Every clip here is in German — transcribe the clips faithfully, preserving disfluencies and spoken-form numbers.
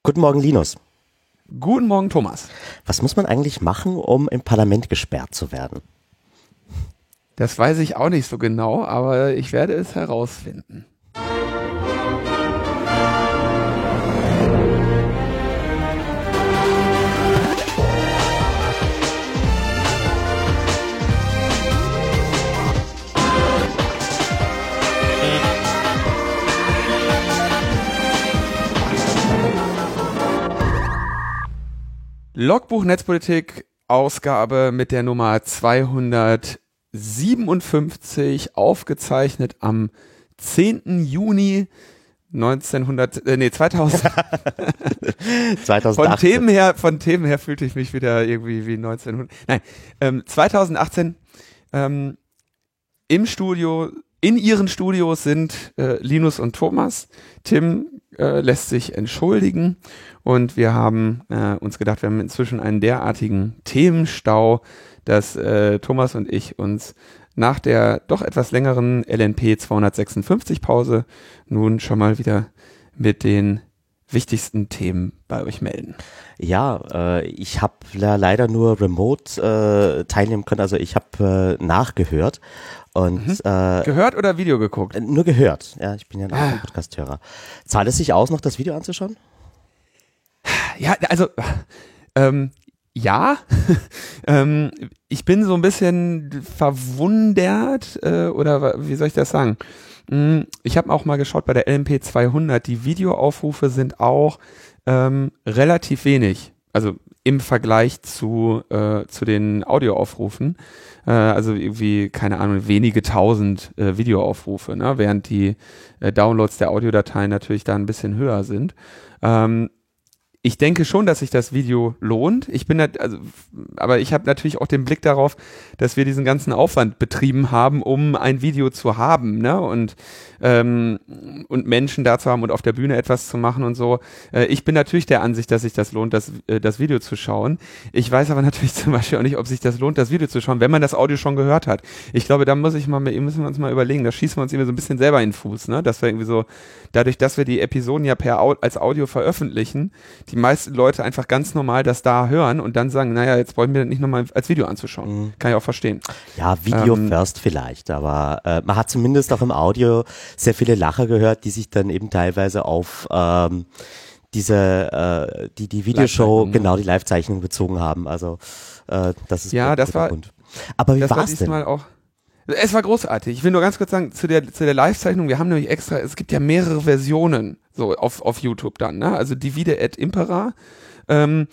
Guten Morgen, Linus. Guten Morgen, Thomas. Was muss man eigentlich machen, um im Parlament gesperrt zu werden? Das weiß ich auch nicht so genau, aber ich werde es herausfinden. Logbuch Netzpolitik, Ausgabe mit der Nummer zweihundertsiebenundfünfzig, aufgezeichnet am zehnten Juni neunzehnhundert, äh, nee, zweitausend. zweitausendachtzehn. Von Themen her, von Themen her fühlte ich mich wieder irgendwie wie neunzehnhundert. Nein, ähm, zweitausendachtzehn. Ähm, im Studio, in ihren Studios sind äh, Linus und Thomas. Tim äh, lässt sich entschuldigen. Und wir haben äh, uns gedacht, wir haben inzwischen einen derartigen Themenstau, dass äh, Thomas und ich uns nach der doch etwas längeren L N P zweihundertsechsundfünfzig Pause nun schon mal wieder mit den wichtigsten Themen bei euch melden. Ja, äh, ich habe leider nur remote äh, teilnehmen können, also ich habe äh, nachgehört. Und, mhm. äh, gehört oder Video geguckt? Äh, nur gehört, ja, ich bin ja ah. ein Podcast-Hörer. Zahlt es sich aus, noch das Video anzuschauen? Ja, also ähm, ja, ähm, ich bin so ein bisschen verwundert äh, oder wie soll ich das sagen? Ich habe auch mal geschaut bei der L N P zweihundert, die Videoaufrufe sind auch ähm, relativ wenig, also im Vergleich zu äh, zu den Audioaufrufen, äh, also irgendwie, keine Ahnung, wenige tausend äh, Videoaufrufe, ne? Während die äh, Downloads der Audiodateien natürlich da ein bisschen höher sind. Ähm, Ich denke schon, dass sich das Video lohnt. Ich bin halt, also, aber ich habe natürlich auch den Blick darauf, dass wir diesen ganzen Aufwand betrieben haben, um ein Video zu haben, ne? Und ähm, und Menschen da zu haben und auf der Bühne etwas zu machen und so. Äh, ich bin natürlich der Ansicht, dass sich das lohnt, das äh, das Video zu schauen. Ich weiß aber natürlich zum Beispiel auch nicht, ob sich das lohnt, das Video zu schauen, wenn man das Audio schon gehört hat. Ich glaube, da muss ich mal, müssen wir uns mal überlegen. Da schießen wir uns irgendwie so ein bisschen selber in den Fuß, ne? Dass wir irgendwie so, dadurch, dass wir die Episoden ja per Au- als Audio veröffentlichen, die meisten Leute einfach ganz normal das da hören und dann sagen, naja, jetzt wollen wir das nicht nochmal als Video anzuschauen. Mhm. Kann ich auch verstehen. Ja, Video ähm, first vielleicht, aber äh, man hat zumindest auch im Audio sehr viele Lacher gehört, die sich dann eben teilweise auf ähm, diese, äh, die die Videoshow, genau, die Live-Zeichnung bezogen haben. Also äh, das ist ja, das war, Grund. Aber wie das war's war diesmal denn? auch. Es war großartig. Ich will nur ganz kurz sagen, zu der, zu der Live-Zeichnung, wir haben nämlich extra, es gibt ja mehrere Versionen, so auf, auf YouTube dann, ne? Also Divide et Impera. Ähm,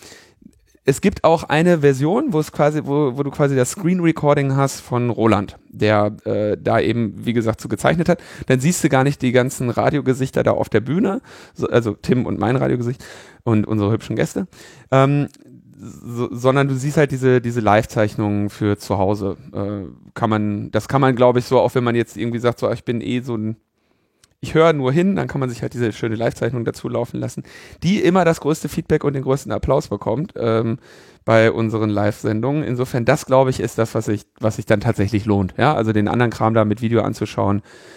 es gibt auch eine Version, wo es quasi, wo, wo du quasi das Screen Recording hast von Roland, der äh, da eben, wie gesagt, so gezeichnet hat. Dann siehst du gar nicht die ganzen Radiogesichter da auf der Bühne, so, also Tim und mein Radiogesicht und unsere hübschen Gäste. Ähm, So, sondern du siehst halt diese diese Live-Zeichnungen für zu Hause. Äh, kann man, das kann man, glaube ich, so, auch wenn man jetzt irgendwie sagt, so, ich bin eh so ein, ich höre nur hin, dann kann man sich halt diese schöne Live-Zeichnung dazu laufen lassen, die immer das größte Feedback und den größten Applaus bekommt ähm, bei unseren Live-Sendungen. Insofern, das, glaube ich, ist das, was sich was sich dann tatsächlich lohnt. Ja, also den anderen Kram da mit Video anzuschauen,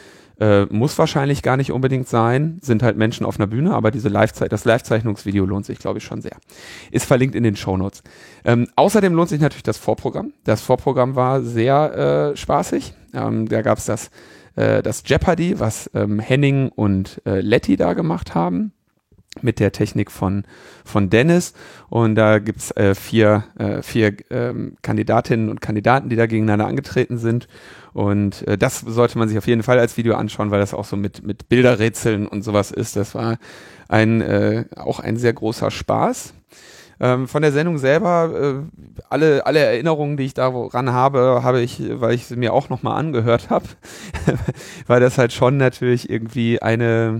Äh, muss wahrscheinlich gar nicht unbedingt sein, sind halt Menschen auf einer Bühne, aber diese Live das Live-Zeichnungsvideo lohnt sich, glaube ich, schon sehr. Ist verlinkt in den Shownotes. Ähm, außerdem lohnt sich natürlich das Vorprogramm. Das Vorprogramm war sehr äh, spaßig. Ähm, da gab es das, äh, das Jeopardy, was ähm, Henning und äh, Letty da gemacht haben, mit der Technik von von Dennis, und da gibt's äh, vier äh, vier ähm, Kandidatinnen und Kandidaten, die da gegeneinander angetreten sind, und äh, das sollte man sich auf jeden Fall als Video anschauen, weil das auch so mit mit Bilderrätseln und sowas ist. Das war ein äh, auch ein sehr großer Spaß. Ähm, von der Sendung selber, äh, alle alle Erinnerungen, die ich daran habe, habe ich, weil ich sie mir auch nochmal angehört habe, weil das halt schon natürlich irgendwie eine,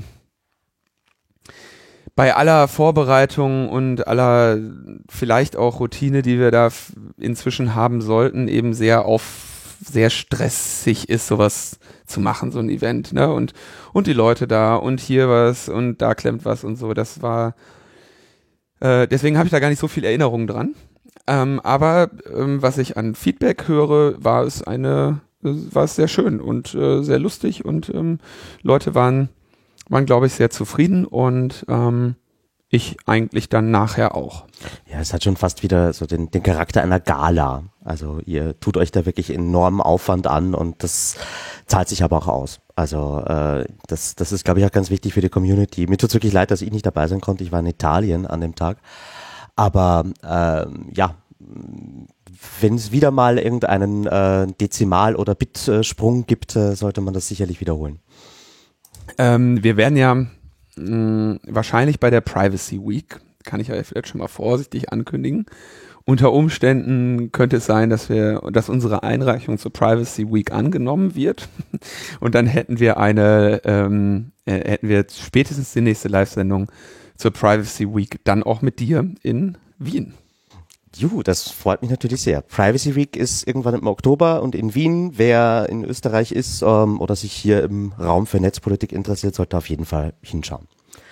bei aller Vorbereitung und aller vielleicht auch Routine, die wir da f- inzwischen haben sollten, eben sehr auf, sehr stressig ist, sowas zu machen, so ein Event, ne? Und, und die Leute da und hier was und da klemmt was und so. Das war, äh, deswegen habe ich da gar nicht so viel Erinnerung dran. Ähm, aber ähm, was ich an Feedback höre, war es eine, war es sehr schön und äh, sehr lustig, und ähm, Leute waren waren, glaube ich, sehr zufrieden, und ähm, ich eigentlich dann nachher auch. Ja, es hat schon fast wieder so den, den Charakter einer Gala. Also ihr tut euch da wirklich enormen Aufwand an und das zahlt sich aber auch aus. Also äh, das, das ist, glaube ich, auch ganz wichtig für die Community. Mir tut es wirklich leid, dass ich nicht dabei sein konnte. Ich war in Italien an dem Tag. Aber äh, ja, wenn es wieder mal irgendeinen äh, Dezimal- oder Bitsprung gibt, äh, sollte man das sicherlich wiederholen. Ähm, wir werden ja mh, wahrscheinlich bei der Privacy Week, kann ich ja vielleicht schon mal vorsichtig ankündigen, unter Umständen könnte es sein, dass wir, dass unsere Einreichung zur Privacy Week angenommen wird und dann hätten wir eine, ähm, äh, hätten wir spätestens die nächste Live-Sendung zur Privacy Week dann auch mit dir in Wien. Juhu, das freut mich natürlich sehr. Privacy Week ist irgendwann im Oktober und in Wien. Wer in Österreich ist ähm, oder sich hier im Raum für Netzpolitik interessiert, sollte auf jeden Fall hinschauen.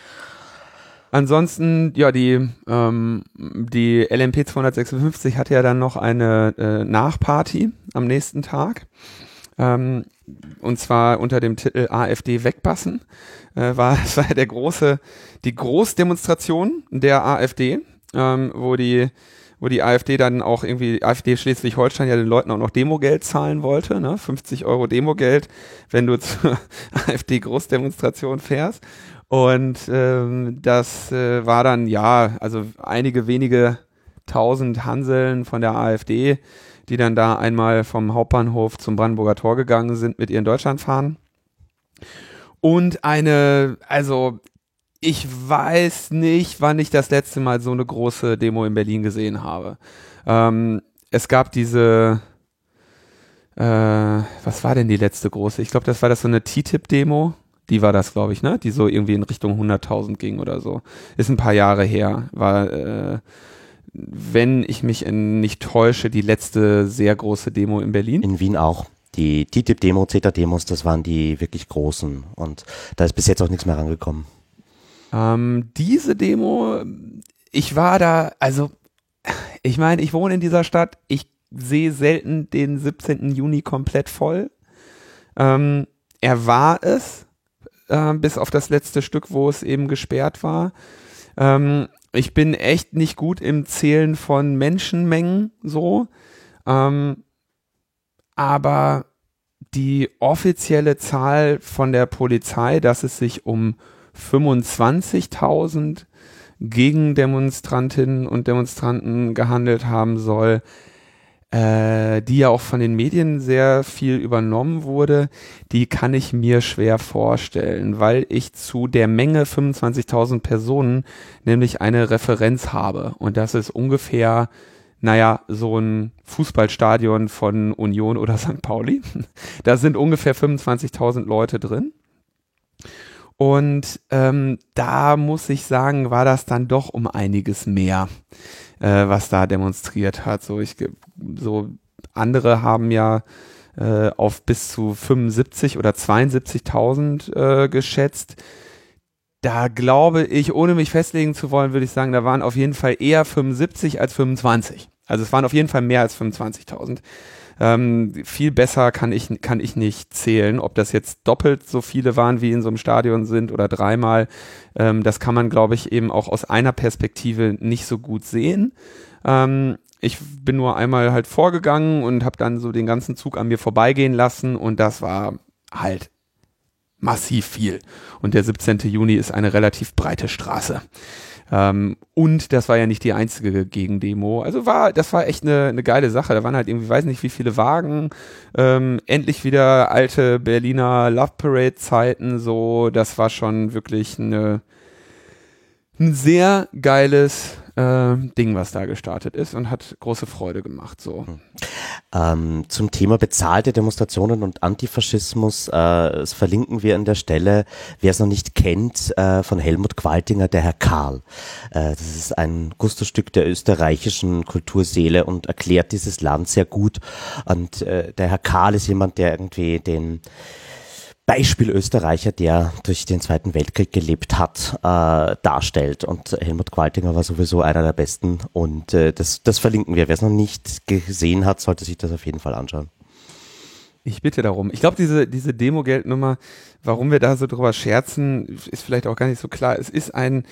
Ansonsten, ja, die, ähm, die L M P zweihundertsechsundfünfzig hatte ja dann noch eine äh, Nachparty am nächsten Tag. Ähm, und zwar unter dem Titel AfD wegpassen. Äh, war, das war der große, die Großdemonstration der AfD, ähm, wo die wo die AfD dann auch irgendwie, AfD Schleswig-Holstein ja den Leuten auch noch Demogeld zahlen wollte, ne? fünfzig Euro Demogeld, wenn du zur AfD-Großdemonstration fährst. Und ähm, das äh, war dann, ja, also einige wenige tausend Hanseln von der AfD, die dann da einmal vom Hauptbahnhof zum Brandenburger Tor gegangen sind mit ihren Deutschlandfahnen. Und eine, also ich weiß nicht, wann ich das letzte Mal so eine große Demo in Berlin gesehen habe. Ähm, es gab diese, äh, was war denn die letzte große? Ich glaube, das war das so eine T T I P-Demo. Die war das, glaube ich, ne? Die so irgendwie in Richtung hunderttausend ging oder so. Ist ein paar Jahre her. War, äh, wenn ich mich nicht täusche, die letzte sehr große Demo in Berlin. In Wien auch. Die T T I P-Demo, C E T A-Demos, das waren die wirklich großen. Und da ist bis jetzt auch nichts mehr rangekommen. Ähm, diese Demo, ich war da, also ich meine, ich wohne in dieser Stadt, ich sehe selten den siebzehnten Juni komplett voll. Ähm, er war es, äh, bis auf das letzte Stück, wo es eben gesperrt war. Ähm, ich bin echt nicht gut im Zählen von Menschenmengen so, ähm, aber die offizielle Zahl von der Polizei, dass es sich um fünfundzwanzigtausend Gegendemonstrantinnen und Demonstranten gehandelt haben soll, äh, die ja auch von den Medien sehr viel übernommen wurde, die kann ich mir schwer vorstellen, weil ich zu der Menge fünfundzwanzigtausend Personen nämlich eine Referenz habe und das ist ungefähr, naja, so ein Fußballstadion von Union oder Sankt Pauli. Da sind ungefähr fünfundzwanzigtausend Leute drin. Und ähm, da muss ich sagen, war das dann doch um einiges mehr, äh, was da demonstriert hat. So, ich, so andere haben ja äh, auf bis zu fünfundsiebzig oder zweiundsiebzigtausend äh, geschätzt. Da glaube ich, ohne mich festlegen zu wollen, würde ich sagen, da waren auf jeden Fall eher fünfundsiebzig als fünfundzwanzig. Also es waren auf jeden Fall mehr als fünfundzwanzigtausend. Ähm, viel besser kann ich, kann ich nicht zählen, ob das jetzt doppelt so viele waren, wie in so einem Stadion sind oder dreimal. Ähm, das kann man, glaube ich, eben auch aus einer Perspektive nicht so gut sehen. Ähm, ich bin nur einmal halt vorgegangen und habe dann so den ganzen Zug an mir vorbeigehen lassen und das war halt massiv viel. Und der siebzehnten Juni ist eine relativ breite Straße. Ähm, und das war ja nicht die einzige Gegendemo. Also war, das war echt eine, eine geile Sache. Da waren halt irgendwie, weiß nicht wie viele Wagen. Ähm, endlich wieder alte Berliner Love Parade Zeiten. So, das war schon wirklich eine, ein sehr geiles äh, Ding, was da gestartet ist und hat große Freude gemacht. So. Ähm, zum Thema bezahlte Demonstrationen und Antifaschismus, äh, das verlinken wir an der Stelle, wer es noch nicht kennt, äh, von Helmut Qualtinger, der Herr Karl. Äh, das ist ein Gusto-Stück der österreichischen Kulturseele und erklärt dieses Land sehr gut. Und äh, der Herr Karl ist jemand, der irgendwie den Beispiel Österreicher, der durch den Zweiten Weltkrieg gelebt hat, äh, darstellt. Und Helmut Qualtinger war sowieso einer der Besten. Und äh, das, das verlinken wir. Wer es noch nicht gesehen hat, sollte sich das auf jeden Fall anschauen. Ich bitte darum. Ich glaube, diese, diese Demogeldnummer, warum wir da so drüber scherzen, ist vielleicht auch gar nicht so klar. Es ist ein,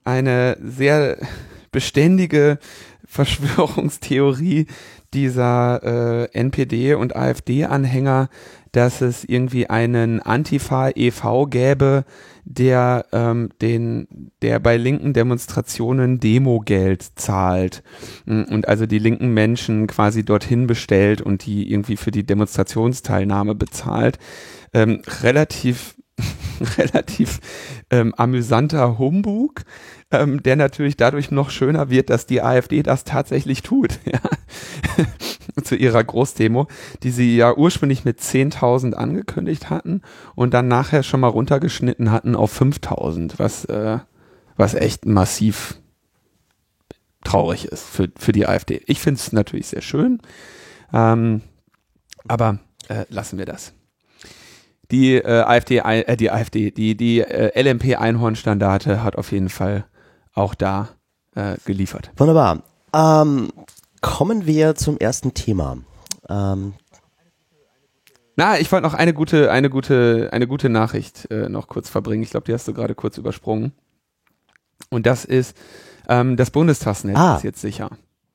eine sehr beständige Verschwörungstheorie dieser äh, N P D- und AfD-Anhänger, dass es irgendwie einen Antifa e V gäbe, der ähm, den, der bei linken Demonstrationen Demogeld zahlt und also die linken Menschen quasi dorthin bestellt und die irgendwie für die Demonstrationsteilnahme bezahlt. Ähm, relativ relativ ähm, amüsanter Humbug, ähm, der natürlich dadurch noch schöner wird, dass die AfD das tatsächlich tut, ja. Zu ihrer Großdemo, die sie ja ursprünglich mit zehntausend angekündigt hatten und dann nachher schon mal runtergeschnitten hatten auf fünftausend, was, äh, was echt massiv traurig ist für, für die AfD. Ich finde es natürlich sehr schön, ähm, aber äh, lassen wir das. Die äh, AfD, äh, die AfD, die, die äh, L M P-Einhornstandarte hat auf jeden Fall auch da äh, geliefert. Wunderbar. Ähm, kommen wir zum ersten Thema. Ähm. Na, ich wollte noch eine gute, eine gute, eine gute Nachricht äh, noch kurz verbringen. Ich glaube, die hast du gerade kurz übersprungen. Und das ist, ähm, das Bundestagsnetz ah. ist jetzt sicher.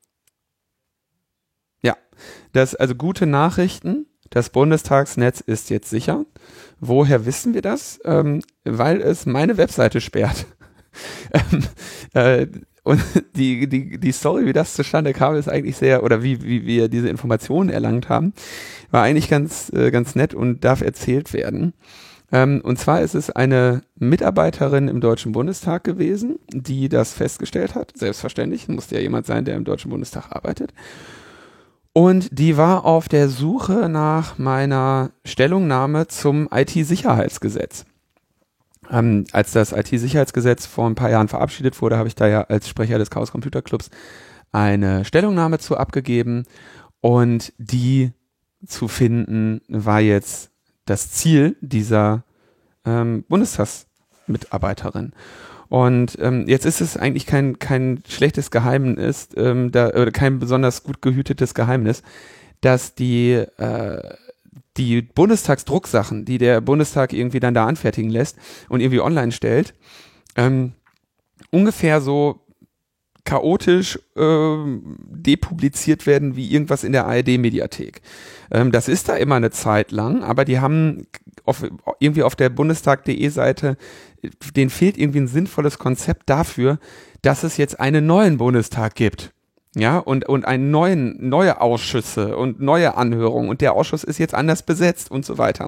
Ja, das, also gute Nachrichten. Das Bundestagsnetz ist jetzt sicher. Woher wissen wir das? Ähm, weil es meine Webseite sperrt. ähm, äh, und die, die, die Story, wie das zustande kam, ist eigentlich sehr, oder wie, wie wir diese Informationen erlangt haben, war eigentlich ganz, äh, ganz nett und darf erzählt werden. Ähm, und zwar ist es eine Mitarbeiterin im Deutschen Bundestag gewesen, die das festgestellt hat. Selbstverständlich, muss ja jemand sein, der im Deutschen Bundestag arbeitet. Und die war auf der Suche nach meiner Stellungnahme zum I T-Sicherheitsgesetz. Ähm, als das I T-Sicherheitsgesetz vor ein paar Jahren verabschiedet wurde, habe ich da ja als Sprecher des Chaos Computer Clubs eine Stellungnahme zu abgegeben. Und die zu finden war jetzt das Ziel dieser ähm, Bundestagsmitarbeiterin. Und ähm, jetzt ist es eigentlich kein kein schlechtes Geheimnis, ähm, da, oder kein besonders gut gehütetes Geheimnis, dass die äh, die Bundestagsdrucksachen, die der Bundestag irgendwie dann da anfertigen lässt und irgendwie online stellt, ähm, ungefähr so chaotisch äh, depubliziert werden wie irgendwas in der A R D-Mediathek. Ähm, das ist da immer eine Zeit lang, aber die haben auf, irgendwie auf der Bundestag punkt de Seite, denen fehlt irgendwie ein sinnvolles Konzept dafür, dass es jetzt einen neuen Bundestag gibt. Ja, und, und einen neuen, neue Ausschüsse und neue Anhörungen und der Ausschuss ist jetzt anders besetzt und so weiter.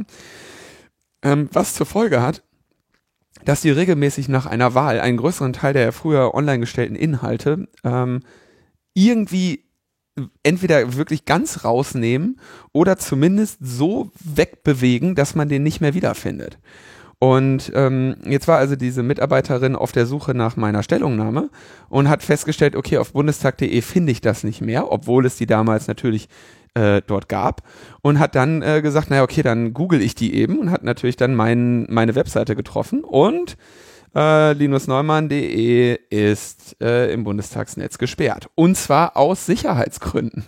Ähm, was zur Folge hat, dass die regelmäßig nach einer Wahl einen größeren Teil der früher online gestellten Inhalte ähm, irgendwie entweder wirklich ganz rausnehmen oder zumindest so wegbewegen, dass man den nicht mehr wiederfindet. Und ähm, jetzt war also diese Mitarbeiterin auf der Suche nach meiner Stellungnahme und hat festgestellt, okay, auf bundestag punkt de finde ich das nicht mehr, obwohl es die damals natürlich äh, dort gab, und hat dann äh, gesagt, naja, okay, dann google ich die eben, und hat natürlich dann mein, meine Webseite getroffen und äh, linus neumann punkt de ist äh, im Bundestagsnetz gesperrt. Und zwar aus Sicherheitsgründen.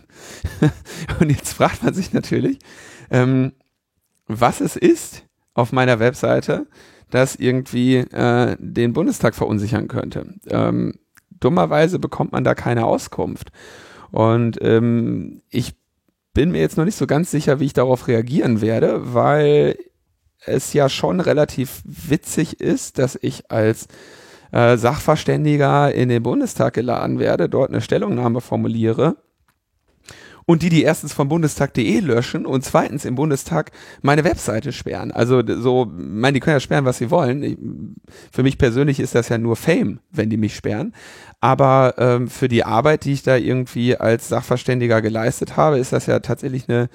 Und jetzt fragt man sich natürlich, ähm, was es ist auf meiner Webseite, das irgendwie äh, den Bundestag verunsichern könnte. Ähm, dummerweise bekommt man da keine Auskunft. Und ähm, ich bin mir jetzt noch nicht so ganz sicher, wie ich darauf reagieren werde, weil es ja schon relativ witzig ist, dass ich als äh, Sachverständiger in den Bundestag geladen werde, dort eine Stellungnahme formuliere und die, die erstens vom bundestag punkt de löschen und zweitens im Bundestag meine Webseite sperren. Also so, ich meine, die können ja sperren, was sie wollen. Ich, für mich persönlich ist das ja nur Fame, wenn die mich sperren. Aber ähm, für die Arbeit, die ich da irgendwie als Sachverständiger geleistet habe, ist das ja tatsächlich eine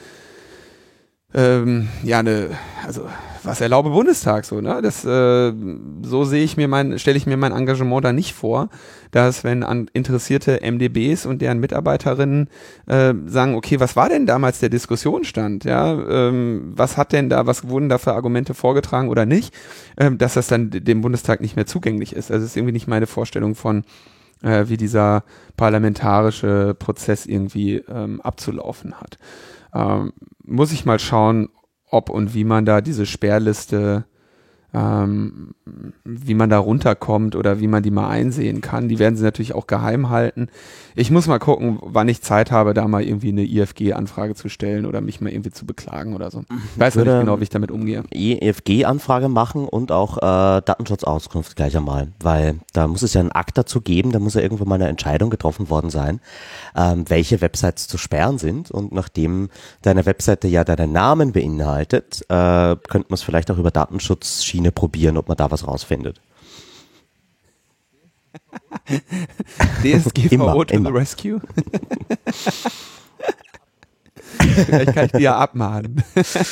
Ähm, ja, eine, also was erlaube Bundestag so, ne? Das äh, so sehe ich mir mein, stelle ich mir mein Engagement da nicht vor, dass wenn an interessierte M D Bs und deren Mitarbeiterinnen äh, sagen, okay, was war denn damals der Diskussionsstand, ja, ähm, was hat denn da, was wurden da für Argumente vorgetragen oder nicht, ähm, dass das dann dem Bundestag nicht mehr zugänglich ist. Also es ist irgendwie nicht meine Vorstellung von, äh, wie dieser parlamentarische Prozess irgendwie ähm, abzulaufen hat. Ähm, muss ich mal schauen, ob und wie man da diese Sperrliste ähm, wie man da runterkommt oder wie man die mal einsehen kann. Die werden sie natürlich auch geheim halten. Ich muss mal gucken, wann ich Zeit habe, da mal irgendwie eine I F G-Anfrage zu stellen oder mich mal irgendwie zu beklagen oder so. Ich weiß noch nicht genau, wie ich damit umgehe. I F G-Anfrage machen und auch äh, Datenschutzauskunft gleich einmal, weil da muss es ja einen Akt dazu geben, da muss ja irgendwo mal eine Entscheidung getroffen worden sein, ähm, welche Websites zu sperren sind, und nachdem deine Webseite ja deinen Namen beinhaltet, äh, könnte man es vielleicht auch über Datenschutzschiene probieren, ob man da was rausfindet. D S G V O to the rescue. Vielleicht kann ich die ja abmahnen.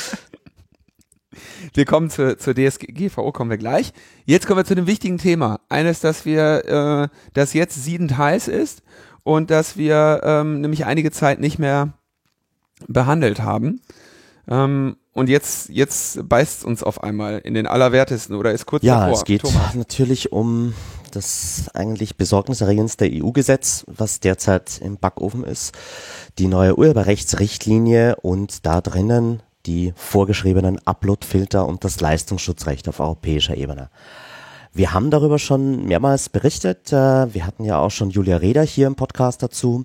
Wir kommen zur, zur D S G V O, kommen wir gleich. Jetzt kommen wir zu dem wichtigen Thema. Eines, dass wir, äh, das jetzt siedend heiß ist und dass wir ähm, nämlich einige Zeit nicht mehr behandelt haben. Ähm, und jetzt, jetzt beißt es uns auf einmal in den Allerwertesten oder ist kurz ja, davor. Ja, es geht Thomas. natürlich um das eigentlich besorgniserregendste E U-Gesetz, was derzeit im Backofen ist. Die neue Urheberrechtsrichtlinie und da drinnen die vorgeschriebenen Upload-Filter und das Leistungsschutzrecht auf europäischer Ebene. Wir haben darüber schon mehrmals berichtet. Wir hatten ja auch schon Julia Reda hier im Podcast dazu.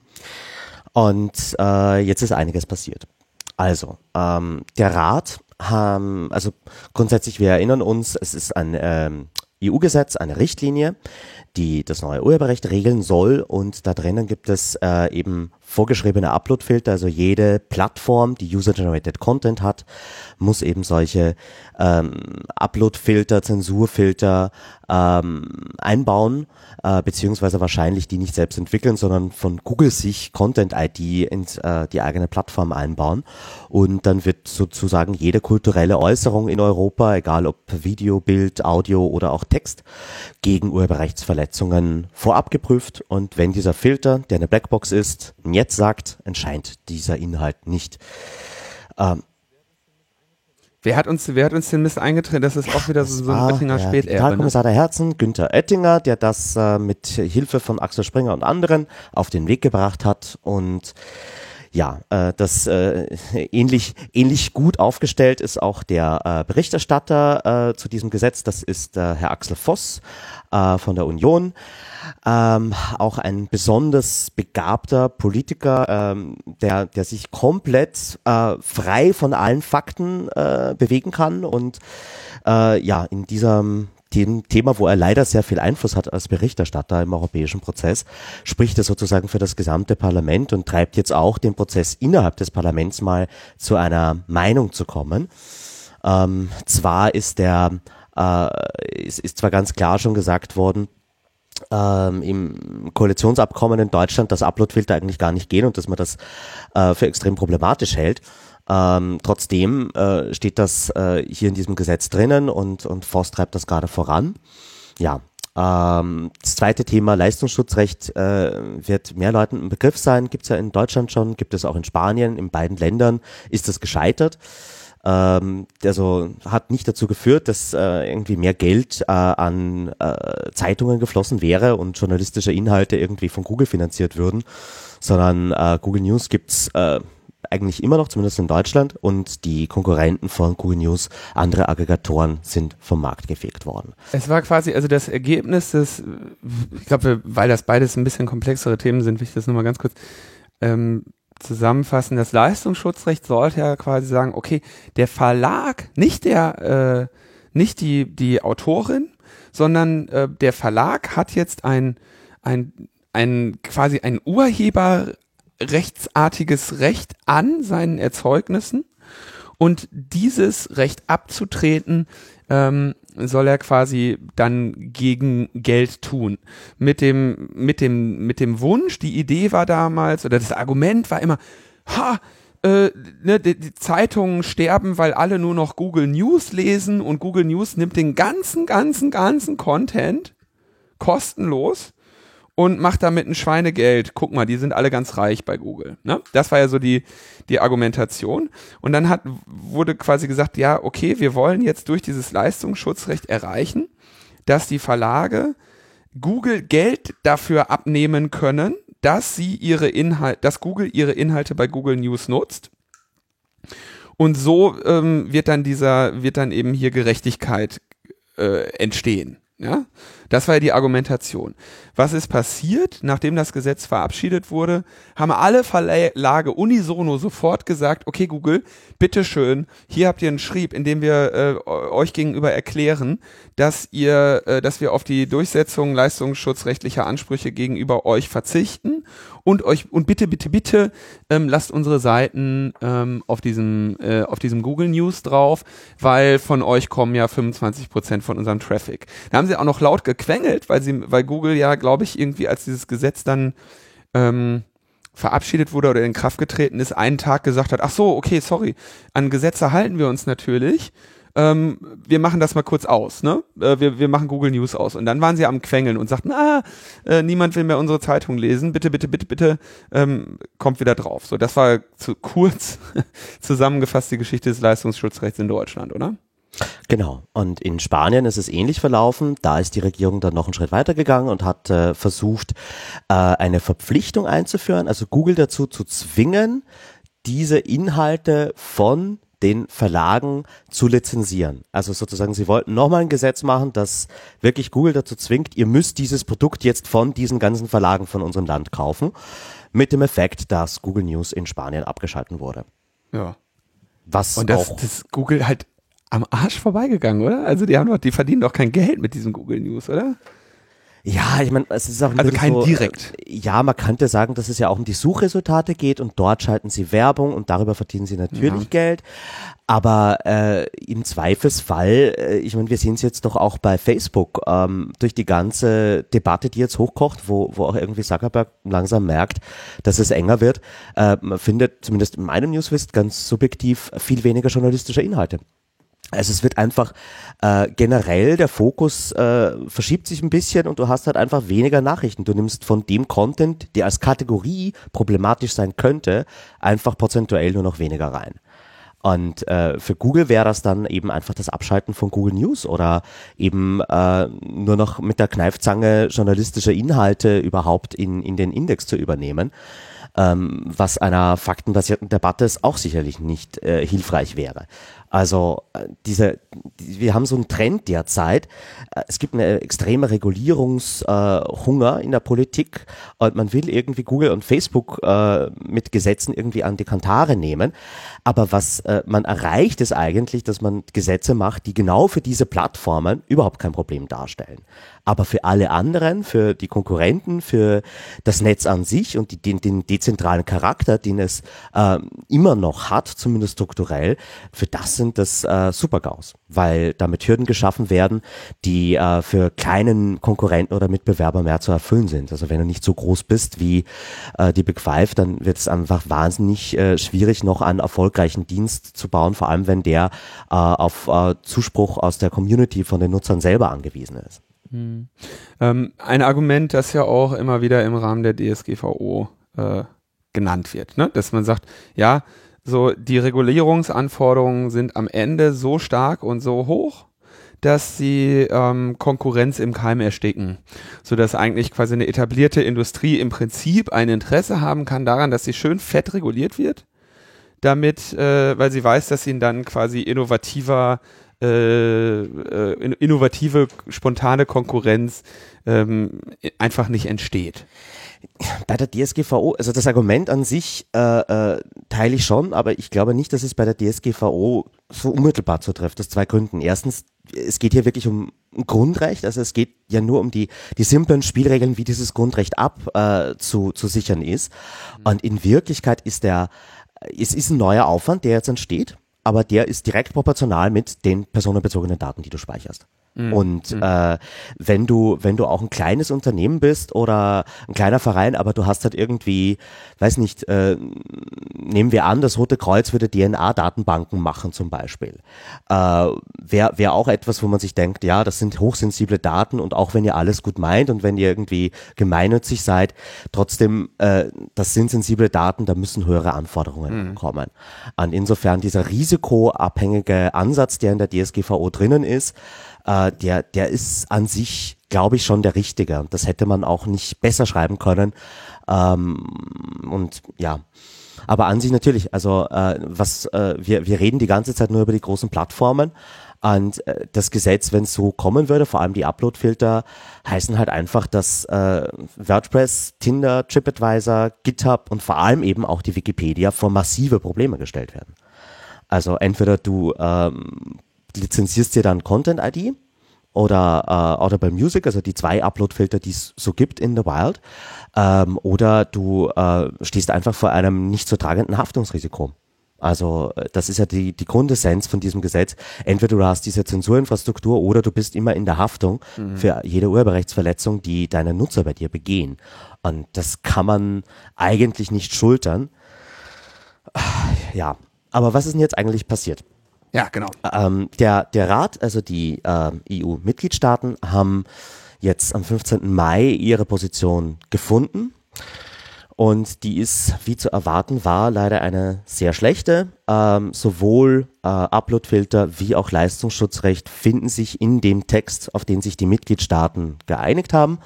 Und äh, jetzt ist einiges passiert. Also, ähm, der Rat, ähm, also grundsätzlich, wir erinnern uns, es ist ein ähm, E U-Gesetz, eine Richtlinie, die das neue Urheberrecht regeln soll, und da drinnen gibt es äh, eben vorgeschriebene Upload-Filter, also jede Plattform, die User-Generated Content hat, muss eben solche ähm, Upload-Filter, Zensurfilter ähm, einbauen, äh, beziehungsweise wahrscheinlich die nicht selbst entwickeln, sondern von Google sich Content-I D in äh, die eigene Plattform einbauen, und dann wird sozusagen jede kulturelle Äußerung in Europa, egal ob Video, Bild, Audio oder auch Text, gegen Urheberrechtsverletzungen vorab geprüft, und wenn dieser Filter, der eine Blackbox ist, jetzt sagt, entscheint dieser Inhalt nicht. Ähm, Wer hat uns, wer hat uns den Mist eingetreten? Das ist auch wieder so, so ein Oettinger Späterbe. Der Digitalkommissar der Herzen, Günther Oettinger, der das äh, mit Hilfe von Axel Springer und anderen auf den Weg gebracht hat, und ja, äh, das äh, ähnlich ähnlich gut aufgestellt ist auch der äh, Berichterstatter äh, zu diesem Gesetz. Das ist äh, Herr Axel Voss äh, von der Union. Ähm, auch ein besonders begabter Politiker, ähm, der der sich komplett äh, frei von allen Fakten äh, bewegen kann, und äh, ja, in diesem Thema, wo er leider sehr viel Einfluss hat als Berichterstatter im europäischen Prozess, spricht er sozusagen für das gesamte Parlament und treibt jetzt auch den Prozess innerhalb des Parlaments mal zu einer Meinung zu kommen. Ähm, zwar ist der, äh, ist, ist zwar ganz klar schon gesagt worden, ähm, im Koalitionsabkommen in Deutschland, dass Uploadfilter eigentlich gar nicht gehen und dass man das äh, für extrem problematisch hält. Ähm, trotzdem äh, steht das äh, hier in diesem Gesetz drinnen, und, und Voss treibt das gerade voran. Ja, ähm, das zweite Thema Leistungsschutzrecht äh, wird mehr Leuten ein Begriff sein, gibt es ja in Deutschland schon, gibt es auch in Spanien, in beiden Ländern ist das gescheitert. Ähm, also hat nicht dazu geführt, dass äh, irgendwie mehr Geld äh, an äh, Zeitungen geflossen wäre und journalistische Inhalte irgendwie von Google finanziert würden, sondern äh, Google News gibt's äh, eigentlich immer noch, zumindest in Deutschland, und die Konkurrenten von Google News, andere Aggregatoren, sind vom Markt gefegt worden. Es war quasi, also das Ergebnis des, ich glaube, weil das beides ein bisschen komplexere Themen sind, will ich das nochmal ganz kurz ähm, zusammenfassen. Das Leistungsschutzrecht sollte ja quasi sagen, okay, der Verlag, nicht der, äh, nicht die, die Autorin, sondern äh, der Verlag hat jetzt ein, ein, ein quasi ein Urheber rechtsartiges Recht an seinen Erzeugnissen, und dieses Recht abzutreten ähm, soll er quasi dann gegen Geld tun. Mit dem, mit dem, mit dem Wunsch, die Idee war damals, oder das Argument war immer, ha, äh, ne, die, die Zeitungen sterben, weil alle nur noch Google News lesen, und Google News nimmt den ganzen, ganzen, ganzen Content kostenlos und macht damit ein Schweinegeld. Guck mal, die sind alle ganz reich bei Google. Ne? Das war ja so die, die Argumentation. Und dann hat, wurde quasi gesagt, ja, okay, wir wollen jetzt durch dieses Leistungsschutzrecht erreichen, dass die Verlage Google Geld dafür abnehmen können, dass sie ihre Inhalte, dass Google ihre Inhalte bei Google News nutzt. Und so ähm, wird dann dieser, wird dann eben hier Gerechtigkeit äh, entstehen. Ja, das war ja die Argumentation. Was ist passiert, nachdem das Gesetz verabschiedet wurde, haben alle Verlage unisono sofort gesagt, okay Google, bitteschön, hier habt ihr einen Schrieb, in dem wir äh, euch gegenüber erklären, dass ihr, äh, dass wir auf die Durchsetzung leistungsschutzrechtlicher Ansprüche gegenüber euch verzichten und euch und bitte, bitte, bitte ähm, lasst unsere Seiten ähm, auf diesem äh, auf diesem Google News drauf, weil von euch kommen ja fünfundzwanzig Prozent von unserem Traffic. Da haben sie auch noch laut gequengelt, weil sie, weil Google ja, glaube ich, irgendwie als dieses Gesetz dann ähm, verabschiedet wurde oder in Kraft getreten ist, einen Tag gesagt hat, ach so, okay, sorry, an Gesetze halten wir uns natürlich. Ähm, wir machen das mal kurz aus, ne? Äh, wir, wir machen Google News aus. Und dann waren sie am Quengeln und sagten, ah, äh, niemand will mehr unsere Zeitung lesen, bitte, bitte, bitte, bitte, ähm, kommt wieder drauf. So, das war zu kurz zusammengefasst die Geschichte des Leistungsschutzrechts in Deutschland, oder? Genau. Und in Spanien ist es ähnlich verlaufen. Da ist die Regierung dann noch einen Schritt weitergegangen und hat äh, versucht, äh, eine Verpflichtung einzuführen, also Google dazu zu zwingen, diese Inhalte von den Verlagen zu lizenzieren. Also sozusagen, sie wollten nochmal ein Gesetz machen, das wirklich Google dazu zwingt, ihr müsst dieses Produkt jetzt von diesen ganzen Verlagen von unserem Land kaufen, mit dem Effekt, dass Google News in Spanien abgeschalten wurde. Ja. Was und das, auch das Google halt am Arsch vorbeigegangen, oder? Also die haben doch, die verdienen doch kein Geld mit diesem Google News, oder? Ja, ich meine, es ist auch ein also bisschen kein so, direkt. Ja, man könnte sagen, dass es ja auch um die Suchresultate geht und dort schalten sie Werbung und darüber verdienen sie natürlich ja. Geld. Aber äh, im Zweifelsfall, äh, ich meine, wir sehen es jetzt doch auch bei Facebook, ähm, durch die ganze Debatte, die jetzt hochkocht, wo, wo auch irgendwie Zuckerberg langsam merkt, dass es enger wird, äh, man findet zumindest in meinem Newsfeed ganz subjektiv viel weniger journalistische Inhalte. Also es wird einfach äh, generell, der Fokus äh, verschiebt sich ein bisschen und du hast halt einfach weniger Nachrichten. Du nimmst von dem Content, der als Kategorie problematisch sein könnte, einfach prozentuell nur noch weniger rein. Und äh, für Google wäre das dann eben einfach das Abschalten von Google News oder eben äh, nur noch mit der Kneifzange journalistische Inhalte überhaupt in, in den Index zu übernehmen, ähm, was einer faktenbasierten Debatte auch sicherlich nicht äh, hilfreich wäre. Also diese, die, wir haben so einen Trend derzeit. Es gibt eine extreme Regulierungshunger äh, in der Politik und man will irgendwie Google und Facebook äh, mit Gesetzen irgendwie an die Kantare nehmen. Aber was äh, man erreicht, ist eigentlich, dass man Gesetze macht, die genau für diese Plattformen überhaupt kein Problem darstellen. Aber für alle anderen, für die Konkurrenten, für das Netz an sich und die, den, den dezentralen Charakter, den es äh, immer noch hat, zumindest strukturell, für das sind das äh, Super-GAUs, weil damit Hürden geschaffen werden, die äh, für kleinen Konkurrenten oder Mitbewerber mehr zu erfüllen sind. Also wenn du nicht so groß bist wie äh, die Big Five, dann wird es einfach wahnsinnig äh, schwierig, noch einen erfolgreichen Dienst zu bauen, vor allem wenn der äh, auf äh, Zuspruch aus der Community von den Nutzern selber angewiesen ist. Hm. Ähm, ein Argument, das ja auch immer wieder im Rahmen der D S G V O äh, genannt wird, ne? Dass man sagt, ja, so die Regulierungsanforderungen sind am Ende so stark und so hoch, dass sie ähm, Konkurrenz im Keim ersticken, sodass eigentlich quasi eine etablierte Industrie im Prinzip ein Interesse haben kann daran, dass sie schön fett reguliert wird, damit, äh, weil sie weiß, dass ihnen dann quasi innovativer Äh, äh, innovative, spontane Konkurrenz ähm, einfach nicht entsteht. Bei der D S G V O, also das Argument an sich äh, äh, teile ich schon, aber ich glaube nicht, dass es bei der D S G V O so unmittelbar zutrifft, aus zwei Gründen. Erstens, es geht hier wirklich um ein Grundrecht, also es geht ja nur um die, die simplen Spielregeln, wie dieses Grundrecht ab äh, zu, zu sichern ist. Und in Wirklichkeit ist der, es ist ein neuer Aufwand, der jetzt entsteht, aber der ist direkt proportional mit den personenbezogenen Daten, die du speicherst. Mhm. Und mhm. äh, wenn du wenn du auch ein kleines Unternehmen bist oder ein kleiner Verein, aber du hast halt irgendwie, weiß nicht, äh, nehmen wir an, das Rote Kreuz würde D N A-Datenbanken machen zum Beispiel. Äh, Wäre wär auch etwas, wo man sich denkt, ja, das sind hochsensible Daten und auch wenn ihr alles gut meint und wenn ihr irgendwie gemeinnützig seid, trotzdem, äh, das sind sensible Daten, da müssen höhere Anforderungen mhm. kommen. Und insofern dieser risikoabhängige Ansatz, der in der D S G V O drinnen ist, Uh, der, der ist an sich, glaube ich, schon der richtige. Und das hätte man auch nicht besser schreiben können. Ähm, und ja, aber an sich natürlich, also äh, was äh, wir, wir reden die ganze Zeit nur über die großen Plattformen. Und äh, das Gesetz, wenn es so kommen würde, vor allem die Upload-Filter, heißen halt einfach, dass äh, WordPress, Tinder, TripAdvisor, GitHub und vor allem eben auch die Wikipedia vor massive Probleme gestellt werden. Also entweder du ähm, lizenzierst dir dann Content-I D oder äh, Audible Music, also die zwei Upload-Filter, die es so gibt in the Wild, ähm, oder du äh, stehst einfach vor einem nicht zu tragenden Haftungsrisiko. Also das ist ja die, die Grundessenz von diesem Gesetz. Entweder du hast diese Zensurinfrastruktur oder du bist immer in der Haftung mhm. für jede Urheberrechtsverletzung, die deine Nutzer bei dir begehen. Und das kann man eigentlich nicht schultern. Ja, aber was ist denn jetzt eigentlich passiert? Ja, genau. Ähm, der, der Rat, also die äh, E U-Mitgliedstaaten, haben jetzt am fünfzehnten Mai ihre Position gefunden. Und die ist, wie zu erwarten war, leider eine sehr schlechte. Ähm, sowohl äh, Uploadfilter wie auch Leistungsschutzrecht finden sich in dem Text, auf den sich die Mitgliedstaaten geeinigt haben.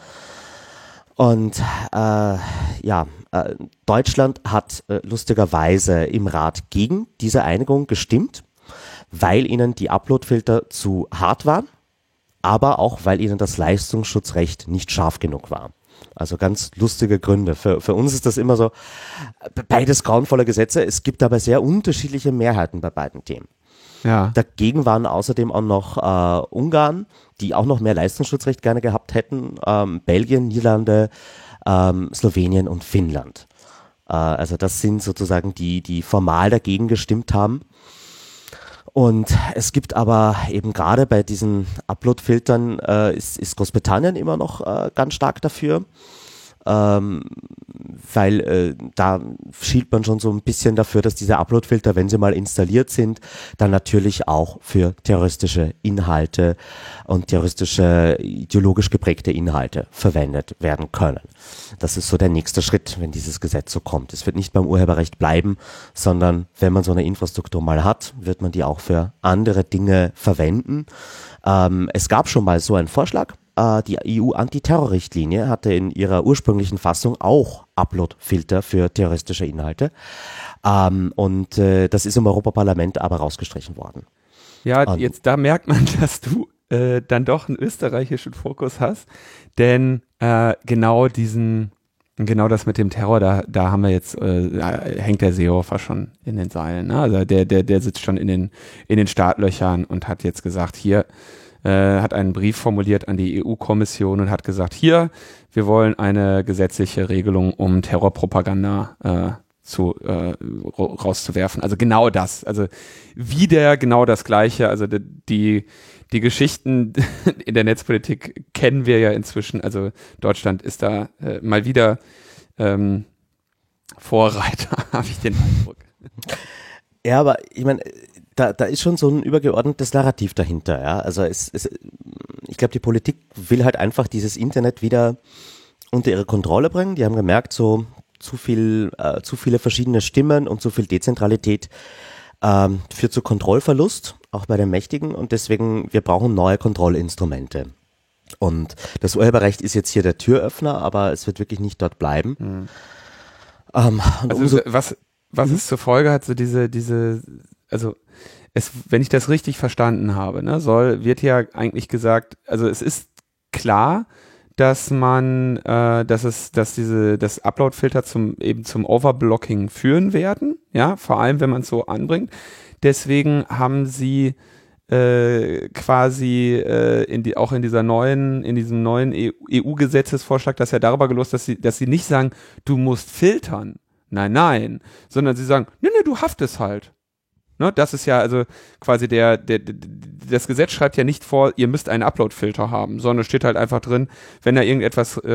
Und äh, ja, äh, Deutschland hat äh, lustigerweise im Rat gegen diese Einigung gestimmt, weil ihnen die Uploadfilter zu hart waren, aber auch weil ihnen das Leistungsschutzrecht nicht scharf genug war. Also ganz lustige Gründe. Für, für uns ist das immer so, beides grauenvolle Gesetze. Es gibt aber sehr unterschiedliche Mehrheiten bei beiden Themen. Ja. Dagegen waren außerdem auch noch äh, Ungarn, die auch noch mehr Leistungsschutzrecht gerne gehabt hätten, ähm, Belgien, Niederlande, ähm, Slowenien und Finnland. Äh, also das sind sozusagen die, die formal dagegen gestimmt haben. Und es gibt aber eben gerade bei diesen Upload-Filtern äh, ist, ist Großbritannien immer noch äh, ganz stark dafür, ähm, weil äh, da schielt man schon so ein bisschen dafür, dass diese Upload-Filter, wenn sie mal installiert sind, dann natürlich auch für terroristische Inhalte und terroristische, ideologisch geprägte Inhalte verwendet werden können. Das ist so der nächste Schritt, wenn dieses Gesetz so kommt. Es wird nicht beim Urheberrecht bleiben, sondern wenn man so eine Infrastruktur mal hat, wird man die auch für andere Dinge verwenden. Ähm, es gab schon mal so einen Vorschlag. Äh, die E U-Antiterror-Richtlinie hatte in ihrer ursprünglichen Fassung auch Upload-Filter für terroristische Inhalte. Ähm, und äh, das ist im Europaparlament aber rausgestrichen worden. Ja, und jetzt da merkt man, dass du äh, dann doch einen österreichischen Fokus hast, denn äh, genau diesen, genau das mit dem Terror, da, da haben wir jetzt, äh, hängt der Seehofer schon in den Seilen, ne? Also der, der, der sitzt schon in den, in den Startlöchern und hat jetzt gesagt, hier, äh, hat einen Brief formuliert an die E U-Kommission und hat gesagt, hier, wir wollen eine gesetzliche Regelung, um Terrorpropaganda äh, zu äh, rauszuwerfen. Also genau das. Also wieder genau das Gleiche. Also die, die Die Geschichten in der Netzpolitik kennen wir ja inzwischen. Also Deutschland ist da äh, mal wieder ähm, Vorreiter, habe ich den Eindruck. Ja, aber ich meine, da, da ist schon so ein übergeordnetes Narrativ dahinter. Ja? Also es, es, ich glaube, die Politik will halt einfach dieses Internet wieder unter ihre Kontrolle bringen. Die haben gemerkt, so zu viel, äh, zu viele verschiedene Stimmen und zu viel Dezentralität ähm, führt zu Kontrollverlust, auch bei den Mächtigen, und deswegen, wir brauchen neue Kontrollinstrumente. Und das Urheberrecht ist jetzt hier der Türöffner, aber es wird wirklich nicht dort bleiben. Mhm. Ähm, und also umso was, was mhm. es zur Folge hat, so diese, diese, also es, wenn ich das richtig verstanden habe, ne, soll, wird ja eigentlich gesagt, also es ist klar, dass man, äh, dass es, dass diese, das Upload-Filter zum eben zum Overblocking führen werden, ja, vor allem wenn man es so anbringt. Deswegen haben sie äh, quasi äh, in die, auch in dieser neuen, in diesem neuen E U-Gesetzesvorschlag, das ja darüber gelost, dass sie, dass sie nicht sagen, du musst filtern, nein, nein, sondern sie sagen, nee, nee, du haftest halt. Ne, das ist ja also quasi der, der, der, das Gesetz schreibt ja nicht vor, ihr müsst einen Upload-Filter haben, sondern steht halt einfach drin, wenn da irgendetwas äh,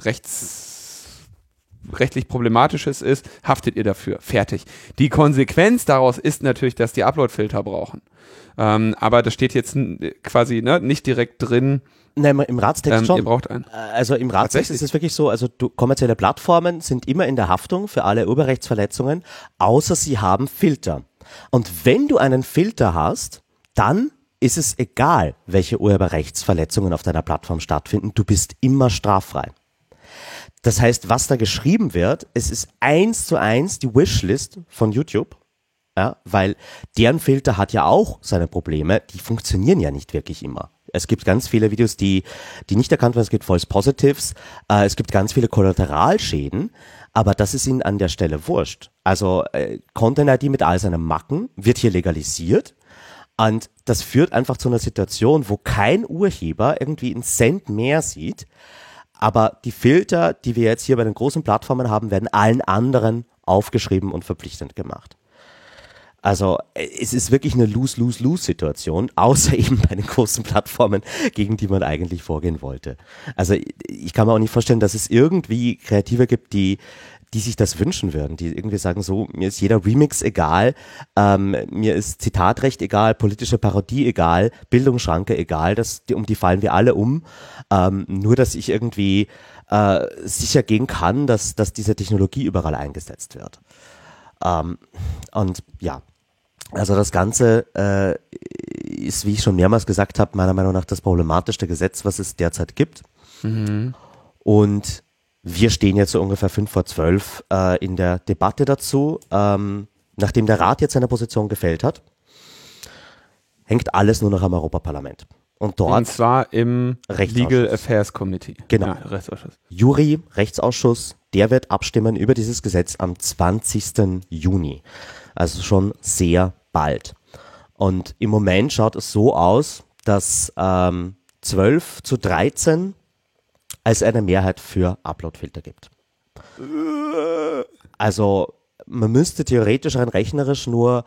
rechts, rechtlich Problematisches ist, haftet ihr dafür. Fertig. Die Konsequenz daraus ist natürlich, dass die Upload-Filter brauchen. Ähm, aber das steht jetzt quasi ne, nicht direkt drin. Nein, im Ratstext ähm, schon. Ihr braucht einen. Also im Ratstext ist es wirklich so, also du, kommerzielle Plattformen sind immer in der Haftung für alle Urheberrechtsverletzungen, außer sie haben Filter. Und wenn du einen Filter hast, dann ist es egal, welche Urheberrechtsverletzungen auf deiner Plattform stattfinden, du bist immer straffrei. Das heißt, was da geschrieben wird, es ist eins zu eins die Wishlist von YouTube. Ja, weil deren Filter hat ja auch seine Probleme, die funktionieren ja nicht wirklich immer. Es gibt ganz viele Videos, die, die nicht erkannt werden, es gibt False Positives, äh, es gibt ganz viele Kollateralschäden, aber das ist ihnen an der Stelle wurscht. Also äh, Content I D mit all seinen Macken wird hier legalisiert und das führt einfach zu einer Situation, wo kein Urheber irgendwie einen Cent mehr sieht, aber die Filter, die wir jetzt hier bei den großen Plattformen haben, werden allen anderen aufgeschrieben und verpflichtend gemacht. Also es ist wirklich eine Lose-Lose-Lose-Situation, außer eben bei den großen Plattformen, gegen die man eigentlich vorgehen wollte. Also ich kann mir auch nicht vorstellen, dass es irgendwie Kreative gibt, die die sich das wünschen würden, die irgendwie sagen, so, mir ist jeder Remix egal, ähm, mir ist Zitatrecht egal, politische Parodie egal, Bildungsschranke egal, das, die, um die fallen wir alle um, ähm, nur dass ich irgendwie äh, sicher gehen kann, dass, dass diese Technologie überall eingesetzt wird. Ähm, und ja, also das Ganze äh, ist, wie ich schon mehrmals gesagt habe, meiner Meinung nach das problematischste Gesetz, was es derzeit gibt. Mhm. Und wir stehen jetzt so ungefähr fünf vor zwölf äh, in der Debatte dazu. Ähm, nachdem der Rat jetzt seine Position gefällt hat, hängt alles nur noch am Europaparlament. Und dort Und zwar im Legal Affairs Committee. Genau. Ja, Rechtsausschuss. Juri, Rechtsausschuss, der wird abstimmen über dieses Gesetz am zwanzigsten Juni. Also schon sehr bald. Und im Moment schaut es so aus, dass ähm, zwölf zu dreizehn es eine Mehrheit für Uploadfilter gibt. Also man müsste theoretisch rein rechnerisch nur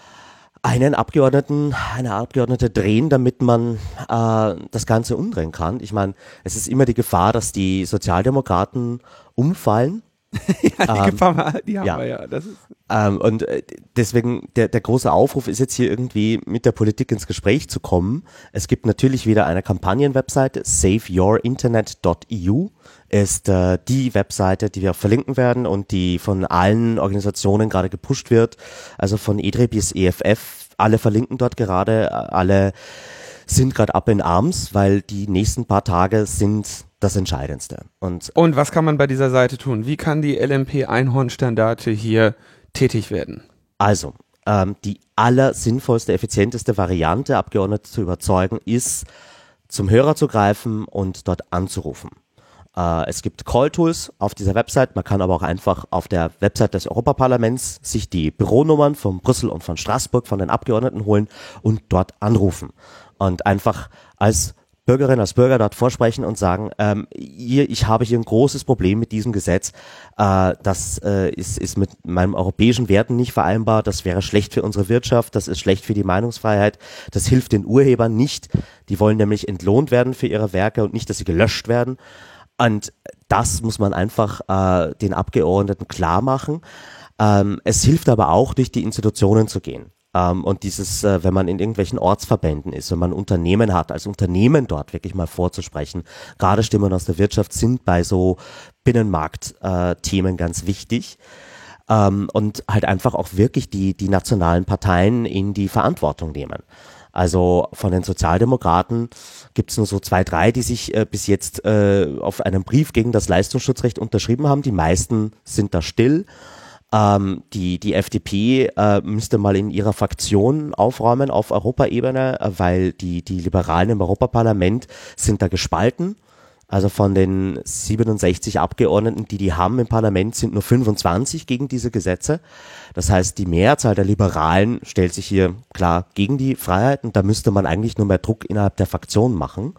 einen Abgeordneten, eine Abgeordnete drehen, damit man äh, das Ganze umdrehen kann. Ich meine, es ist immer die Gefahr, dass die Sozialdemokraten umfallen. ja, die ähm, Gefahr, die haben ja. wir ja. Das ist ähm, und deswegen, der, der große Aufruf ist jetzt hier irgendwie mit der Politik ins Gespräch zu kommen. Es gibt natürlich wieder eine Kampagnenwebseite, save your internet dot e u ist äh, die Webseite, die wir auch verlinken werden und die von allen Organisationen gerade gepusht wird. Also von E D R I bis E F F, alle verlinken dort gerade, alle sind gerade up in arms, weil die nächsten paar Tage sind das Entscheidendste. Und, und was kann man bei dieser Seite tun? Wie kann die L M P-Einhorn-Standarte hier tätig werden? Also, ähm, die allersinnvollste, effizienteste Variante, Abgeordnete zu überzeugen, ist, zum Hörer zu greifen und dort anzurufen. Äh, es gibt Call-Tools auf dieser Website, man kann aber auch einfach auf der Website des Europaparlaments sich die Büronummern von Brüssel und von Straßburg von den Abgeordneten holen und dort anrufen. Und einfach als Bürgerinnen, als Bürger dort vorsprechen und sagen, ähm, hier, ich habe hier ein großes Problem mit diesem Gesetz, äh, das äh, ist, ist mit meinen europäischen Werten nicht vereinbar, das wäre schlecht für unsere Wirtschaft, das ist schlecht für die Meinungsfreiheit, das hilft den Urhebern nicht, die wollen nämlich entlohnt werden für ihre Werke und nicht, dass sie gelöscht werden. Und das muss man einfach äh, den Abgeordneten klar machen. Ähm, es hilft aber auch, durch die Institutionen zu gehen. Um, und dieses, äh, wenn man in irgendwelchen Ortsverbänden ist, wenn man Unternehmen hat, als Unternehmen dort wirklich mal vorzusprechen. Gerade Stimmen aus der Wirtschaft sind bei so Binnenmarkt-Themen äh, ganz wichtig. Um, und halt einfach auch wirklich die, die nationalen Parteien in die Verantwortung nehmen. Also von den Sozialdemokraten gibt es nur so zwei, drei, die sich äh, bis jetzt äh, auf einen Brief gegen das Leistungsschutzrecht unterschrieben haben. Die meisten sind da still. Ähm, die, die F D P äh, müsste mal in ihrer Fraktion aufräumen auf Europaebene, äh, weil die, die Liberalen im Europaparlament sind da gespalten. Also von den siebenundsechzig Abgeordneten, die die haben im Parlament, sind nur fünfundzwanzig gegen diese Gesetze. Das heißt, die Mehrzahl der Liberalen stellt sich hier klar gegen die Freiheit und da müsste man eigentlich nur mehr Druck innerhalb der Fraktion machen.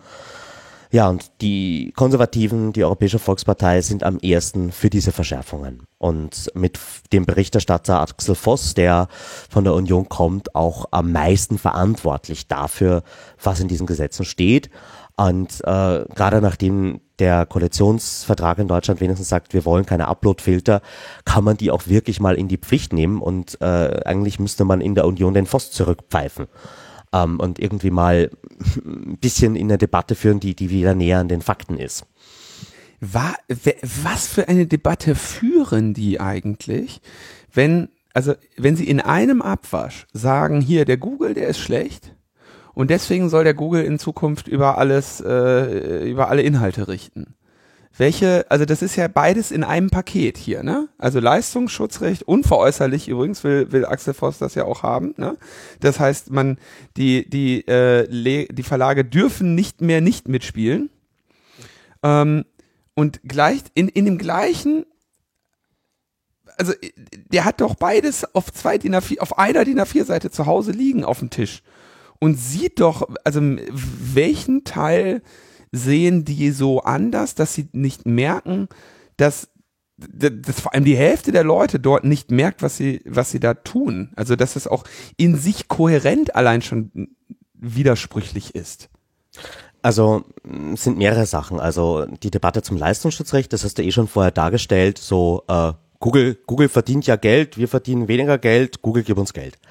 Ja, und die Konservativen, die Europäische Volkspartei, sind am ehesten für diese Verschärfungen. Und mit dem Berichterstatter Axel Voss, der von der Union kommt, auch am meisten verantwortlich dafür, was in diesen Gesetzen steht. Und äh, gerade nachdem der Koalitionsvertrag in Deutschland wenigstens sagt, wir wollen keine Uploadfilter, kann man die auch wirklich mal in die Pflicht nehmen. Und äh, eigentlich müsste man in der Union den Voss zurückpfeifen. Um, und irgendwie mal ein bisschen in eine Debatte führen, die, die wieder näher an den Fakten ist. War, was für eine Debatte führen die eigentlich, wenn, also, wenn sie in einem Abwasch sagen, hier, der Google, der ist schlecht und deswegen soll der Google in Zukunft über alles, äh, über alle Inhalte richten. welche, also das ist ja beides in einem Paket hier, ne? Also Leistungsschutzrecht, unveräußerlich übrigens, will, will Axel Voss das ja auch haben, ne? Das heißt, man, die, die, äh, Le- die Verlage dürfen nicht mehr nicht mitspielen. Ähm, und gleich, in, in dem gleichen, also der hat doch beides auf zwei D I N A vier, auf einer D I N A vier Seite zu Hause liegen auf dem Tisch und sieht doch, also welchen Teil sehen die so anders, dass sie nicht merken, dass, dass vor allem die Hälfte der Leute dort nicht merkt, was sie, was sie da tun. Also dass es auch in sich kohärent allein schon widersprüchlich ist. Also es sind mehrere Sachen. Also die Debatte zum Leistungsschutzrecht, das hast du eh schon vorher dargestellt, so äh, Google, Google verdient ja Geld, wir verdienen weniger Geld, Google gibt uns Geld.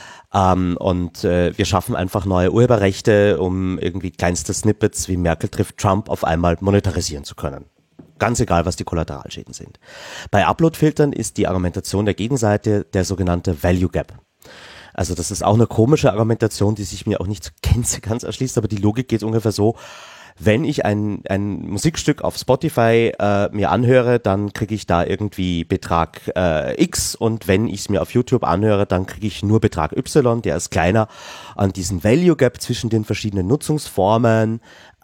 Ähm, und äh, wir schaffen einfach neue Urheberrechte, um irgendwie kleinste Snippets wie Merkel trifft Trump auf einmal monetarisieren zu können. Ganz egal, was die Kollateralschäden sind. Bei Upload-Filtern ist die Argumentation der Gegenseite der sogenannte Value Gap. Also das ist auch eine komische Argumentation, die sich mir auch nicht ganz, ganz erschließt, aber die Logik geht ungefähr so: Wenn ich ein, ein Musikstück auf Spotify äh, mir anhöre, dann kriege ich da irgendwie Betrag äh, X, und wenn ich es mir auf YouTube anhöre, dann kriege ich nur Betrag Y, der ist kleiner. An diesen Value Gap zwischen den verschiedenen Nutzungsformen,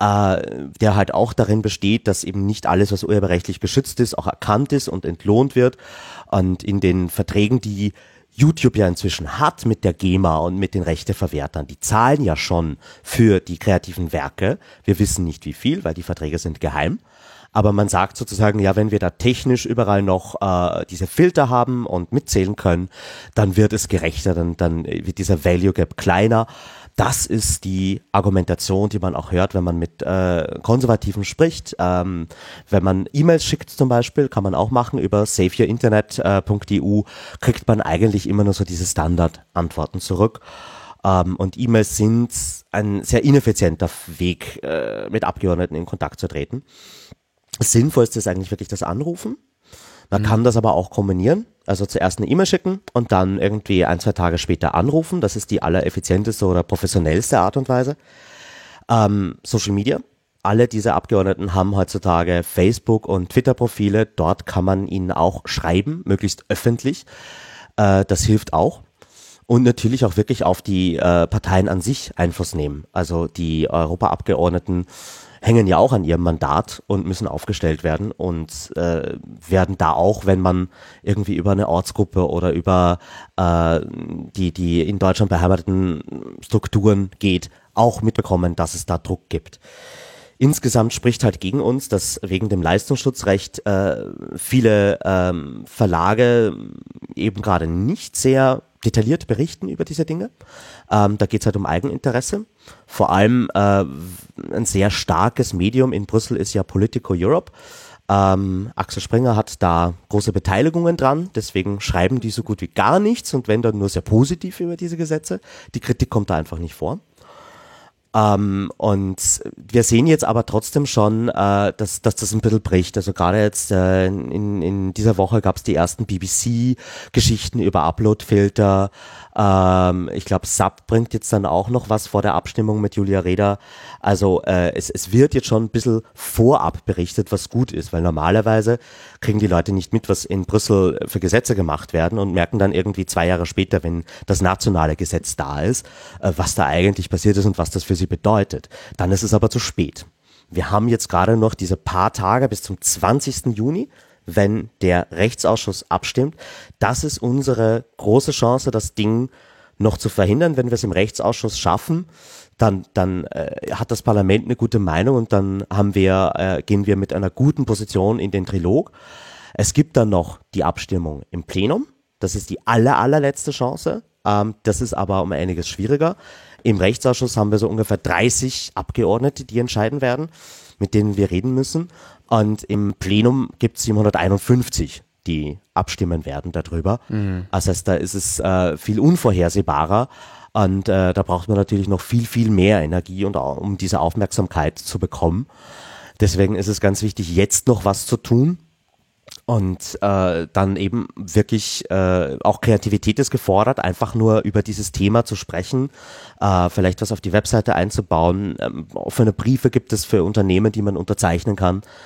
äh, der halt auch darin besteht, dass eben nicht alles, was urheberrechtlich geschützt ist, auch erkannt ist und entlohnt wird. Und in den Verträgen, die YouTube ja inzwischen hat mit der GEMA und mit den Rechteverwertern, die zahlen ja schon für die kreativen Werke. Wir wissen nicht wie viel, weil die Verträge sind geheim. Aber man sagt sozusagen, ja, wenn wir da technisch überall noch äh, diese Filter haben und mitzählen können, dann wird es gerechter, dann, dann wird dieser Value Gap kleiner. Das ist die Argumentation, die man auch hört, wenn man mit äh, Konservativen spricht. Ähm, wenn man E-Mails schickt zum Beispiel, kann man auch machen über save your internet punkt e u, kriegt man eigentlich immer nur so diese Standardantworten zurück. Ähm, und E-Mails sind ein sehr ineffizienter Weg, äh, mit Abgeordneten in Kontakt zu treten. Das Sinnvollste ist eigentlich wirklich das Anrufen. Man mhm. kann das aber auch kombinieren. Also zuerst eine E-Mail schicken und dann irgendwie ein, zwei Tage später anrufen. Das ist die allereffizienteste oder professionellste Art und Weise. Ähm, Social Media. Alle diese Abgeordneten haben heutzutage Facebook- und Twitter-Profile. Dort kann man ihnen auch schreiben, möglichst öffentlich. Äh, das hilft auch. Und natürlich auch wirklich auf die äh, Parteien an sich Einfluss nehmen. Also die Europaabgeordneten hängen ja auch an ihrem Mandat und müssen aufgestellt werden und äh, werden da auch, wenn man irgendwie über eine Ortsgruppe oder über äh, die, die in Deutschland beheimateten Strukturen geht, auch mitbekommen, dass es da Druck gibt. Insgesamt spricht halt gegen uns, dass wegen dem Leistungsschutzrecht äh, viele ähm, Verlage eben gerade nicht sehr detailliert berichten über diese Dinge. Ähm, da geht es halt um Eigeninteresse. Vor allem äh, ein sehr starkes Medium in Brüssel ist ja Politico Europe. Ähm, Axel Springer hat da große Beteiligungen dran, deswegen schreiben die so gut wie gar nichts und wenn dann nur sehr positiv über diese Gesetze. Die Kritik kommt da einfach nicht vor. Ähm, und wir sehen jetzt aber trotzdem schon, äh, dass, dass das ein bisschen bricht. Also gerade jetzt äh, in, in dieser Woche gab es die ersten B B C-Geschichten über Upload-Filter. Ähm, ich glaube, Sub bringt jetzt dann auch noch was vor der Abstimmung mit Julia Reda. Also äh, es, es wird jetzt schon ein bisschen vorab berichtet, was gut ist, weil normalerweise kriegen die Leute nicht mit, was in Brüssel für Gesetze gemacht werden und merken dann irgendwie zwei Jahre später, wenn das nationale Gesetz da ist, äh, was da eigentlich passiert ist und was das für sie bedeutet. Dann ist es aber zu spät. Wir haben jetzt gerade noch diese paar Tage bis zum zwanzigsten Juni, wenn der Rechtsausschuss abstimmt. Das ist unsere große Chance, das Ding noch zu verhindern. Wenn wir es im Rechtsausschuss schaffen, dann, dann äh, hat das Parlament eine gute Meinung und dann haben wir, äh, gehen wir mit einer guten Position in den Trilog. Es gibt dann noch die Abstimmung im Plenum. Das ist die aller, allerletzte Chance. Ähm, das ist aber um einiges schwieriger. Im Rechtsausschuss haben wir so ungefähr dreißig Abgeordnete, die entscheiden werden, mit denen wir reden müssen. Und im Plenum gibt es siebenhunderteinundfünfzig, die abstimmen werden darüber. Mhm. Das heißt, da ist es äh, viel unvorhersehbarer. Und äh, da braucht man natürlich noch viel, viel mehr Energie, und, um diese Aufmerksamkeit zu bekommen. Deswegen ist es ganz wichtig, jetzt noch was zu tun. Und äh, dann eben wirklich äh, auch Kreativität ist gefordert, einfach nur über dieses Thema zu sprechen, äh, vielleicht was auf die Webseite einzubauen. Ähm, offene Briefe gibt es für Unternehmen, die man unterzeichnen kann.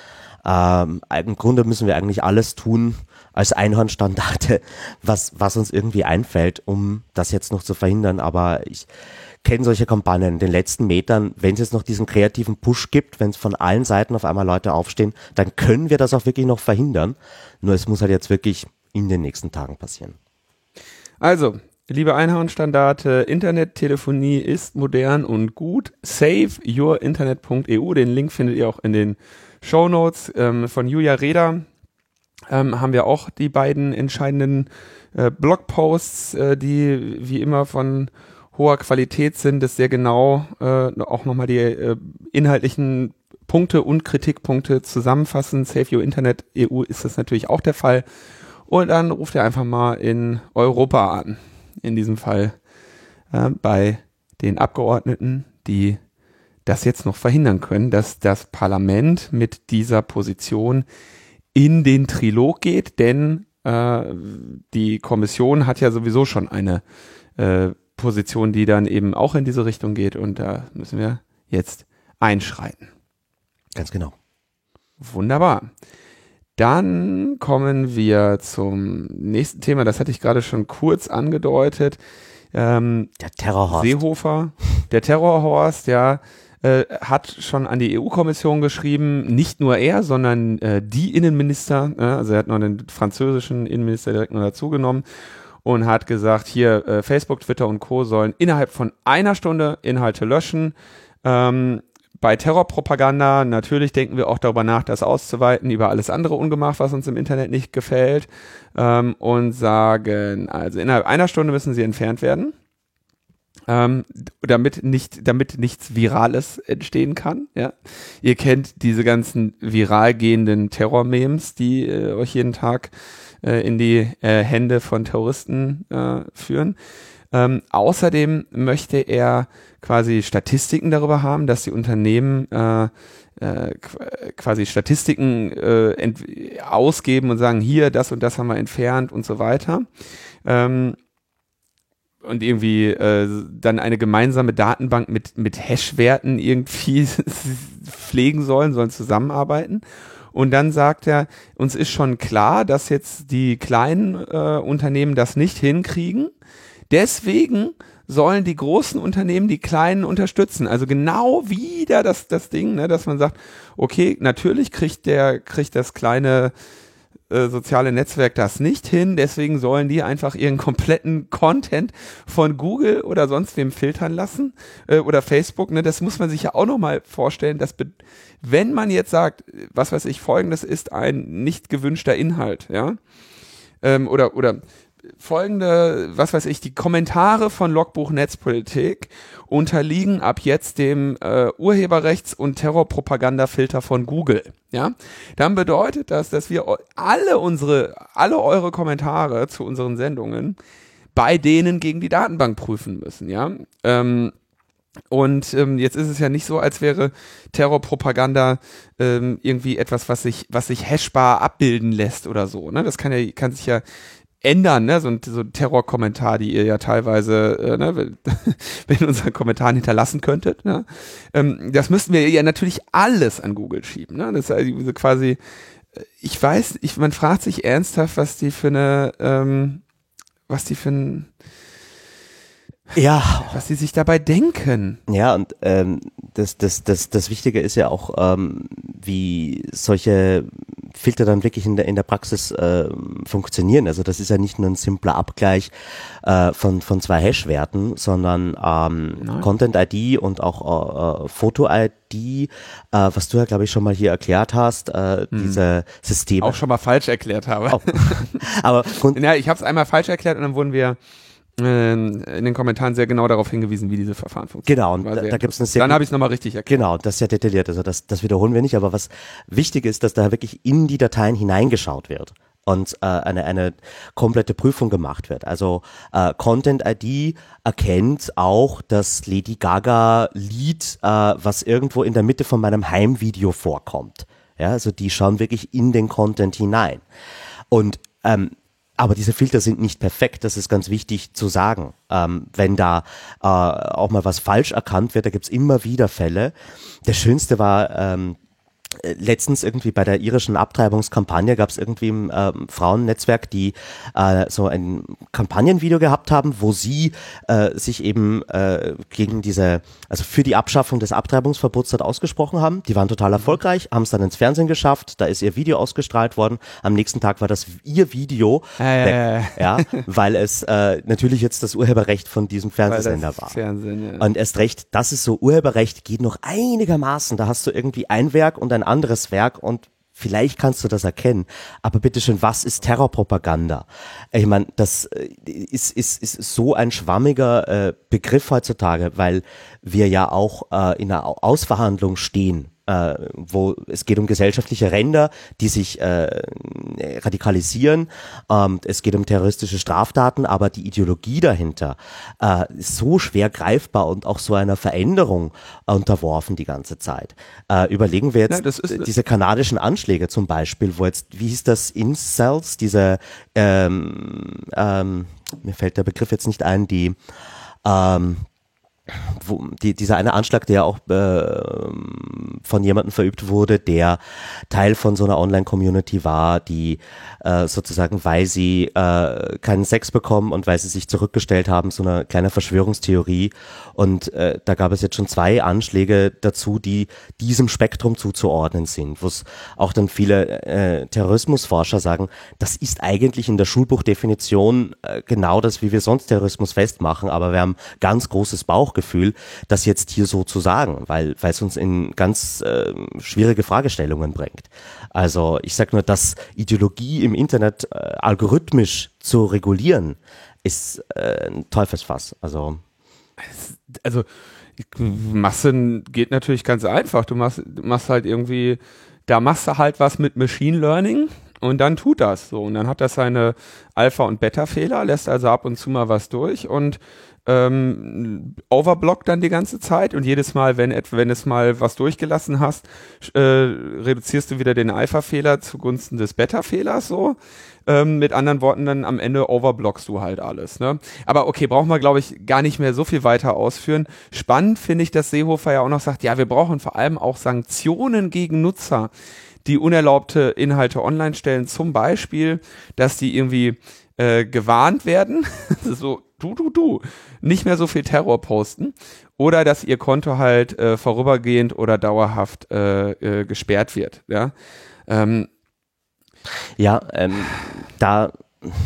ähm, im Grunde müssen wir eigentlich alles tun als Einhornstandarte, was, was uns irgendwie einfällt, um das jetzt noch zu verhindern. Aber ich kenne solche Kampagnen in den letzten Metern, wenn es jetzt noch diesen kreativen Push gibt, wenn es von allen Seiten auf einmal Leute aufstehen, dann können wir das auch wirklich noch verhindern. Nur es muss halt jetzt wirklich in den nächsten Tagen passieren. Also, liebe Einhornstandarte, Internettelefonie ist modern und gut. save your internet punkt e u, den Link findet ihr auch in den Shownotes. Ähm, von Julia Reda ähm, haben wir auch die beiden entscheidenden äh, Blogposts, äh, die wie immer von hoher Qualität sind, das sehr genau äh, auch nochmal die äh, inhaltlichen Punkte und Kritikpunkte zusammenfassen. Save Your Internet E U ist das natürlich auch der Fall. Und dann ruft ihr einfach mal in Europa an. In diesem Fall äh, bei den Abgeordneten, die das jetzt noch verhindern können, dass das Parlament mit dieser Position in den Trilog geht, denn äh, die Kommission hat ja sowieso schon eine äh, Position, die dann eben auch in diese Richtung geht, und da müssen wir jetzt einschreiten. Ganz genau. Wunderbar. Dann kommen wir zum nächsten Thema, das hatte ich gerade schon kurz angedeutet. Ähm, der Terrorhorst. Seehofer, der Terrorhorst, ja, äh, hat schon an die E U-Kommission geschrieben, nicht nur er, sondern äh, die Innenminister, äh, also er hat noch den französischen Innenminister direkt noch dazu genommen und hat gesagt, hier äh, Facebook, Twitter und Co. sollen innerhalb von einer Stunde Inhalte löschen. Ähm, Bei Terrorpropaganda, natürlich denken wir auch darüber nach, das auszuweiten über alles andere Ungemach, was uns im Internet nicht gefällt, ähm, und sagen, also innerhalb einer Stunde müssen sie entfernt werden, ähm, damit nicht, damit nichts Virales entstehen kann. Ja, ihr kennt diese ganzen viral gehenden Terror-Memes, die äh, euch jeden Tag äh, in die äh, Hände von Terroristen äh, führen. Ähm, außerdem möchte er quasi Statistiken darüber haben, dass die Unternehmen äh, äh, quasi Statistiken äh, ent- ausgeben und sagen, hier, das und das haben wir entfernt und so weiter. Ähm, und irgendwie äh, dann eine gemeinsame Datenbank mit, mit Hash-Werten irgendwie pflegen sollen, sollen zusammenarbeiten. Und dann sagt er, uns ist schon klar, dass jetzt die kleinen äh, Unternehmen das nicht hinkriegen. Deswegen sollen die großen Unternehmen die kleinen unterstützen. Also genau wieder das, das Ding, ne, dass man sagt, okay, natürlich kriegt der, kriegt das kleine äh, soziale Netzwerk das nicht hin, deswegen sollen die einfach ihren kompletten Content von Google oder sonst wem filtern lassen, äh, oder Facebook, ne, das muss man sich ja auch nochmal vorstellen, dass be- wenn man jetzt sagt, was weiß ich, folgendes ist ein nicht gewünschter Inhalt, ja, ähm, oder, oder folgende, was weiß ich, die Kommentare von Logbuch Netzpolitik unterliegen ab jetzt dem äh, Urheberrechts- und Terrorpropagandafilter von Google, ja, dann bedeutet das, dass wir alle unsere, alle eure Kommentare zu unseren Sendungen bei denen gegen die Datenbank prüfen müssen, ja, ähm, und ähm, jetzt ist es ja nicht so, als wäre Terrorpropaganda ähm, irgendwie etwas, was sich, was sich hashbar abbilden lässt oder so, ne, das kann ja, kann sich ja ändern, ne, so ein, so ein Terrorkommentar, die ihr ja teilweise, äh, ne, wenn, wenn ihr unseren Kommentaren hinterlassen könntet, ne, ähm, das müssten wir ja natürlich alles an Google schieben, ne, das ist also quasi, ich weiß, ich, man fragt sich ernsthaft, was die für eine, ähm, was die für ein, ja, was die sich dabei denken. Ja, und ähm, das, das, das, das Wichtige ist ja auch, ähm, wie solche Filter dann wirklich in der, in der Praxis äh, funktionieren. Also das ist ja nicht nur ein simpler Abgleich äh, von, von zwei Hash-Werten, sondern ähm, Content-I D und auch äh, Photo-I D, äh, was du ja, glaube ich, schon mal hier erklärt hast, äh, hm. diese Systeme. Auch schon mal falsch erklärt habe. Auch, aber ja, ich habe es einmal falsch erklärt und dann wurden wir in den Kommentaren sehr genau darauf hingewiesen, wie diese Verfahren funktionieren. Genau, und da, da gibt es eine sehr Dann habe ich es nochmal richtig erklärt. Genau, das ist ja detailliert, also das, das wiederholen wir nicht, aber was wichtig ist, dass da wirklich in die Dateien hineingeschaut wird und äh, eine, eine komplette Prüfung gemacht wird. Also äh, Content-I D erkennt auch das Lady Gaga-Lied, äh, was irgendwo in der Mitte von meinem Heimvideo vorkommt. Ja, also die schauen wirklich in den Content hinein. Und ähm, aber diese Filter sind nicht perfekt, das ist ganz wichtig zu sagen. Ähm, wenn da äh, auch mal was falsch erkannt wird, da gibt's immer wieder Fälle. Der schönste war ähm, letztens irgendwie bei der irischen Abtreibungskampagne gab es irgendwie im äh, Frauennetzwerk, die äh, so ein Kampagnenvideo gehabt haben, wo sie äh, sich eben äh, gegen diese, also für die Abschaffung des Abtreibungsverbots dort ausgesprochen haben. Die waren total erfolgreich, haben es dann ins Fernsehen geschafft, da ist ihr Video ausgestrahlt worden. Am nächsten Tag war das ihr Video äh, weg, ja, weil es äh, natürlich jetzt das Urheberrecht von diesem Fernsehsender war. Fernsehen, ja. Und erst recht, das ist so, Urheberrecht geht noch einigermaßen, da hast du irgendwie ein Werk und ein anderes Werk und vielleicht kannst du das erkennen, aber bitteschön, was ist Terrorpropaganda? Ich meine, das ist, ist, ist so ein schwammiger äh, Begriff heutzutage, weil wir ja auch äh, in einer Ausverhandlung stehen. Äh, wo es geht um gesellschaftliche Ränder, die sich äh, radikalisieren. Ähm, es geht um terroristische Straftaten, aber die Ideologie dahinter äh, ist so schwer greifbar und auch so einer Veränderung äh, unterworfen die ganze Zeit. Äh, überlegen wir jetzt ja, das ist, diese kanadischen Anschläge zum Beispiel, wo jetzt, wie hieß das, Incels, diese, ähm, ähm, mir fällt der Begriff jetzt nicht ein, die ähm, Wo, die, dieser eine Anschlag, der auch äh, von jemandem verübt wurde, der Teil von so einer Online-Community war, die äh, sozusagen, weil sie äh, keinen Sex bekommen und weil sie sich zurückgestellt haben, so eine kleine Verschwörungstheorie. Und äh, da gab es jetzt schon zwei Anschläge dazu, die diesem Spektrum zuzuordnen sind, wo es auch dann viele äh, Terrorismusforscher sagen, das ist eigentlich in der Schulbuchdefinition äh, genau das, wie wir sonst Terrorismus festmachen, aber wir haben ganz großes Bauch Gefühl, das jetzt hier so zu sagen, weil weil es uns in ganz äh, schwierige Fragestellungen bringt. Also ich sage nur, dass Ideologie im Internet äh, algorithmisch zu regulieren, ist äh, ein Teufelsfass. Also also Massen geht natürlich ganz einfach. Du machst, du machst halt irgendwie, da machst du halt was mit Machine Learning und dann tut das so. Und dann hat das seine Alpha- und Beta-Fehler, lässt also ab und zu mal was durch und ähm, overblockt dann die ganze Zeit und jedes Mal, wenn, wenn es mal was durchgelassen hast, äh, reduzierst du wieder den Alpha-Fehler zugunsten des Beta-Fehlers so. Ähm, mit anderen Worten, dann am Ende overblockst du halt alles. Ne? Aber okay, brauchen wir, glaube ich, gar nicht mehr so viel weiter ausführen. Spannend finde ich, dass Seehofer ja auch noch sagt, ja, wir brauchen vor allem auch Sanktionen gegen Nutzer, die unerlaubte Inhalte online stellen. Zum Beispiel, dass die irgendwie äh, gewarnt werden, so du, du, du, nicht mehr so viel Terror posten oder dass ihr Konto halt äh, vorübergehend oder dauerhaft äh, äh, gesperrt wird. Ja, ähm, ja ähm, da,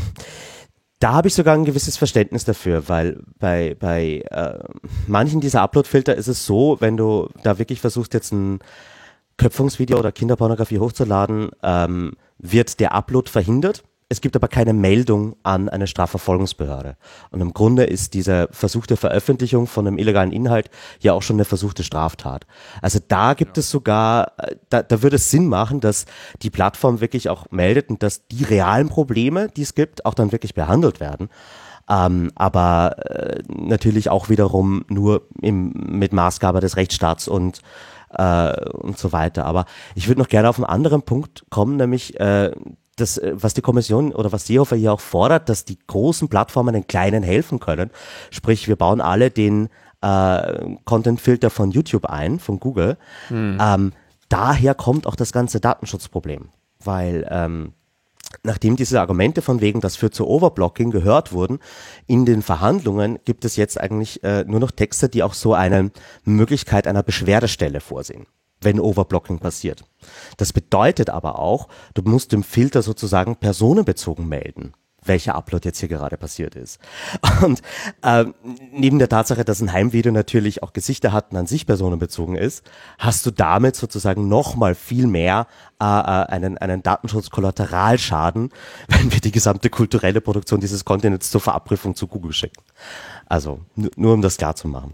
da habe ich sogar ein gewisses Verständnis dafür, weil bei, bei äh, manchen dieser Upload-Filter ist es so, wenn du da wirklich versuchst, jetzt ein Köpfungsvideo oder Kinderpornografie hochzuladen, ähm, wird der Upload verhindert. Es gibt aber keine Meldung an eine Strafverfolgungsbehörde. Und im Grunde ist diese versuchte Veröffentlichung von einem illegalen Inhalt ja auch schon eine versuchte Straftat. Also da gibt ja. es sogar, da, da würde es Sinn machen, dass die Plattform wirklich auch meldet und dass die realen Probleme, die es gibt, auch dann wirklich behandelt werden. Ähm, aber äh, natürlich auch wiederum nur im, mit Maßgabe des Rechtsstaats und äh, und so weiter. Aber ich würde noch gerne auf einen anderen Punkt kommen, nämlich äh, das, was die Kommission oder was Seehofer hier auch fordert, dass die großen Plattformen den Kleinen helfen können. Sprich, wir bauen alle den äh, Content-Filter von YouTube ein, von Google. Hm. Ähm, daher kommt auch das ganze Datenschutzproblem. Weil ähm, nachdem diese Argumente von wegen, das führt zu Overblocking, gehört wurden, in den Verhandlungen gibt es jetzt eigentlich äh, nur noch Texte, die auch so eine Möglichkeit einer Beschwerdestelle vorsehen, wenn Overblocking passiert. Das bedeutet aber auch, du musst dem Filter sozusagen personenbezogen melden, welcher Upload jetzt hier gerade passiert ist. Und äh, neben der Tatsache, dass ein Heimvideo natürlich auch Gesichter hat und an sich personenbezogen ist, hast du damit sozusagen nochmal viel mehr äh, einen, einen Datenschutz-Kollateralschaden, wenn wir die gesamte kulturelle Produktion dieses Contents zur Verabprüfung zu Google schicken. Also n- nur um das klar zu machen.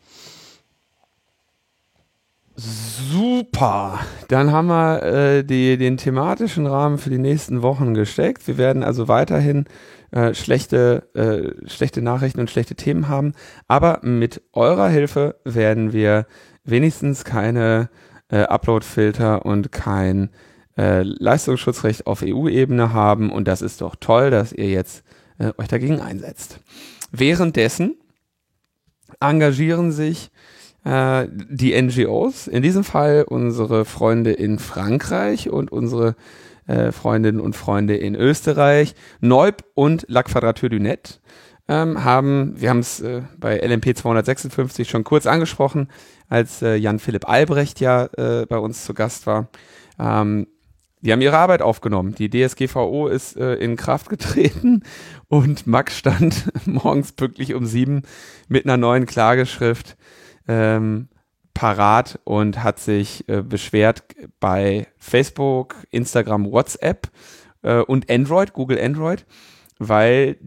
Super, dann haben wir äh, die, den thematischen Rahmen für die nächsten Wochen gesteckt. Wir werden also weiterhin äh, schlechte, äh, schlechte Nachrichten und schlechte Themen haben, aber mit eurer Hilfe werden wir wenigstens keine äh, Upload-Filter und kein äh, Leistungsschutzrecht auf E U-Ebene haben und das ist doch toll, dass ihr jetzt äh, euch dagegen einsetzt. Währenddessen engagieren sich äh, die N G Os, in diesem Fall unsere Freunde in Frankreich und unsere äh, Freundinnen und Freunde in Österreich, Neub und La Quadrature du Net, ähm, haben, wir haben es äh, bei L M P zweihundertsechsundfünfzig schon kurz angesprochen, als äh, Jan-Philipp Albrecht ja äh, bei uns zu Gast war. Ähm, die haben ihre Arbeit aufgenommen. Die D S G V O ist äh, in Kraft getreten und Max stand morgens pünktlich um sieben mit einer neuen Klageschrift ähm, parat und hat sich äh, beschwert bei Facebook, Instagram, WhatsApp äh, und Android, Google Android, weil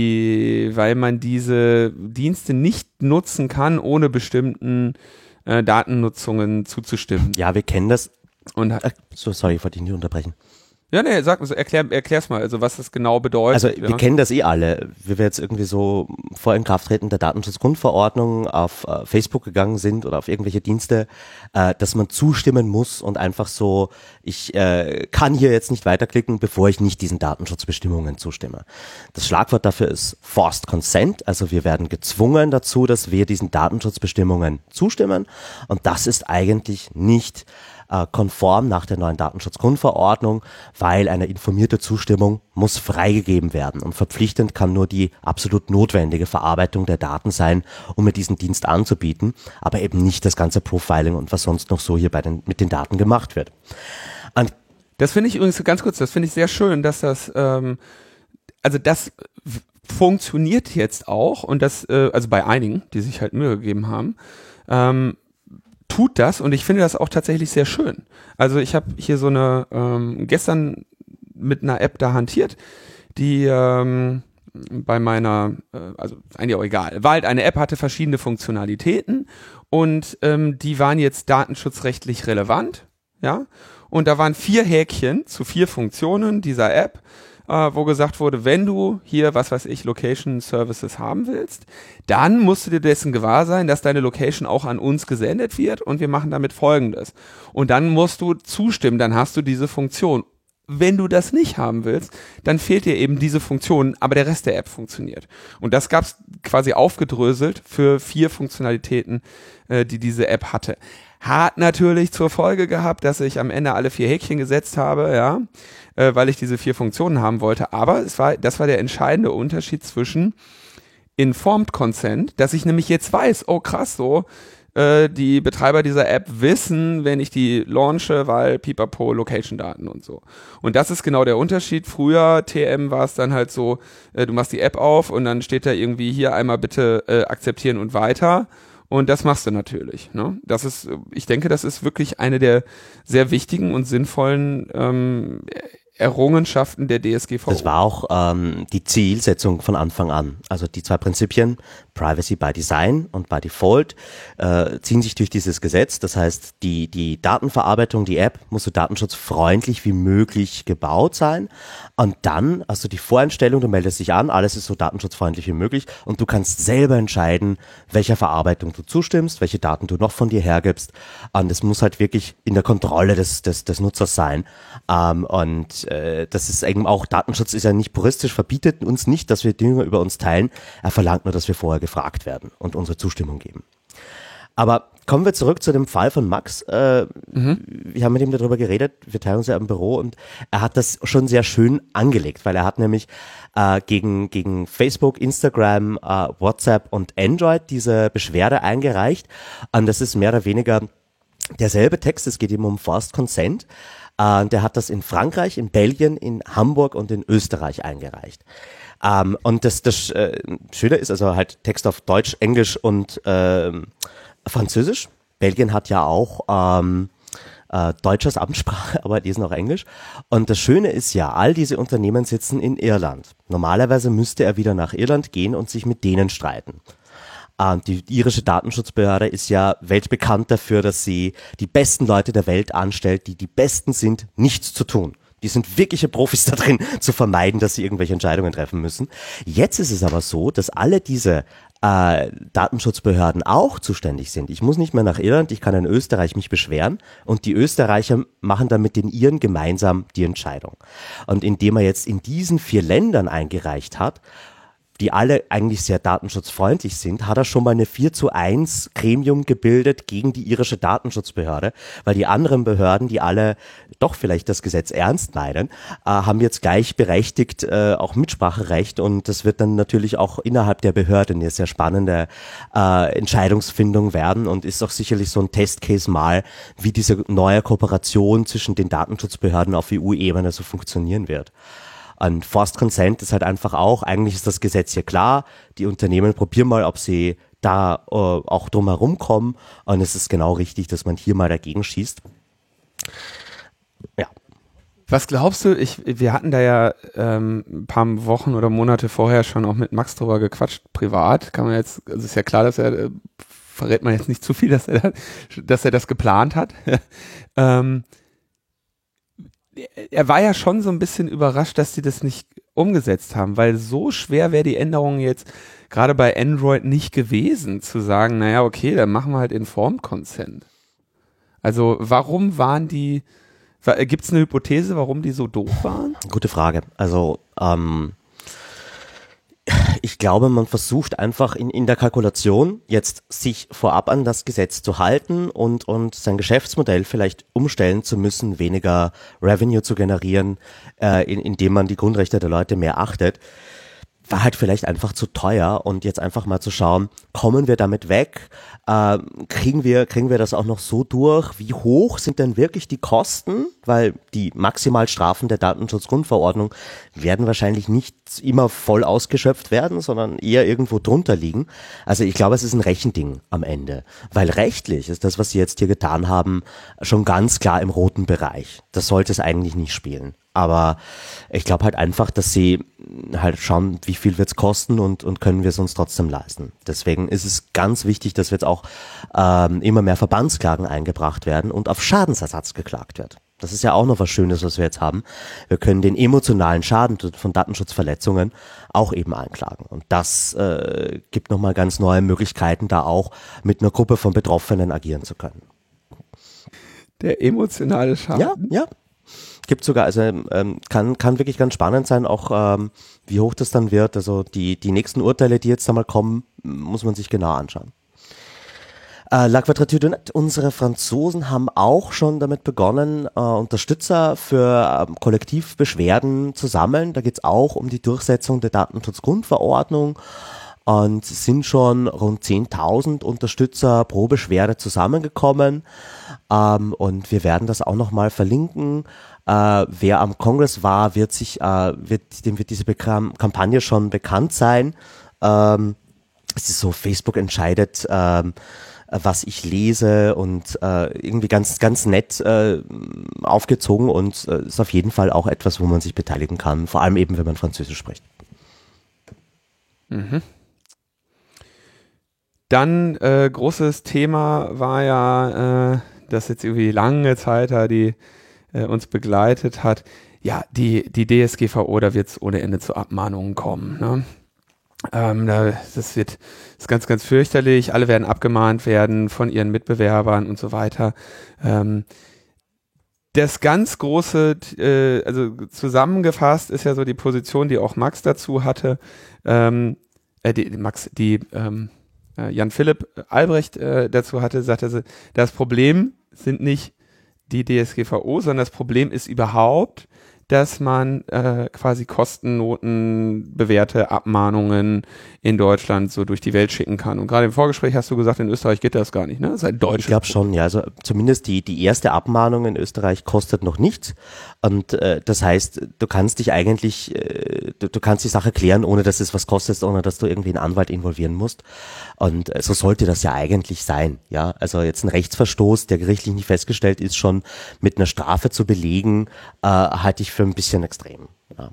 die, weil man diese Dienste nicht nutzen kann, ohne bestimmten äh, Datennutzungen zuzustimmen. Ja, wir kennen das. Und äh, so, sorry, ich wollte dich nicht unterbrechen. Ja, nee, sag, also erklär, erklär's mal, also was das genau bedeutet. Also ja. wir kennen das eh alle. Wie wir jetzt irgendwie so vor Inkrafttreten der Datenschutzgrundverordnung auf äh, Facebook gegangen sind oder auf irgendwelche Dienste, äh, dass man zustimmen muss und einfach so, ich äh, kann hier jetzt nicht weiterklicken, bevor ich nicht diesen Datenschutzbestimmungen zustimme. Das Schlagwort dafür ist Forced Consent, also wir werden gezwungen dazu, dass wir diesen Datenschutzbestimmungen zustimmen, und das ist eigentlich nicht konform nach der neuen Datenschutzgrundverordnung, weil eine informierte Zustimmung muss freigegeben werden, und verpflichtend kann nur die absolut notwendige Verarbeitung der Daten sein, um mir diesen Dienst anzubieten, aber eben nicht das ganze Profiling und was sonst noch so hier bei den, mit den Daten gemacht wird. Und das finde ich übrigens ganz kurz, das finde ich sehr schön, dass das, ähm, also das funktioniert jetzt auch, und das, äh, also bei einigen, die sich halt Mühe gegeben haben, ähm, tut das, und ich finde das auch tatsächlich sehr schön. Also ich habe hier so eine, ähm, gestern mit einer App da hantiert, die ähm, bei meiner, äh, also eigentlich auch egal, war halt eine App, hatte verschiedene Funktionalitäten, und ähm, die waren jetzt datenschutzrechtlich relevant, ja, und da waren vier Häkchen zu vier Funktionen dieser App, Uh, wo gesagt wurde, wenn du hier, was weiß ich, Location Services haben willst, dann musst du dir dessen gewahr sein, dass deine Location auch an uns gesendet wird, und wir machen damit Folgendes. Und dann musst du zustimmen, dann hast du diese Funktion. Wenn du das nicht haben willst, dann fehlt dir eben diese Funktion, aber der Rest der App funktioniert. Und das gab's quasi aufgedröselt für vier Funktionalitäten, äh, die diese App hatte. Hat natürlich zur Folge gehabt, dass ich am Ende alle vier Häkchen gesetzt habe, ja, äh, weil ich diese vier Funktionen haben wollte. Aber es war, das war der entscheidende Unterschied zwischen Informed Consent, dass ich nämlich jetzt weiß, oh krass, so, äh, die Betreiber dieser App wissen, wenn ich die launche, weil pipapo, Location-Daten und so. Und das ist genau der Unterschied. Früher, T M, war es dann halt so, äh, du machst die App auf und dann steht da irgendwie hier einmal bitte äh, akzeptieren und weiter. Und das machst du natürlich. Ne? Das ist, ich denke, das ist wirklich eine der sehr wichtigen und sinnvollen ähm, Errungenschaften der D S G V O. Das war auch ähm, die Zielsetzung von Anfang an. Also die zwei Prinzipien, Privacy by Design und by Default, äh, ziehen sich durch dieses Gesetz. Das heißt, die, die Datenverarbeitung, die App, muss so datenschutzfreundlich wie möglich gebaut sein. Und dann hast du die Voreinstellung, du meldest dich an, alles ist so datenschutzfreundlich wie möglich, und du kannst selber entscheiden, welcher Verarbeitung du zustimmst, welche Daten du noch von dir hergibst. Und es muss halt wirklich in der Kontrolle des, des, des Nutzers sein. Ähm, und äh, das ist eben auch, Datenschutz ist ja nicht puristisch, verbietet uns nicht, dass wir Dinge über uns teilen. Er verlangt nur, dass wir vorher gefragt werden und unsere Zustimmung geben. Aber kommen wir zurück zu dem Fall von Max. Äh, mhm. Wir haben mit ihm darüber geredet, wir teilen uns ja im Büro, und er hat das schon sehr schön angelegt, weil er hat nämlich äh, gegen, gegen Facebook, Instagram, äh, WhatsApp und Android diese Beschwerde eingereicht. Und das ist mehr oder weniger derselbe Text, es geht ihm um Forced Consent. Äh, der hat das in Frankreich, in Belgien, in Hamburg und in Österreich eingereicht. Ähm, und das, das äh, Schöne ist also halt Text auf Deutsch, Englisch und äh, Französisch. Belgien hat ja auch ähm, äh, Deutsch als Amtssprache, aber lesen auch Englisch. Und das Schöne ist ja, all diese Unternehmen sitzen in Irland. Normalerweise müsste er wieder nach Irland gehen und sich mit denen streiten. Ähm, die irische Datenschutzbehörde ist ja weltbekannt dafür, dass sie die besten Leute der Welt anstellt, die die Besten sind, nichts zu tun. Die sind wirkliche Profis da drin, zu vermeiden, dass sie irgendwelche Entscheidungen treffen müssen. Jetzt ist es aber so, dass alle diese äh, Datenschutzbehörden auch zuständig sind. Ich muss nicht mehr nach Irland, ich kann in Österreich mich beschweren, und die Österreicher machen dann mit den Iren gemeinsam die Entscheidung. Und indem er jetzt in diesen vier Ländern eingereicht hat, die alle eigentlich sehr datenschutzfreundlich sind, hat er schon mal eine vier zu eins Gremium gebildet gegen die irische Datenschutzbehörde, weil die anderen Behörden, die alle doch vielleicht das Gesetz ernst meinen, äh, haben jetzt gleichberechtigt äh, auch Mitspracherecht und das wird dann natürlich auch innerhalb der Behörde eine sehr spannende äh, Entscheidungsfindung werden und ist auch sicherlich so ein Testcase mal, wie diese neue Kooperation zwischen den Datenschutzbehörden auf E U-Ebene so funktionieren wird. Und Forced Consent ist halt einfach auch, eigentlich ist das Gesetz hier klar, die Unternehmen probieren mal, ob sie da äh, auch drum herum kommen und es ist genau richtig, dass man hier mal dagegen schießt. Ja. Was glaubst du, ich, wir hatten da ja ähm, ein paar Wochen oder Monate vorher schon auch mit Max drüber gequatscht, privat, kann man jetzt, also ist ja klar, dass er, äh, verrät man jetzt nicht zu viel, dass er, dass er das geplant hat. ähm, Er war ja schon so ein bisschen überrascht, dass die das nicht umgesetzt haben, weil so schwer wäre die Änderung jetzt gerade bei Android nicht gewesen, zu sagen, naja, okay, dann machen wir halt Informed Consent. Also warum waren die, gibt es eine Hypothese, warum die so doof waren? Gute Frage. Also ähm, ich glaube, man versucht einfach in, in der Kalkulation jetzt sich vorab an das Gesetz zu halten und, und sein Geschäftsmodell vielleicht umstellen zu müssen, weniger Revenue zu generieren, äh, in, indem man die Grundrechte der Leute mehr achtet. War halt vielleicht einfach zu teuer und jetzt einfach mal zu schauen, kommen wir damit weg, äh, kriegen wir kriegen wir das auch noch so durch, wie hoch sind denn wirklich die Kosten, weil die Maximalstrafen der Datenschutzgrundverordnung werden wahrscheinlich nicht immer voll ausgeschöpft werden, sondern eher irgendwo drunter liegen. Also ich glaube, es ist ein Rechending am Ende, weil rechtlich ist das, was sie jetzt hier getan haben, schon ganz klar im roten Bereich. Das sollte es eigentlich nicht spielen. Aber ich glaube halt einfach, dass sie halt schauen, wie viel wird's kosten und, und können wir es uns trotzdem leisten. Deswegen ist es ganz wichtig, dass jetzt auch ähm, immer mehr Verbandsklagen eingebracht werden und auf Schadensersatz geklagt wird. Das ist ja auch noch was Schönes, was wir jetzt haben. Wir können den emotionalen Schaden von Datenschutzverletzungen auch eben einklagen. Und das äh, gibt nochmal ganz neue Möglichkeiten, da auch mit einer Gruppe von Betroffenen agieren zu können. Der emotionale Schaden? Ja, ja. Gibt sogar, also ähm, kann kann wirklich ganz spannend sein, auch ähm, wie hoch das dann wird. Also die die nächsten Urteile, die jetzt einmal kommen, muss man sich genau anschauen. Äh, La Quadrature du Net, unsere Franzosen haben auch schon damit begonnen, äh, Unterstützer für ähm, Kollektivbeschwerden zu sammeln. Da geht es auch um die Durchsetzung der Datenschutzgrundverordnung. Und es sind schon rund zehntausend Unterstützer pro Beschwerde zusammengekommen. Ähm, und wir werden das auch nochmal verlinken. Äh, wer am Kongress war, wird sich, äh, wird, dem wird diese Bekam- Kampagne schon bekannt sein. Ähm, es ist so, Facebook entscheidet, ähm, was ich lese und äh, irgendwie ganz, ganz nett äh, aufgezogen und äh, ist auf jeden Fall auch etwas, wo man sich beteiligen kann. Vor allem eben, wenn man Französisch spricht. Mhm. Dann äh, großes Thema war ja, äh, das jetzt irgendwie lange Zeit da die äh, uns begleitet hat. Ja, die die D S G V O, da wird es ohne Ende zu Abmahnungen kommen. Ne? Ähm, da, das wird ist ganz ganz fürchterlich. Alle werden abgemahnt werden von ihren Mitbewerbern und so weiter. Ähm, das ganz große, äh, also zusammengefasst ist ja so die Position, die auch Max dazu hatte. Ähm, äh, die Max, die ähm, Jan Philipp Albrecht äh, dazu hatte, sagte sie, das Problem sind nicht die D S G V O, sondern das Problem ist überhaupt, dass man äh, quasi Kostennoten, bewährte Abmahnungen in Deutschland so durch die Welt schicken kann. Und gerade im Vorgespräch hast du gesagt, in Österreich geht das gar nicht, ne? Das ist ein deutsches Ich glaube schon, ja. Also zumindest die die erste Abmahnung in Österreich kostet noch nichts. Und äh, das heißt, du kannst dich eigentlich, äh, du, du kannst die Sache klären, ohne dass es was kostet, ohne dass du irgendwie einen Anwalt involvieren musst. Und äh, so sollte das ja eigentlich sein, ja. Also jetzt ein Rechtsverstoß, der gerichtlich nicht festgestellt ist, schon mit einer Strafe zu belegen, äh, halte ich für ein bisschen extrem. Ja.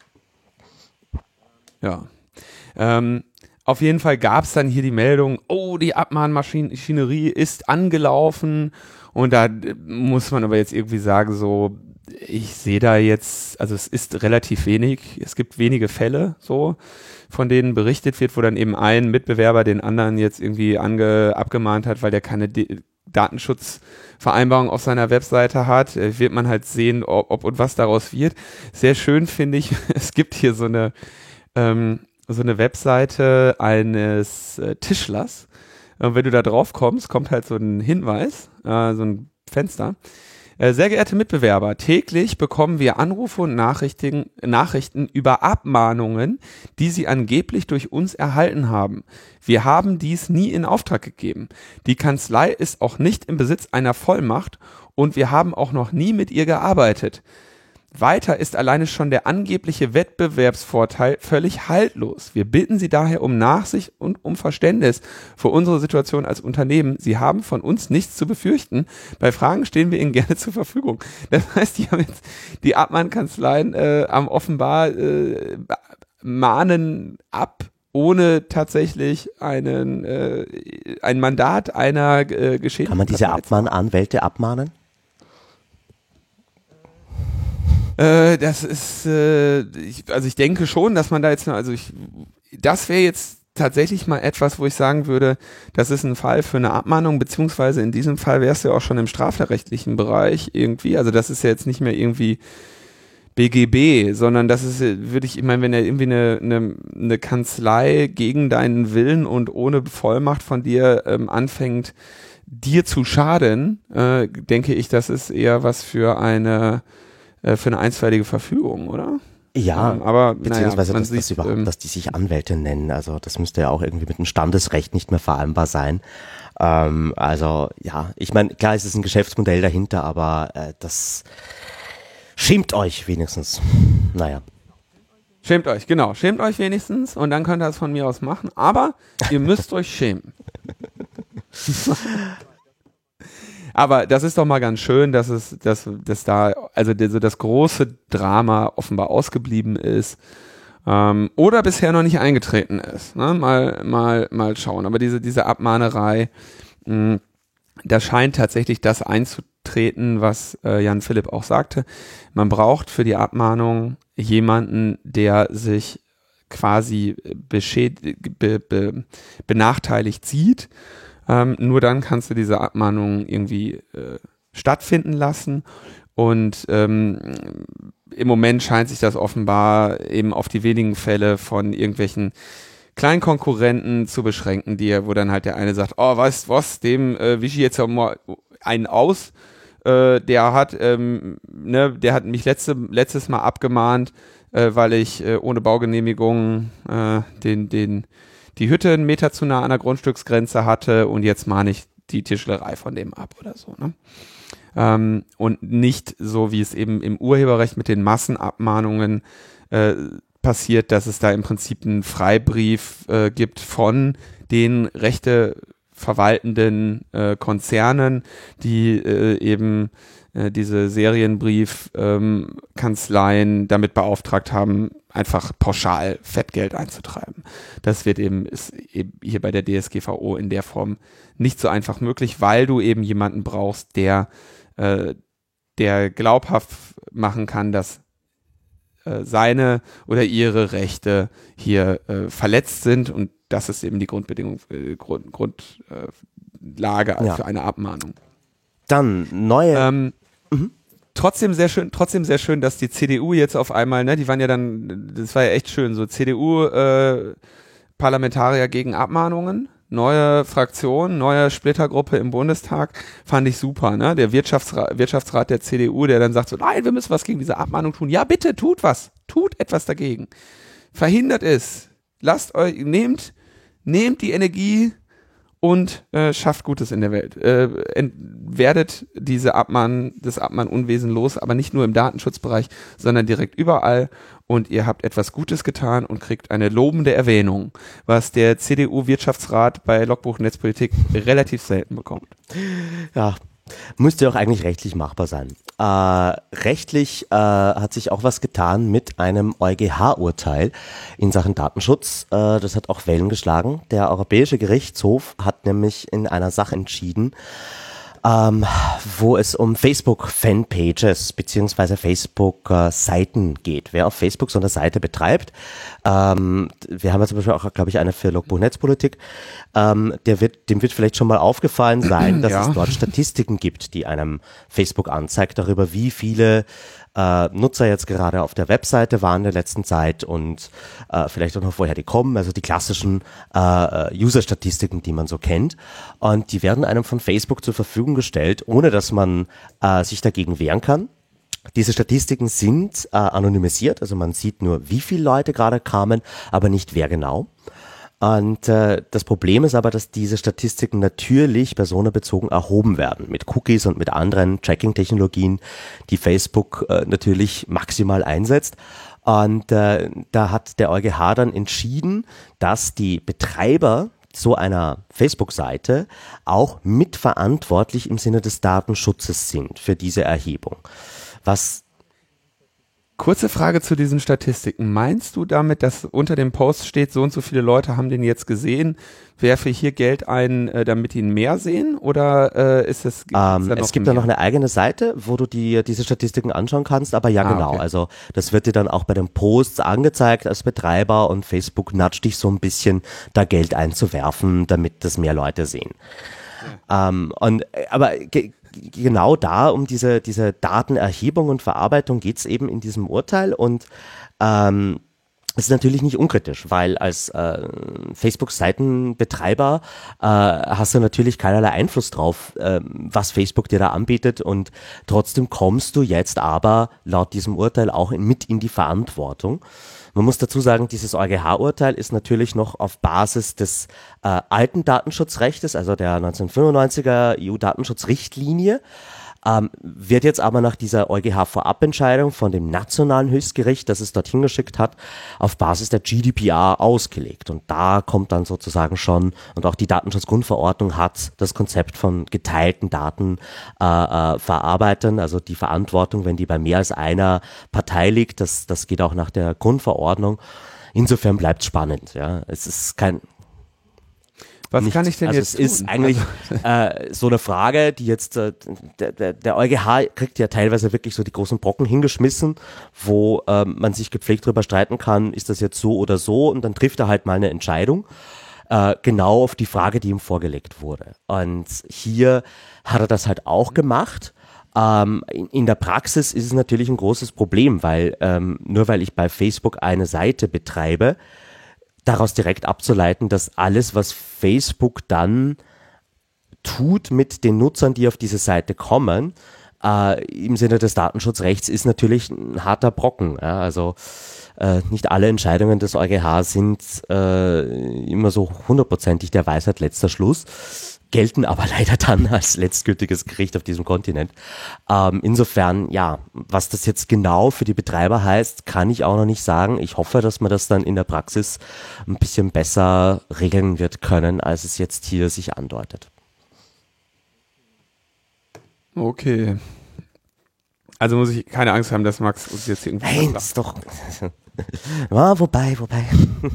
Ja. Ähm, auf jeden Fall gab es dann hier die Meldung, oh, die Abmahnmaschinerie ist angelaufen. Und da muss man aber jetzt irgendwie sagen, so, ich sehe da jetzt, also es ist relativ wenig, es gibt wenige Fälle, so, von denen berichtet wird, wo dann eben ein Mitbewerber den anderen jetzt irgendwie ange, abgemahnt hat, weil der keine D- Datenschutzvereinbarung auf seiner Webseite hat, äh, wird man halt sehen, ob, ob und was daraus wird. Sehr schön finde ich, es gibt hier so eine, ähm, so eine Webseite eines äh, Tischlers. Und wenn du da drauf kommst, kommt halt so ein Hinweis, äh, so ein Fenster. Äh, sehr geehrte Mitbewerber, täglich bekommen wir Anrufe und Nachrichten, Nachrichten über Abmahnungen, die Sie angeblich durch uns erhalten haben. Wir haben dies nie in Auftrag gegeben. Die Kanzlei ist auch nicht im Besitz einer Vollmacht und wir haben auch noch nie mit ihr gearbeitet. Weiter ist alleine schon der angebliche Wettbewerbsvorteil völlig haltlos. Wir bitten Sie daher um Nachsicht und um Verständnis für unsere Situation als Unternehmen. Sie haben von uns nichts zu befürchten. Bei Fragen stehen wir Ihnen gerne zur Verfügung. Das heißt, die haben jetzt die Abmahnkanzleien äh, am offenbar äh, mahnen ab, ohne tatsächlich einen äh, ein Mandat einer äh, Geschädigten. Kann man diese Abmahnanwälte abmahnen? Äh, das ist, äh, ich, also ich denke schon, dass man da jetzt, also ich, das wäre jetzt tatsächlich mal etwas, wo ich sagen würde, das ist ein Fall für eine Abmahnung, beziehungsweise in diesem Fall wäre es ja auch schon im strafrechtlichen Bereich irgendwie, also das ist ja jetzt nicht mehr irgendwie B G B, sondern das ist, würde ich, ich meine, wenn ja irgendwie eine, eine, eine Kanzlei gegen deinen Willen und ohne Vollmacht von dir ähm, anfängt, dir zu schaden, äh, denke ich, das ist eher was für eine für eine einstweilige Verfügung, oder? Ja, ähm, aber beziehungsweise, naja, dass, sieht, dass, überhaupt, ähm, dass die sich Anwälte nennen, also das müsste ja auch irgendwie mit dem Standesrecht nicht mehr vereinbar sein. Ähm, also ja, ich meine, klar ist es ein Geschäftsmodell dahinter, aber äh, das schämt euch wenigstens. Naja. Schämt euch, genau, schämt euch wenigstens und dann könnt ihr das von mir aus machen, aber ihr müsst euch schämen. Aber das ist doch mal ganz schön, dass es, dass, dass da, also so das große Drama offenbar ausgeblieben ist ähm, oder bisher noch nicht eingetreten ist. Ne? Mal, mal, mal schauen. Aber diese, diese Abmahnerei, mh, da scheint tatsächlich das einzutreten, was äh, Jan Philipp auch sagte. Man braucht für die Abmahnung jemanden, der sich quasi beschäd- be, be, benachteiligt sieht. Ähm, nur dann kannst du diese Abmahnung irgendwie äh, stattfinden lassen und ähm, im Moment scheint sich das offenbar eben auf die wenigen Fälle von irgendwelchen Kleinkonkurrenten zu beschränken, die, wo dann halt der eine sagt, oh, weißt was, dem äh, wische ich jetzt ja mal einen aus, äh, der hat ähm, ne, der hat mich letzte, letztes Mal abgemahnt, äh, weil ich äh, ohne Baugenehmigung äh, den, den die Hütte einen Meter zu nah an der Grundstücksgrenze hatte und jetzt mahne ich die Tischlerei von dem ab oder so. Ne? Ähm, und nicht so, wie es eben im Urheberrecht mit den Massenabmahnungen äh, passiert, dass es da im Prinzip einen Freibrief äh, gibt von den Rechte verwaltenden äh, Konzernen, die äh, eben äh, diese Serienbriefkanzleien ähm, damit beauftragt haben, einfach pauschal Fettgeld einzutreiben. Das wird eben, ist eben hier bei der D S G V O in der Form nicht so einfach möglich, weil du eben jemanden brauchst, der, äh, der glaubhaft machen kann, dass äh, seine oder ihre Rechte hier äh, verletzt sind und das ist eben die Grundbedingung, äh, Grund, Grundlage äh, ja. für eine Abmahnung. Dann neue. Ähm, mhm. Trotzdem sehr schön, trotzdem sehr schön, dass die C D U jetzt auf einmal, ne, die waren ja dann, das war ja echt schön, so C D U-Parlamentarier äh, gegen Abmahnungen, neue Fraktion, neue Splittergruppe im Bundestag, fand ich super, ne, der Wirtschaftsrat, Wirtschaftsrat der C D U, der dann sagt so, nein, wir müssen was gegen diese Abmahnung tun, ja bitte, tut was, tut etwas dagegen, verhindert es, lasst euch, nehmt, nehmt die Energie und äh, schafft Gutes in der Welt. Äh, ent, werdet diese Abmahn, das Abmahnunwesen los, aber nicht nur im Datenschutzbereich, sondern direkt überall und ihr habt etwas Gutes getan und kriegt eine lobende Erwähnung, was der C D U-Wirtschaftsrat bei Logbuch Netzpolitik relativ selten bekommt. Ja, müsste auch eigentlich rechtlich machbar sein. Äh, rechtlich äh, hat sich auch was getan mit einem EuGH-Urteil in Sachen Datenschutz. Äh, das hat auch Wellen geschlagen. Der Europäische Gerichtshof hat nämlich in einer Sache entschieden, ähm, wo es um Facebook-Fanpages beziehungsweise Facebook-Seiten geht. Wer auf Facebook so eine Seite betreibt, ähm, wir haben ja zum Beispiel auch, glaube ich, eine für Logbuch Netzpolitik, ähm, der wird, dem wird vielleicht schon mal aufgefallen sein, dass ja. es dort Statistiken gibt, die einem Facebook anzeigt darüber, wie viele äh, Nutzer jetzt gerade auf der Webseite waren in der letzten Zeit und äh, vielleicht auch noch vorher die kommen, also die klassischen äh, User-Statistiken, die man so kennt. Und die werden einem von Facebook zur Verfügung gestellt, ohne dass man äh, sich dagegen wehren kann. Diese Statistiken sind äh, anonymisiert, also man sieht nur, wie viele Leute gerade kamen, aber nicht wer genau. Und äh, das Problem ist aber, dass diese Statistiken natürlich personenbezogen erhoben werden mit Cookies und mit anderen Tracking-Technologien, die Facebook äh, natürlich maximal einsetzt. Und äh, da hat der EuGH dann entschieden, dass die Betreiber so einer Facebook-Seite auch mitverantwortlich im Sinne des Datenschutzes sind für diese Erhebung. Was Kurze Frage zu diesen Statistiken. Meinst du damit, dass unter dem Post steht, so und so viele Leute haben den jetzt gesehen, werfe hier Geld ein, äh, damit ihn mehr sehen? Oder äh, ist es ähm, da Es gibt da noch eine eigene Seite, wo du dir diese Statistiken anschauen kannst, aber ja, ah, genau. Okay. Also das wird dir dann auch bei den Posts angezeigt als Betreiber und Facebook nudgt dich so ein bisschen, da Geld einzuwerfen, damit das mehr Leute sehen. Ja. Ähm, und aber ge- Genau da, um diese, diese Datenerhebung und Verarbeitung geht's eben in diesem Urteil und ähm, es ist natürlich nicht unkritisch, weil als äh, Facebook-Seitenbetreiber äh, hast du natürlich keinerlei Einfluss drauf, äh, was Facebook dir da anbietet und trotzdem kommst du jetzt aber laut diesem Urteil auch mit in die Verantwortung. Man muss dazu sagen, dieses EuGH-Urteil ist natürlich noch auf Basis des äh, alten Datenschutzrechtes, also der neunzehnhundertfünfundneunziger E U-Datenschutzrichtlinie, ähm, wird jetzt aber nach dieser EuGH-Vorabentscheidung von dem nationalen Höchstgericht, das es dorthin geschickt hat, auf Basis der G D P R ausgelegt. Und da kommt dann sozusagen schon, und auch die Datenschutzgrundverordnung hat das Konzept von geteilten Daten äh, äh, verarbeiten, also die Verantwortung, wenn die bei mehr als einer Partei liegt, das, das geht auch nach der Grundverordnung. Insofern bleibt es spannend. Ja. Es ist kein... Was Nicht, kann ich denn also jetzt es tun? ist eigentlich äh, so eine Frage, die jetzt, äh, der, der, der EuGH kriegt ja teilweise wirklich so die großen Brocken hingeschmissen, wo ähm, man sich gepflegt drüber streiten kann, ist das jetzt so oder so, und dann trifft er halt mal eine Entscheidung, äh, genau auf die Frage, die ihm vorgelegt wurde. Und hier hat er das halt auch gemacht. Ähm, in, in der Praxis ist es natürlich ein großes Problem, weil ähm, nur weil ich bei Facebook eine Seite betreibe, daraus direkt abzuleiten, dass alles, was Facebook dann tut mit den Nutzern, die auf diese Seite kommen, äh, im Sinne des Datenschutzrechts, ist natürlich ein harter Brocken. Ja? Also äh, nicht alle Entscheidungen des EuGH sind äh, immer so hundertprozentig der Weisheit letzter Schluss, gelten aber leider dann als letztgültiges Gericht auf diesem Kontinent. Ähm, insofern, ja, was das jetzt genau für die Betreiber heißt, kann ich auch noch nicht sagen. Ich hoffe, dass man das dann in der Praxis ein bisschen besser regeln wird können, als es jetzt hier sich andeutet. Okay. Also muss ich keine Angst haben, dass Max uns jetzt irgendwie... Nein, ist doch... ja, wobei, wobei...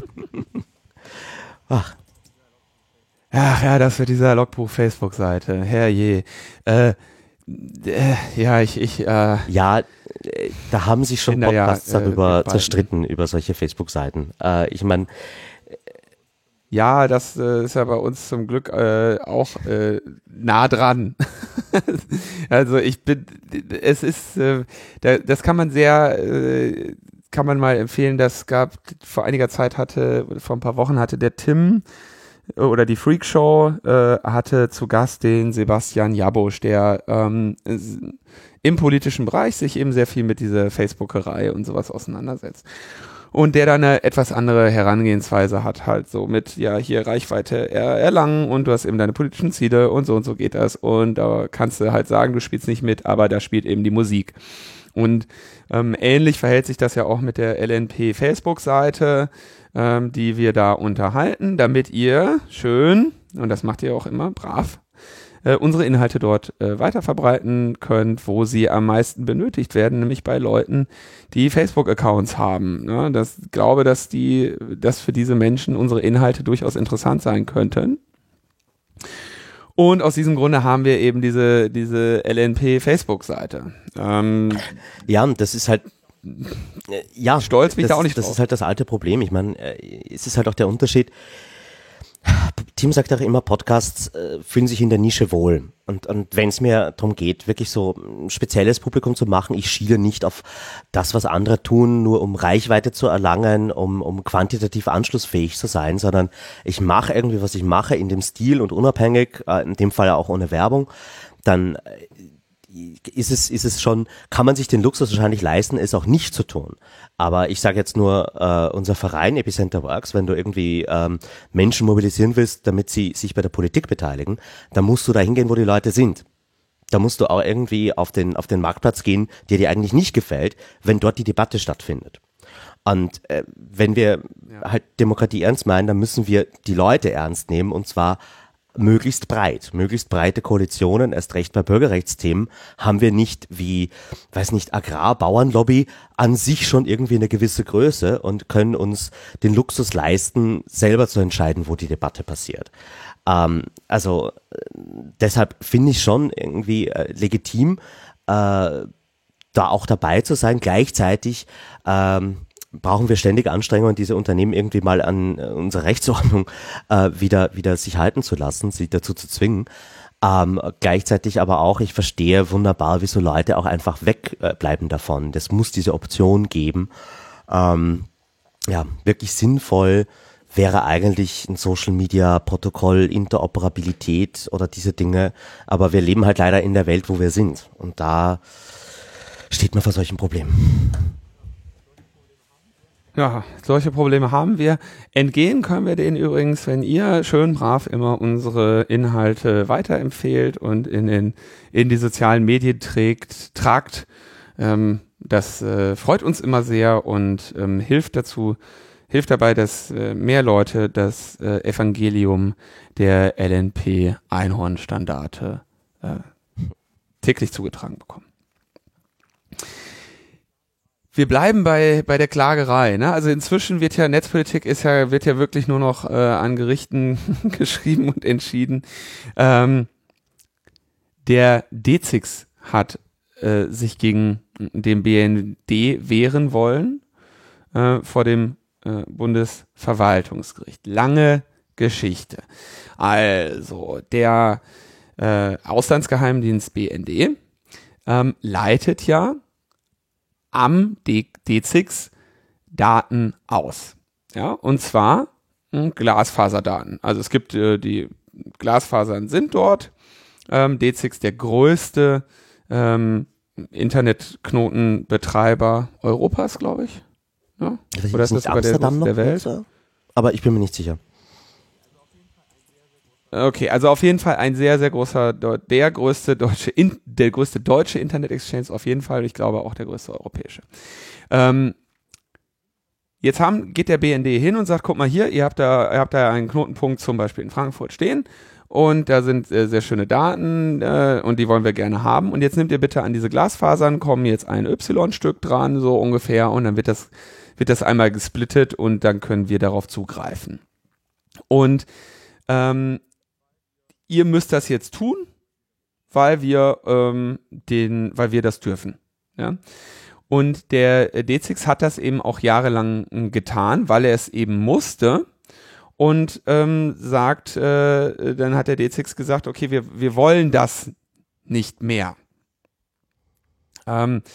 Ach. Ach ja, das wird dieser Logbuch-Facebook-Seite. Herrje. Äh, äh, ja, ich, ich, äh, Ja, äh, da haben sich schon Podcasts ja, darüber äh, zerstritten, über solche Facebook-Seiten. Äh, ich meine, ja, das äh, ist ja bei uns zum Glück äh, auch äh, nah dran. Also ich bin, es ist, äh, da, das kann man sehr, äh, kann man mal empfehlen, das gab, vor einiger Zeit hatte, vor ein paar Wochen hatte der Tim oder die Freak Show äh, hatte zu Gast den Sebastian Jabosch, der ähm, im politischen Bereich sich eben sehr viel mit dieser Facebookerei und sowas auseinandersetzt. Und der dann eine etwas andere Herangehensweise hat, halt so mit, ja, hier Reichweite er erlangen und du hast eben deine politischen Ziele und so und so geht das. Und da kannst du halt sagen, du spielst nicht mit, aber da spielt eben die Musik. Und ähm, ähnlich verhält sich das ja auch mit der L N P-Facebook-Seite, ähm, die wir da unterhalten, damit ihr schön, und das macht ihr auch immer brav, äh, unsere Inhalte dort äh, weiterverbreiten könnt, wo sie am meisten benötigt werden, nämlich bei Leuten, die Facebook-Accounts haben. Ne? Das ich glaube, dass die, dass für diese Menschen unsere Inhalte durchaus interessant sein könnten. Und aus diesem Grunde haben wir eben diese, diese L N P-Facebook-Seite. Ähm, ja, das ist halt, äh, ja, stolz bin ich das, da auch nicht das drauf. ist halt das alte Problem. Ich meine, äh, es ist halt auch der Unterschied. Tim sagt auch immer, Podcasts äh, fühlen sich in der Nische wohl. Und, und wenn es mir darum geht, wirklich so ein spezielles Publikum zu machen, ich schiele nicht auf das, was andere tun, nur um Reichweite zu erlangen, um, um quantitativ anschlussfähig zu sein, sondern ich mache irgendwie, was ich mache, in dem Stil und unabhängig, äh, in dem Fall auch ohne Werbung, dann äh, ist es, ist es schon, kann man sich den Luxus wahrscheinlich leisten, es auch nicht zu tun. Aber ich sage jetzt nur, äh, unser Verein Epicenter Works, wenn du irgendwie ähm, Menschen mobilisieren willst, damit sie sich bei der Politik beteiligen, dann musst du da hingehen, wo die Leute sind. Da musst du auch irgendwie auf den, auf den Marktplatz gehen, der dir eigentlich nicht gefällt, wenn dort die Debatte stattfindet. Und äh, wenn wir ja. halt Demokratie ernst meinen, dann müssen wir die Leute ernst nehmen, und zwar möglichst breit, möglichst breite Koalitionen, erst recht bei Bürgerrechtsthemen, haben wir nicht wie, weiß nicht, Agrar-Bauernlobby an sich schon irgendwie eine gewisse Größe und können uns den Luxus leisten, selber zu entscheiden, wo die Debatte passiert. Ähm, also äh, deshalb finde ich schon irgendwie äh, legitim, äh, da auch dabei zu sein. Gleichzeitig ähm, brauchen wir ständig Anstrengungen, diese Unternehmen irgendwie mal an äh, unsere Rechtsordnung äh, wieder wieder sich halten zu lassen, sie dazu zu zwingen. Ähm, gleichzeitig aber auch, ich verstehe wunderbar, wieso Leute auch einfach wegbleiben äh, davon. Das muss diese Option geben. Ähm, ja, wirklich sinnvoll wäre eigentlich ein Social-Media-Protokoll, Interoperabilität oder diese Dinge. Aber wir leben halt leider in der Welt, wo wir sind. Und da steht man vor solchen Problemen. Ja, solche Probleme haben wir. Entgehen können wir denen übrigens, wenn ihr schön brav immer unsere Inhalte weiterempfehlt und in, den, in die sozialen Medien trägt, tragt. Ähm, das äh, freut uns immer sehr und ähm, hilft dazu, hilft dabei, dass äh, mehr Leute das äh, Evangelium der L N P-Einhorn-Standarte äh, täglich zugetragen bekommen. Wir bleiben bei bei der Klagerei, ne? Also inzwischen wird ja Netzpolitik ist ja wird ja wirklich nur noch äh, an Gerichten geschrieben und entschieden. Ähm, der D Z I X hat äh, sich gegen den B N D wehren wollen äh, vor dem äh, Bundesverwaltungsgericht. Lange Geschichte. Also der äh, Auslandsgeheimdienst B N D ähm, leitet ja am D Z I X Daten aus. Ja, und zwar mh, Glasfaserdaten. Also es gibt äh, die Glasfasern sind dort. Ähm, D Z I X der größte ähm, Internetknotenbetreiber Europas, glaube ich. Ja? ich Oder ist das sogar der, der Welt? Noch, aber ich bin mir nicht sicher. Okay, also auf jeden Fall ein sehr, sehr großer, der größte deutsche, der größte deutsche Internet-Exchange auf jeden Fall, ich glaube auch der größte europäische. Ähm, jetzt haben, geht der B N D hin und sagt, guck mal hier, ihr habt da, ihr habt da einen Knotenpunkt zum Beispiel in Frankfurt stehen und da sind äh, sehr schöne Daten äh, und die wollen wir gerne haben und jetzt nehmt ihr bitte an diese Glasfasern, kommen jetzt ein Y-Stück dran, so ungefähr, und dann wird das, wird das einmal gesplittet und dann können wir darauf zugreifen. Und ähm, ihr müsst das jetzt tun, weil wir ähm, den, weil wir das dürfen. Ja? Und der D Z I X hat das eben auch jahrelang getan, weil er es eben musste. Und ähm, sagt, äh, dann hat der D Z I X gesagt, okay, wir wir wollen das nicht mehr. Ähm,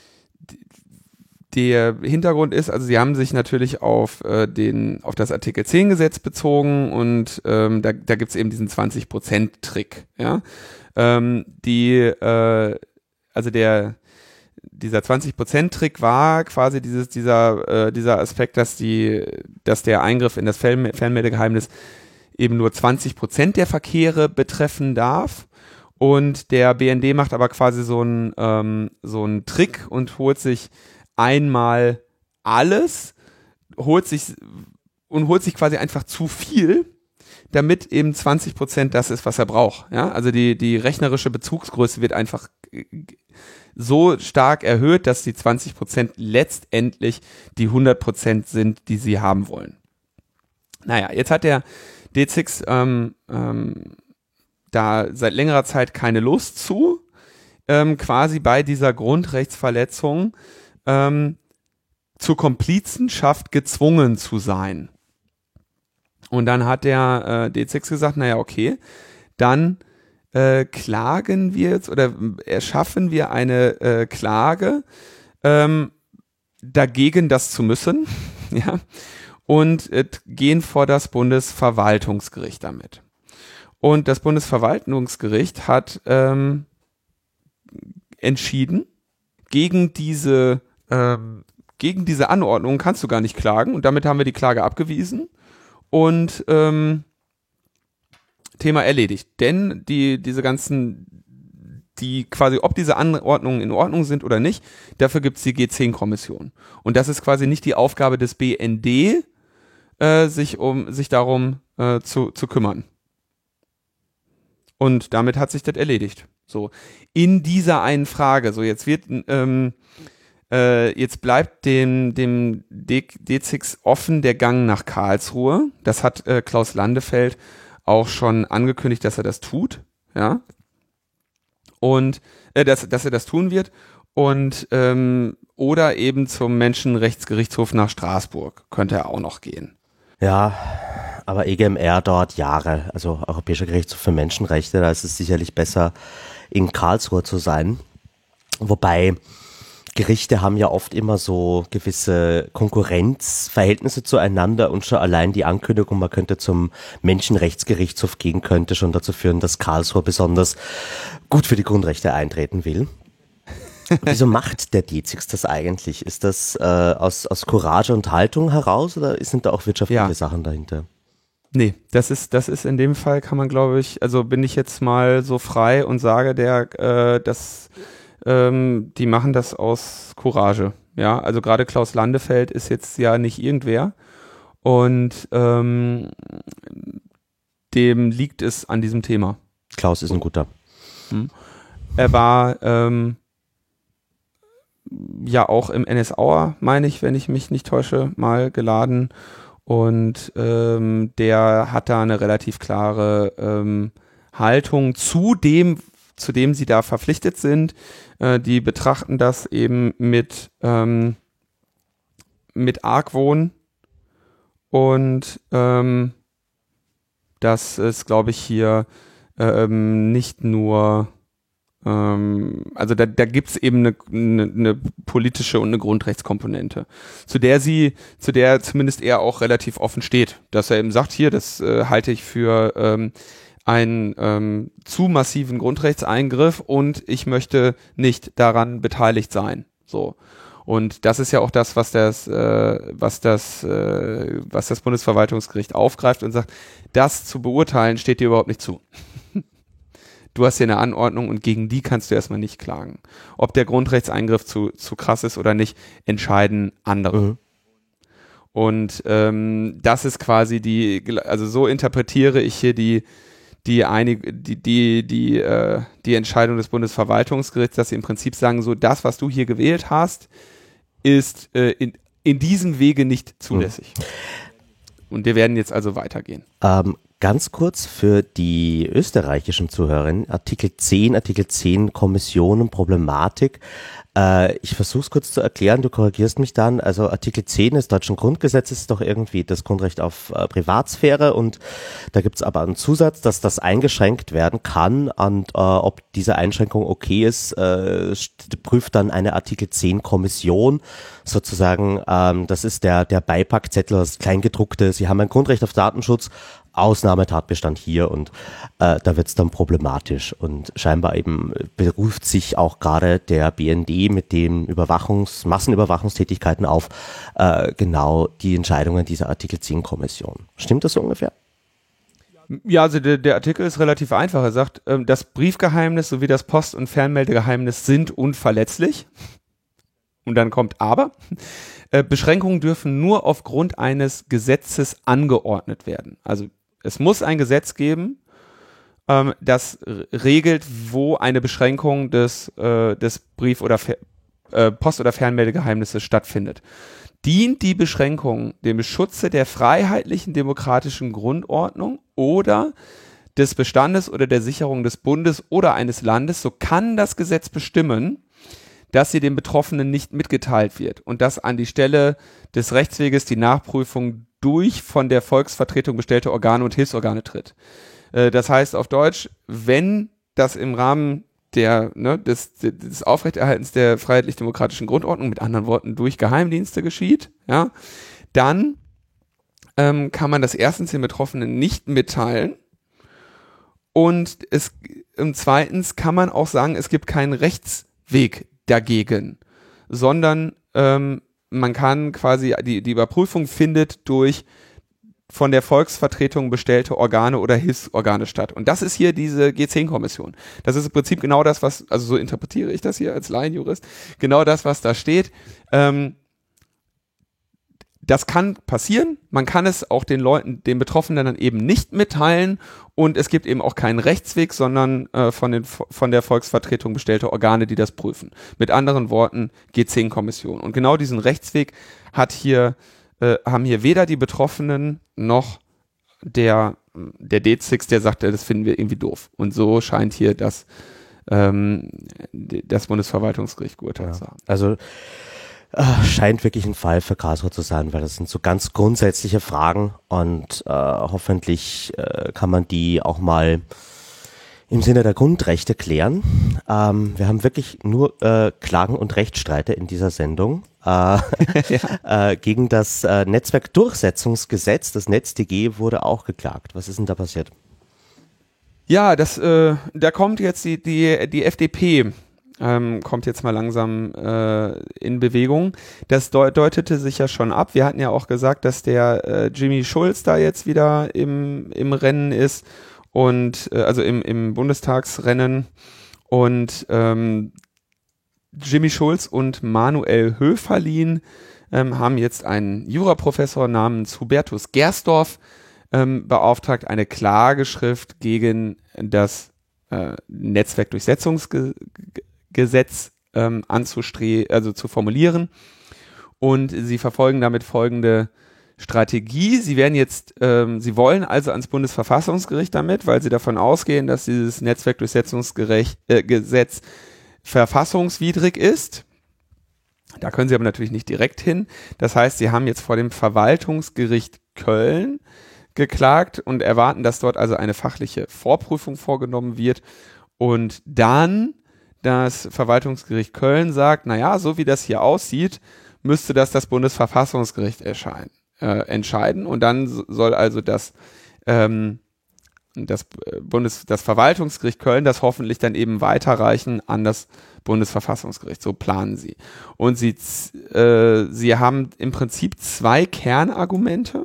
Der Hintergrund ist, also sie haben sich natürlich auf äh, den auf das Artikel zehn Gesetz bezogen und ähm, da, da gibt es eben diesen zwanzig Prozent Trick. Ja? Ähm, die, äh, also der dieser zwanzig Prozent Trick war quasi dieses dieser äh, dieser Aspekt, dass die dass der Eingriff in das Fern- Fernmeldegeheimnis eben nur zwanzig Prozent der Verkehre betreffen darf. Und der B N D macht aber quasi so einen ähm, so einen Trick und holt sich einmal alles, holt sich und holt sich quasi einfach zu viel, damit eben zwanzig Prozent das ist, was er braucht. Ja? Also die, die rechnerische Bezugsgröße wird einfach so stark erhöht, dass die zwanzig Prozent letztendlich die hundert Prozent sind, die sie haben wollen. Naja, jetzt hat der D Z I X ähm, ähm, da seit längerer Zeit keine Lust zu, ähm, quasi bei dieser Grundrechtsverletzung ähm, zur Komplizenschaft gezwungen zu sein. Und dann hat der äh, D sechs gesagt, naja, okay, dann äh, klagen wir jetzt oder erschaffen wir eine äh, Klage ähm, dagegen, das zu müssen, ja, und äh, gehen vor das Bundesverwaltungsgericht damit. Und das Bundesverwaltungsgericht hat ähm, entschieden, gegen diese, ähm, gegen diese Anordnung kannst du gar nicht klagen, und damit haben wir die Klage abgewiesen und ähm, Thema erledigt. Denn die, diese ganzen, die quasi, ob diese Anordnungen in Ordnung sind oder nicht, dafür gibt es die G zehn Kommission. Und das ist quasi nicht die Aufgabe des B N D, äh, sich um sich darum äh, zu, zu kümmern. Und damit hat sich das erledigt. So, in dieser einen Frage, so jetzt wird, ähm, äh, jetzt bleibt dem, dem D sechs offen der Gang nach Karlsruhe. Das hat äh, Klaus Landefeld auch schon angekündigt, dass er das tut, ja. Und, äh, dass, dass er das tun wird. Und, ähm, oder eben zum Menschenrechtsgerichtshof nach Straßburg könnte er auch noch gehen. Ja, aber E G M R dauert Jahre, also Europäischer Gerichtshof für Menschenrechte, da ist es sicherlich besser, in Karlsruhe zu sein. Wobei Gerichte haben ja oft immer so gewisse Konkurrenzverhältnisse zueinander, und schon allein die Ankündigung, man könnte zum Menschenrechtsgerichtshof gehen, könnte schon dazu führen, dass Karlsruhe besonders gut für die Grundrechte eintreten will. Wieso macht der D sechs das eigentlich? Ist das äh, aus, aus Courage und Haltung heraus, oder sind da auch wirtschaftliche ja. Sachen dahinter? Nee, das ist, das ist in dem Fall, kann man, glaube ich, also bin ich jetzt mal so frei und sage, der, äh, das, ähm, die machen das aus Courage. Ja, also gerade Klaus Landefeld ist jetzt ja nicht irgendwer, und ähm, dem liegt es an diesem Thema. Klaus ist ein guter. Hm. Er war ähm, ja auch im N S Auer, meine ich, wenn ich mich nicht täusche, mal geladen. Und ähm, der hat da eine relativ klare ähm, Haltung zu dem, zu dem sie da verpflichtet sind. Äh, die betrachten das eben mit, ähm, mit Argwohn. Und ähm, das ist, glaube ich, hier ähm, nicht nur, ähm, also da, da gibt es eben eine, eine, eine politische und eine Grundrechtskomponente, zu der sie, zu der zumindest er auch relativ offen steht, dass er eben sagt, hier, das äh, halte ich für ähm, einen ähm, zu massiven Grundrechtseingriff und ich möchte nicht daran beteiligt sein. So. Und das ist ja auch das, was das, äh, was das, äh, was das Bundesverwaltungsgericht aufgreift und sagt, das zu beurteilen steht dir überhaupt nicht zu. Du hast hier eine Anordnung und gegen die kannst du erstmal nicht klagen. Ob der Grundrechtseingriff zu, zu krass ist oder nicht, entscheiden andere. Mhm. Und ähm, das ist quasi die, also so interpretiere ich hier die, die einige, die, die, die, äh, die Entscheidung des Bundesverwaltungsgerichts, dass sie im Prinzip sagen, so das, was du hier gewählt hast, ist äh, in, in diesem Wege nicht zulässig. Mhm. Und wir werden jetzt also weitergehen. Ähm, ganz kurz für die österreichischen Zuhörerinnen, Artikel zehn, Artikel zehn Kommission und Problematik. Äh, ich versuche es kurz zu erklären, du korrigierst mich dann. Also Artikel zehn des deutschen Grundgesetzes ist doch irgendwie das Grundrecht auf äh, Privatsphäre, und da gibt es aber einen Zusatz, dass das eingeschränkt werden kann, und äh, ob diese Einschränkung okay ist, äh, prüft dann eine Artikel zehn Kommission sozusagen. Ähm, das ist der, der Beipackzettel, das Kleingedruckte. Sie haben ein Grundrecht auf Datenschutz, Ausnahmetatbestand hier, und äh, da wird es dann problematisch, und scheinbar eben beruft sich auch gerade der B N D mit den Überwachungs-, Massenüberwachungstätigkeiten auf äh, genau die Entscheidungen dieser Artikel zehn Kommission. Stimmt das so ungefähr? Ja, also der, der Artikel ist relativ einfach. Er sagt, ähm, das Briefgeheimnis sowie das Post- und Fernmeldegeheimnis sind unverletzlich. Und dann kommt aber. Äh, Beschränkungen dürfen nur aufgrund eines Gesetzes angeordnet werden. Also es muss ein Gesetz geben, ähm, das r- regelt, wo eine Beschränkung des, äh, des Brief- oder Fer- äh, Post- oder Fernmeldegeheimnisses stattfindet. Dient die Beschränkung dem Schutze der freiheitlichen demokratischen Grundordnung oder des Bestandes oder der Sicherung des Bundes oder eines Landes, so kann das Gesetz bestimmen, dass sie dem Betroffenen nicht mitgeteilt wird und dass an die Stelle des Rechtsweges die Nachprüfung durch von der Volksvertretung bestellte Organe und Hilfsorgane tritt. Äh, das heißt auf Deutsch, wenn das im Rahmen der, ne, des, des Aufrechterhaltens der freiheitlich-demokratischen Grundordnung, mit anderen Worten durch Geheimdienste geschieht, ja, dann ähm, kann man das erstens den Betroffenen nicht mitteilen und es und zweitens kann man auch sagen, es gibt keinen Rechtsweg dagegen, sondern ähm, man kann quasi, die, die Überprüfung findet durch von der Volksvertretung bestellte Organe oder Hilfsorgane statt. Und das ist hier diese G zehn Kommission. Das ist im Prinzip genau das, was, also so interpretiere ich das hier als Laienjurist, genau das, was da steht. Ähm, das kann passieren, man kann es auch den Leuten, den Betroffenen dann eben nicht mitteilen und es gibt eben auch keinen Rechtsweg, sondern äh, von, den, von der Volksvertretung bestellte Organe, die das prüfen. Mit anderen Worten G zehn Kommission. Und genau diesen Rechtsweg hat hier Äh, haben hier weder die Betroffenen noch der, der D Z I X, der sagt, das finden wir irgendwie doof. Und so scheint hier das, ähm, das Bundesverwaltungsgericht geurteilt zu haben. Also äh, scheint wirklich ein Fall für Karlsruhe zu sein, weil das sind so ganz grundsätzliche Fragen und äh, hoffentlich äh, kann man die auch mal im Sinne der Grundrechte klären. Ähm, wir haben wirklich nur äh, Klagen und Rechtsstreite in dieser Sendung. Äh, ja. äh, gegen das äh, Netzwerkdurchsetzungsgesetz, das NetzDG, wurde auch geklagt. Was ist denn da passiert? Ja, das, äh, da kommt jetzt die, die, die F D P, ähm, kommt jetzt mal langsam äh, in Bewegung. Das deut- deutete sich ja schon ab. Wir hatten ja auch gesagt, dass der äh, Jimmy Schulz da jetzt wieder im, im Rennen ist. Und äh, also im, im Bundestagsrennen und ähm, Jimmy Schulz und Manuel Höferlin ähm, haben jetzt einen Juraprofessor namens Hubertus Gersdorf ähm, beauftragt, eine Klageschrift gegen das äh, Netzwerkdurchsetzungsgesetz ähm, anzustreben, also zu formulieren. Und sie verfolgen damit folgende Strategie. Sie werden jetzt, ähm, sie wollen also ans Bundesverfassungsgericht damit, weil sie davon ausgehen, dass dieses Netzwerkdurchsetzungsgesetz äh, verfassungswidrig ist. Da können sie aber natürlich nicht direkt hin. Das heißt, sie haben jetzt vor dem Verwaltungsgericht Köln geklagt und erwarten, dass dort also eine fachliche Vorprüfung vorgenommen wird und dann das Verwaltungsgericht Köln sagt, naja, so wie das hier aussieht, müsste das das Bundesverfassungsgericht erscheinen. Äh, entscheiden und dann soll also das, ähm, das Bundes, das Verwaltungsgericht Köln das hoffentlich dann eben weiterreichen an das Bundesverfassungsgericht. So planen sie. Und sie, äh, sie haben im Prinzip zwei Kernargumente,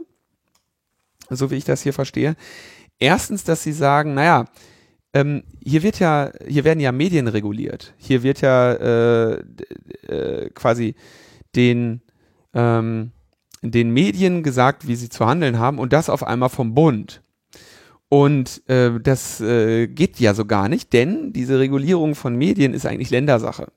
so wie ich das hier verstehe. Erstens, dass sie sagen, naja, ähm, hier wird ja, hier werden ja Medien reguliert. Hier wird ja äh, äh, quasi den ähm, den Medien gesagt, wie sie zu handeln haben und das auf einmal vom Bund. Und äh, das äh, geht ja so gar nicht, denn diese Regulierung von Medien ist eigentlich Ländersache.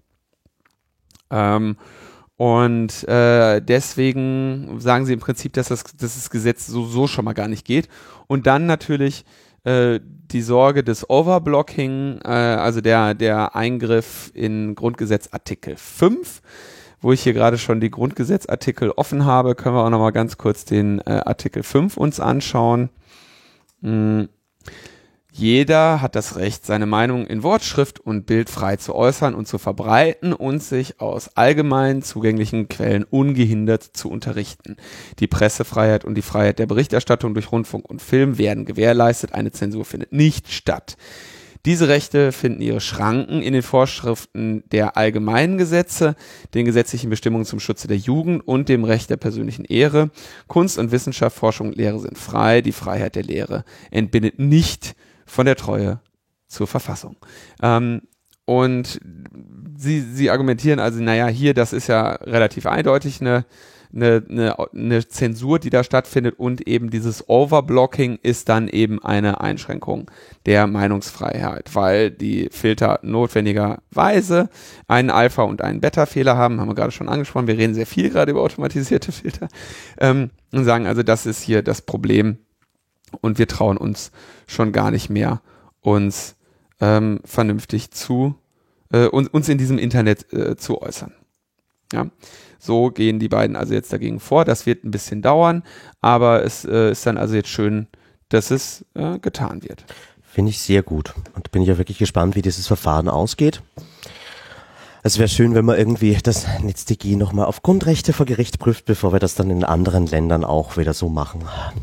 Ähm, und äh, deswegen sagen sie im Prinzip, dass das, dass das Gesetz so, so schon mal gar nicht geht. Und dann natürlich äh, die Sorge des Overblocking, äh, also der, der Eingriff in Grundgesetz Artikel fünf, wo ich hier gerade schon die Grundgesetzartikel offen habe, können wir auch nochmal ganz kurz den äh, Artikel fünf uns anschauen. Hm. Jeder hat das Recht, seine Meinung in Wort, Schrift und Bild frei zu äußern und zu verbreiten und sich aus allgemein zugänglichen Quellen ungehindert zu unterrichten. Die Pressefreiheit und die Freiheit der Berichterstattung durch Rundfunk und Film werden gewährleistet, eine Zensur findet nicht statt. Diese Rechte finden ihre Schranken in den Vorschriften der allgemeinen Gesetze, den gesetzlichen Bestimmungen zum Schutze der Jugend und dem Recht der persönlichen Ehre. Kunst und Wissenschaft, Forschung und Lehre sind frei. Die Freiheit der Lehre entbindet nicht von der Treue zur Verfassung. Ähm, und sie, sie argumentieren also, naja, hier, das ist ja relativ eindeutig eine Eine, eine, eine Zensur, die da stattfindet und eben dieses Overblocking ist dann eben eine Einschränkung der Meinungsfreiheit, weil die Filter notwendigerweise einen Alpha- und einen Beta-Fehler haben, haben wir gerade schon angesprochen, wir reden sehr viel gerade über automatisierte Filter ähm, und sagen also, das ist hier das Problem und wir trauen uns schon gar nicht mehr, uns ähm, vernünftig zu, äh, uns, uns in diesem Internet äh, zu äußern. Ja, so gehen die beiden also jetzt dagegen vor. Das wird ein bisschen dauern, aber es äh, ist dann also jetzt schön, dass es äh, getan wird. Finde ich sehr gut. Und bin ich ja wirklich gespannt, wie dieses Verfahren ausgeht. Es wäre schön, wenn man irgendwie das NetzDG nochmal auf Grundrechte vor Gericht prüft, bevor wir das dann in anderen Ländern auch wieder so machen.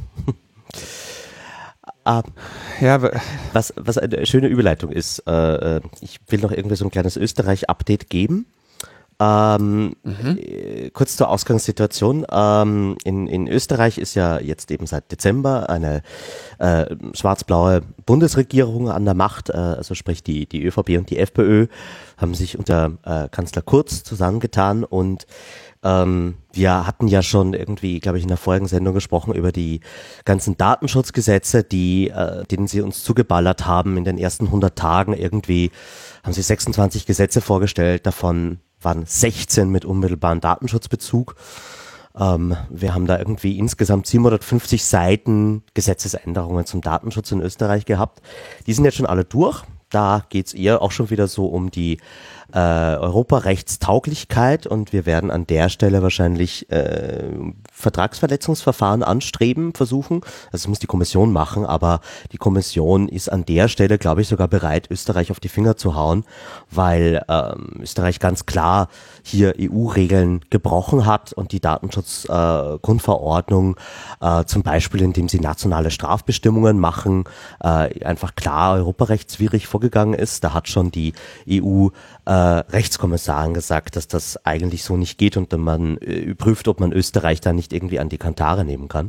Ah, ja, was, was eine schöne Überleitung ist, äh, ich will noch irgendwie so ein kleines Österreich-Update geben. Ähm, mhm. äh, kurz zur Ausgangssituation. Ähm, in, in Österreich ist ja jetzt eben seit Dezember eine äh, schwarz-blaue Bundesregierung an der Macht, äh, also sprich die, die ÖVP und die FPÖ haben sich unter äh, Kanzler Kurz zusammengetan und ähm, wir hatten ja schon irgendwie, glaube ich, in der vorigen Sendung gesprochen über die ganzen Datenschutzgesetze, die, äh, denen sie uns zugeballert haben in den ersten hundert Tagen. Irgendwie haben sie sechsundzwanzig Gesetze vorgestellt, davon waren sechzehn mit unmittelbarem Datenschutzbezug. Ähm, wir haben da irgendwie insgesamt siebenhundertfünfzig Seiten Gesetzesänderungen zum Datenschutz in Österreich gehabt. Die sind jetzt schon alle durch. Da geht's eher auch schon wieder so um die äh, Europarechtstauglichkeit und wir werden an der Stelle wahrscheinlich äh, Vertragsverletzungsverfahren anstreben, versuchen. Das muss die Kommission machen, aber die Kommission ist an der Stelle, glaube ich, sogar bereit, Österreich auf die Finger zu hauen, weil ähm, Österreich ganz klar hier E U-Regeln gebrochen hat und die Datenschutzgrundverordnung äh, äh, zum Beispiel, indem sie nationale Strafbestimmungen machen, äh, einfach klar europarechtswidrig vorgegangen ist. Da hat schon die E U-Rechtskommissarin äh, gesagt, dass das eigentlich so nicht geht und man äh, prüft, ob man Österreich da nicht irgendwie an die Kantare nehmen kann.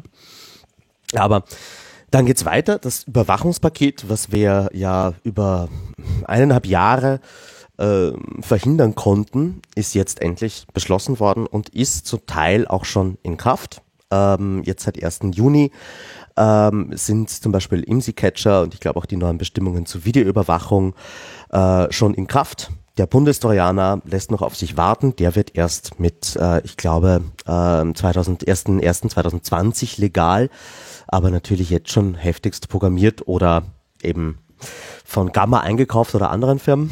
Aber dann geht's weiter. Das Überwachungspaket, was wir ja über eineinhalb Jahre äh, verhindern konnten, ist jetzt endlich beschlossen worden und ist zum Teil auch schon in Kraft. Ähm, jetzt seit ersten Juni ähm, sind zum Beispiel IMSI-Catcher und ich glaube auch die neuen Bestimmungen zur Videoüberwachung äh, schon in Kraft. Der Bundestrojaner lässt noch auf sich warten. Der wird erst mit, äh, ich glaube, äh, zweitausend, ersten ersten zweitausendzwanzig legal, aber natürlich jetzt schon heftigst programmiert oder eben von Gamma eingekauft oder anderen Firmen.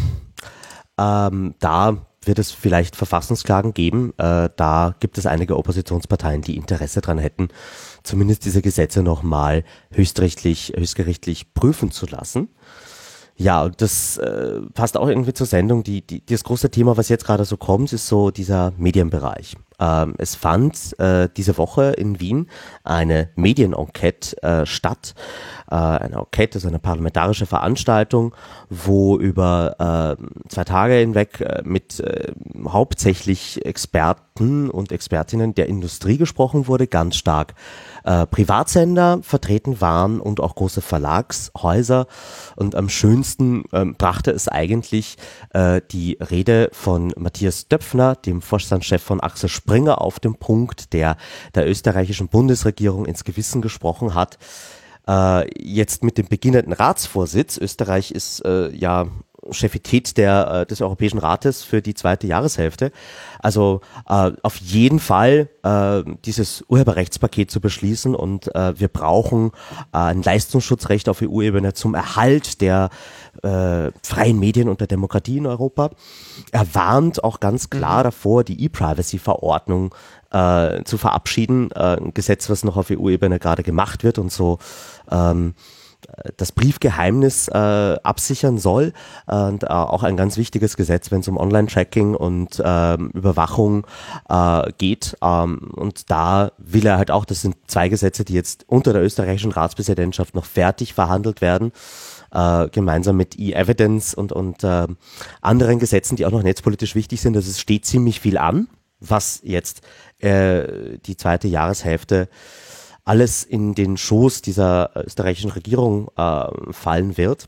Ähm, da wird es vielleicht Verfassungsklagen geben. Äh, da gibt es einige Oppositionsparteien, die Interesse dran hätten, zumindest diese Gesetze nochmal höchstrichtlich, höchstgerichtlich prüfen zu lassen. Ja, und das äh, passt auch irgendwie zur Sendung. Die, die, das große Thema, was jetzt gerade so kommt, ist so dieser Medienbereich. Ähm, es fand äh, diese Woche in Wien eine Medienenquete äh, statt. Äh, eine Enquete ist eine parlamentarische Veranstaltung, wo über äh, zwei Tage hinweg äh, mit äh, hauptsächlich Experten und Expertinnen der Industrie gesprochen wurde, ganz stark äh, Privatsender vertreten waren und auch große Verlagshäuser. Und am schönsten äh, brachte es eigentlich äh, die Rede von Matthias Döpfner, dem Vorstandschef von Axel Springer, auf den Punkt, der der österreichischen Bundesregierung ins Gewissen gesprochen hat. Äh, jetzt mit dem beginnenden Ratsvorsitz, Österreich ist äh, ja Chefität der, äh, des Europäischen Rates für die zweite Jahreshälfte. Also äh, auf jeden Fall äh, dieses Urheberrechtspaket zu beschließen und äh, wir brauchen äh, ein Leistungsschutzrecht auf E U-Ebene zum Erhalt der äh, freien Medien und der Demokratie in Europa. Er warnt auch ganz klar mhm. davor, die E-Privacy-Verordnung äh, zu verabschieden, äh, ein Gesetz, was noch auf E U-Ebene gerade gemacht wird und so ähm, das Briefgeheimnis äh, absichern soll und äh, auch ein ganz wichtiges Gesetz, wenn es um Online-Tracking und äh, Überwachung äh, geht. Ähm, und da will er halt auch, das sind zwei Gesetze, die jetzt unter der österreichischen Ratspräsidentschaft noch fertig verhandelt werden, äh, gemeinsam mit E-Evidence und, und äh, anderen Gesetzen, die auch noch netzpolitisch wichtig sind. Also es steht ziemlich viel an, was jetzt äh, die zweite Jahreshälfte alles in den Schoß dieser österreichischen Regierung äh, fallen wird.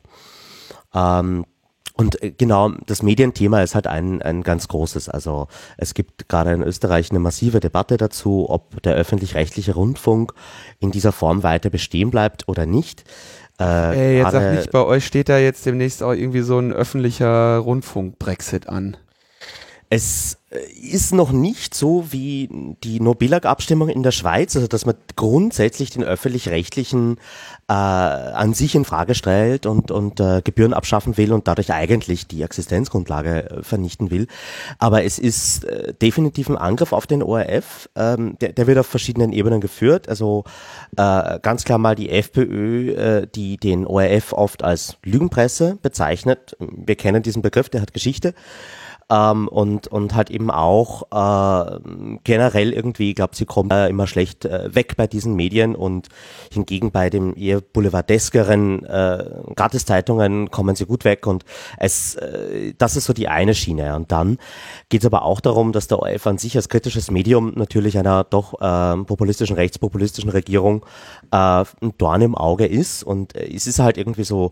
Ähm, und genau, das Medienthema ist halt ein, ein ganz großes. Also es gibt gerade in Österreich eine massive Debatte dazu, ob der öffentlich-rechtliche Rundfunk in dieser Form weiter bestehen bleibt oder nicht. Äh, Ey, jetzt sag nicht, bei euch steht da jetzt demnächst auch irgendwie so ein öffentlicher Rundfunk-Brexit an. Es ist noch nicht so wie die No-Billag-Abstimmung in der Schweiz, also dass man grundsätzlich den öffentlich-rechtlichen äh, an sich in Frage stellt und, und äh, Gebühren abschaffen will und dadurch eigentlich die Existenzgrundlage äh, vernichten will. Aber es ist äh, definitiv ein Angriff auf den O R F. Ähm, der, der wird auf verschiedenen Ebenen geführt. Also äh, ganz klar mal die FPÖ, äh, die den O R F oft als Lügenpresse bezeichnet. Wir kennen diesen Begriff, der hat Geschichte. Ähm, und und halt eben auch äh, generell irgendwie, ich glaube, sie kommen äh, immer schlecht äh, weg bei diesen Medien und hingegen bei dem eher boulevardeskeren äh, Gratiszeitungen kommen sie gut weg und es äh, das ist so die eine Schiene. Und dann geht es aber auch darum, dass der O R F an sich als kritisches Medium natürlich einer doch äh, populistischen, rechtspopulistischen Regierung äh, ein Dorn im Auge ist und äh, es ist halt irgendwie so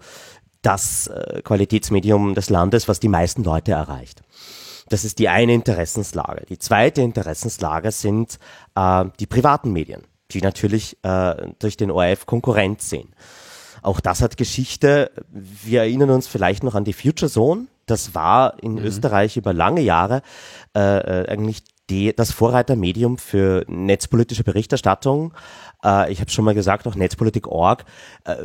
das äh, Qualitätsmedium des Landes, was die meisten Leute erreicht. Das ist die eine Interessenslage. Die zweite Interessenslage sind äh, die privaten Medien, die natürlich äh, durch den O R F Konkurrent sehen. Auch das hat Geschichte. Wir erinnern uns vielleicht noch an die Future Zone. Das war in mhm. Österreich über lange Jahre äh, eigentlich die, das Vorreitermedium für netzpolitische Berichterstattung. Äh, ich habe schon mal gesagt, auch Netzpolitik Punkt org. Äh,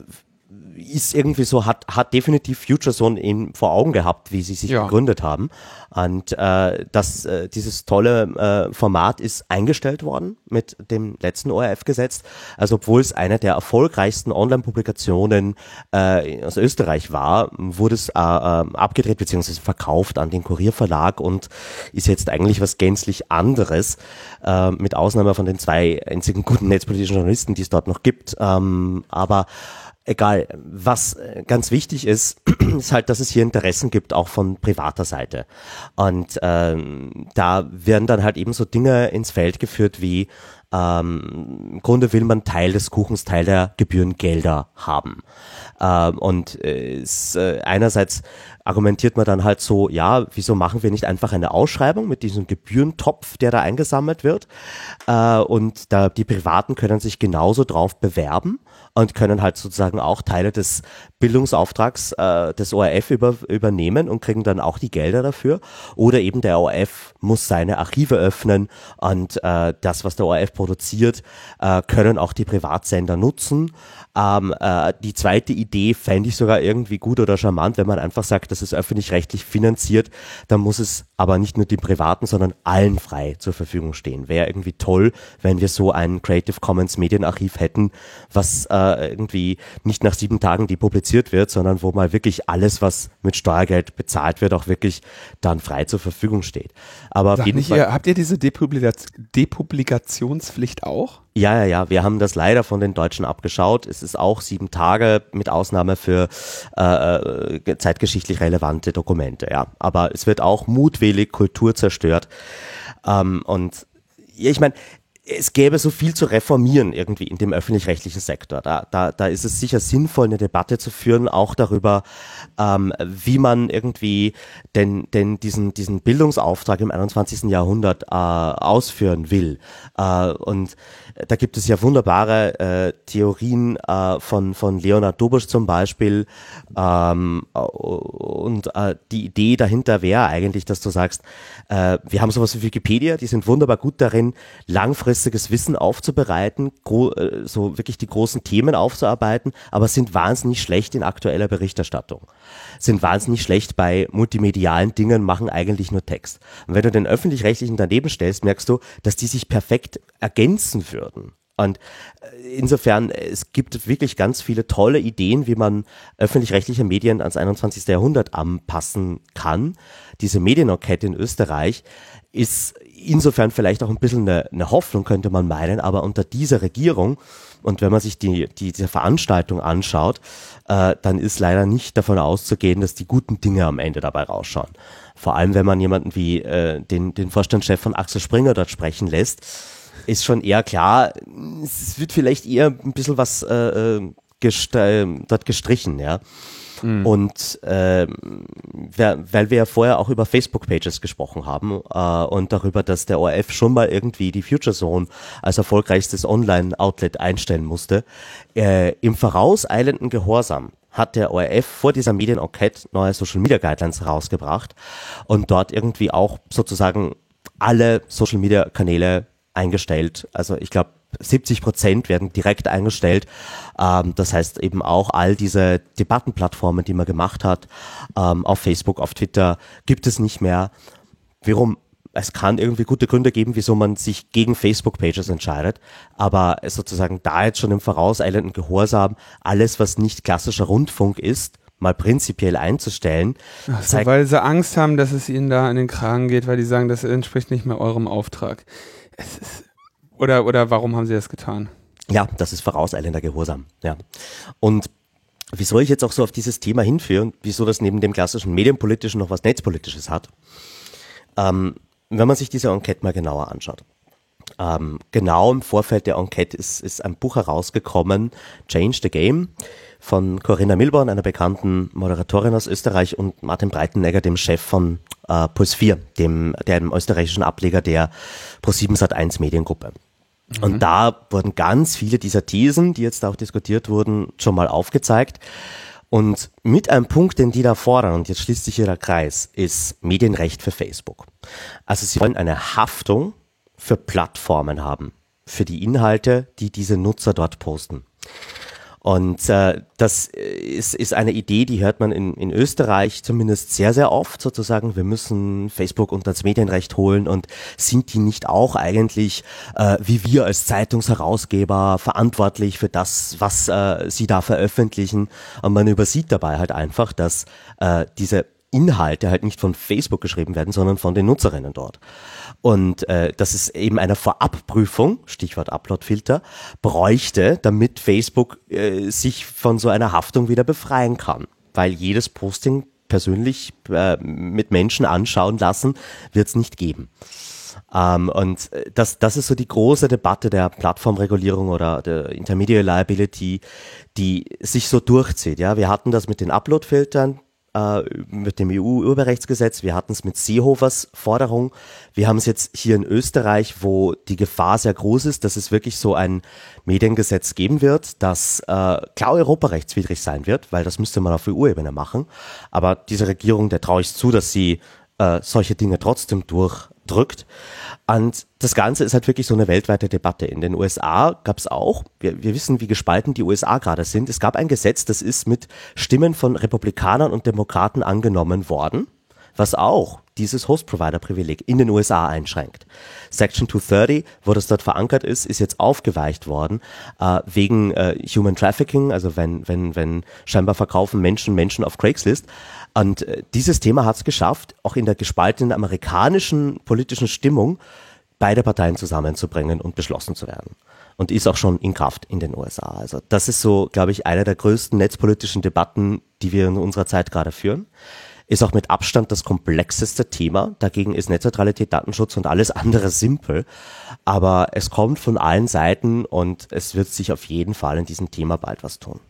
ist irgendwie so, hat, hat definitiv Future Zone in, vor Augen gehabt, wie sie sich ja. gegründet haben. Und äh, das, äh, dieses tolle äh, Format ist eingestellt worden mit dem letzten O R F-Gesetz. Also obwohl es eine der erfolgreichsten Online-Publikationen äh, aus Österreich war, wurde es äh, äh, abgedreht bzw. verkauft an den Kurierverlag und ist jetzt eigentlich was gänzlich anderes, äh, mit Ausnahme von den zwei einzigen guten netzpolitischen Journalisten, die es dort noch gibt. Ähm, aber egal, was ganz wichtig ist, ist halt, dass es hier Interessen gibt, auch von privater Seite. Und ähm, da werden dann halt eben so Dinge ins Feld geführt wie, ähm, im Grunde will man Teil des Kuchens, Teil der Gebührengelder haben. Ähm, und äh, es, äh, einerseits argumentiert man dann halt so, ja, wieso machen wir nicht einfach eine Ausschreibung mit diesem Gebührentopf, der da eingesammelt wird? Äh, und da die Privaten können sich genauso drauf bewerben und können halt sozusagen auch Teile des Bildungsauftrags äh, des O R F über, übernehmen und kriegen dann auch die Gelder dafür. Oder eben der O R F muss seine Archive öffnen und äh, das, was der O R F produziert, äh, können auch die Privatsender nutzen. Ähm, äh, die zweite Idee fände ich sogar irgendwie gut oder charmant, wenn man einfach sagt, das ist öffentlich-rechtlich finanziert, dann muss es aber nicht nur den Privaten, sondern allen frei zur Verfügung stehen. Wäre irgendwie toll, wenn wir so ein Creative Commons Medienarchiv hätten, was äh, irgendwie nicht nach sieben Tagen depubliziert wird, sondern wo mal wirklich alles, was mit Steuergeld bezahlt wird, auch wirklich dann frei zur Verfügung steht. Aber auf Sag jeden nicht, Fall, ihr, habt ihr diese Depublika- Depublikationspflicht auch? Ja, ja, ja, wir haben das leider von den Deutschen abgeschaut. Es ist auch sieben Tage mit Ausnahme für äh, zeitgeschichtlich relevante Dokumente, ja. Aber es wird auch mutwillig Kultur zerstört. Ähm, und ja, ich meine, es gäbe so viel zu reformieren irgendwie in dem öffentlich-rechtlichen Sektor. Da, da, da ist es sicher sinnvoll, eine Debatte zu führen, auch darüber, ähm, wie man irgendwie denn, denn diesen, diesen Bildungsauftrag im einundzwanzigsten Jahrhundert äh, ausführen will. Äh, und da gibt es ja wunderbare äh, Theorien äh, von, von Leonhard Dobusch zum Beispiel. Ähm, und äh, die Idee dahinter wäre eigentlich, dass du sagst, äh, wir haben sowas wie Wikipedia, die sind wunderbar gut darin, langfristig Wissen aufzubereiten, gro- so wirklich die großen Themen aufzuarbeiten, aber sind wahnsinnig schlecht in aktueller Berichterstattung. Sind wahnsinnig schlecht bei multimedialen Dingen, machen eigentlich nur Text. Und wenn du den Öffentlich-Rechtlichen daneben stellst, merkst du, dass die sich perfekt ergänzen würden. Und insofern, es gibt wirklich ganz viele tolle Ideen, wie man öffentlich-rechtliche Medien ans einundzwanzigste Jahrhundert anpassen kann. Diese Medienenquete in Österreich ist insofern vielleicht auch ein bisschen eine, eine Hoffnung, könnte man meinen, aber unter dieser Regierung und wenn man sich die, die, diese Veranstaltung anschaut, äh, dann ist leider nicht davon auszugehen, dass die guten Dinge am Ende dabei rausschauen. Vor allem, wenn man jemanden wie äh, den, den Vorstandschef von Axel Springer dort sprechen lässt, ist schon eher klar, es wird vielleicht eher ein bisschen was äh, gest- äh, dort gestrichen, ja. Mhm. Und äh, weil wir ja vorher auch über Facebook-Pages gesprochen haben äh, und darüber, dass der O R F schon mal irgendwie die Future Zone als erfolgreichstes Online-Outlet einstellen musste, äh, im vorauseilenden Gehorsam hat der O R F vor dieser Medien-Enquete neue Social Media Guidelines rausgebracht und dort irgendwie auch sozusagen alle Social Media Kanäle eingestellt. Also ich glaube, siebzig Prozent werden direkt eingestellt. Ähm, das heißt eben auch all diese Debattenplattformen, die man gemacht hat, ähm, auf Facebook, auf Twitter, gibt es nicht mehr. Warum? Es kann irgendwie gute Gründe geben, wieso man sich gegen Facebook-Pages entscheidet, aber sozusagen da jetzt schon im vorauseilenden Gehorsam alles, was nicht klassischer Rundfunk ist, mal prinzipiell einzustellen. Ach so, weil sie Angst haben, dass es ihnen da an den Kragen geht, weil die sagen, das entspricht nicht mehr eurem Auftrag. Es ist, oder, oder warum haben sie das getan? Ja, das ist vorauseilender Gehorsam, ja. Und wieso ich jetzt auch so auf dieses Thema hinführe und wieso das neben dem klassischen Medienpolitischen noch was Netzpolitisches hat, ähm, wenn man sich diese Enquete mal genauer anschaut. Ähm, genau im Vorfeld der Enquete ist, ist ein Buch herausgekommen, Change the Game, von Corinna Milborn, einer bekannten Moderatorin aus Österreich, und Martin Breitenegger, dem Chef von äh, Puls vier, dem, dem österreichischen Ableger der ProSieben Sat eins Mediengruppe. Mhm. Und da wurden ganz viele dieser Thesen, die jetzt auch diskutiert wurden, schon mal aufgezeigt. Und mit einem Punkt, den die da fordern, und jetzt schließt sich hier der Kreis, ist Medienrecht für Facebook. Also sie wollen eine Haftung für Plattformen haben, für die Inhalte, die diese Nutzer dort posten. Und äh, das ist, ist eine Idee, die hört man in, in Österreich zumindest sehr, sehr oft, sozusagen, wir müssen Facebook unter das Medienrecht holen, und sind die nicht auch eigentlich, äh, wie wir als Zeitungsherausgeber, verantwortlich für das, was äh, sie da veröffentlichen? Und man übersieht dabei halt einfach, dass äh, diese Inhalte halt nicht von Facebook geschrieben werden, sondern von den Nutzerinnen dort. Und äh, dass es eben eine Vorabprüfung, Stichwort Uploadfilter, bräuchte, damit Facebook äh, sich von so einer Haftung wieder befreien kann. Weil jedes Posting persönlich äh, mit Menschen anschauen lassen, wird es nicht geben. Ähm, und das, das ist so die große Debatte der Plattformregulierung oder der Intermediate Liability, die sich so durchzieht. Ja, wir hatten das mit den Uploadfiltern, mit dem E U-Urheberrechtsgesetz, wir hatten es mit Seehofers Forderung, wir haben es jetzt hier in Österreich, wo die Gefahr sehr groß ist, dass es wirklich so ein Mediengesetz geben wird, das äh, klar europarechtswidrig sein wird, weil das müsste man auf E U-Ebene machen, aber diese Regierung, der traue ich zu, dass sie äh, solche Dinge trotzdem durchdrückt. Und das Ganze ist halt wirklich so eine weltweite Debatte. In den U S A gab es auch, wir, wir wissen, wie gespalten die U S A gerade sind. Es gab ein Gesetz, das ist mit Stimmen von Republikanern und Demokraten angenommen worden, was auch dieses Host-Provider-Privileg in den U S A einschränkt. Section zweihundertdreißig, wo das dort verankert ist, ist jetzt aufgeweicht worden, äh, wegen äh, Human Trafficking, also wenn, wenn, wenn scheinbar verkaufen Menschen Menschen auf Craigslist. Und äh, dieses Thema hat es geschafft, auch in der gespaltenen amerikanischen politischen Stimmung beide Parteien zusammenzubringen und beschlossen zu werden. Und ist auch schon in Kraft in den U S A. Also das ist so, glaube ich, eine der größten netzpolitischen Debatten, die wir in unserer Zeit gerade führen. Ist auch mit Abstand das komplexeste Thema. Dagegen ist Netzneutralität, Datenschutz und alles andere simpel. Aber es kommt von allen Seiten und es wird sich auf jeden Fall in diesem Thema bald was tun.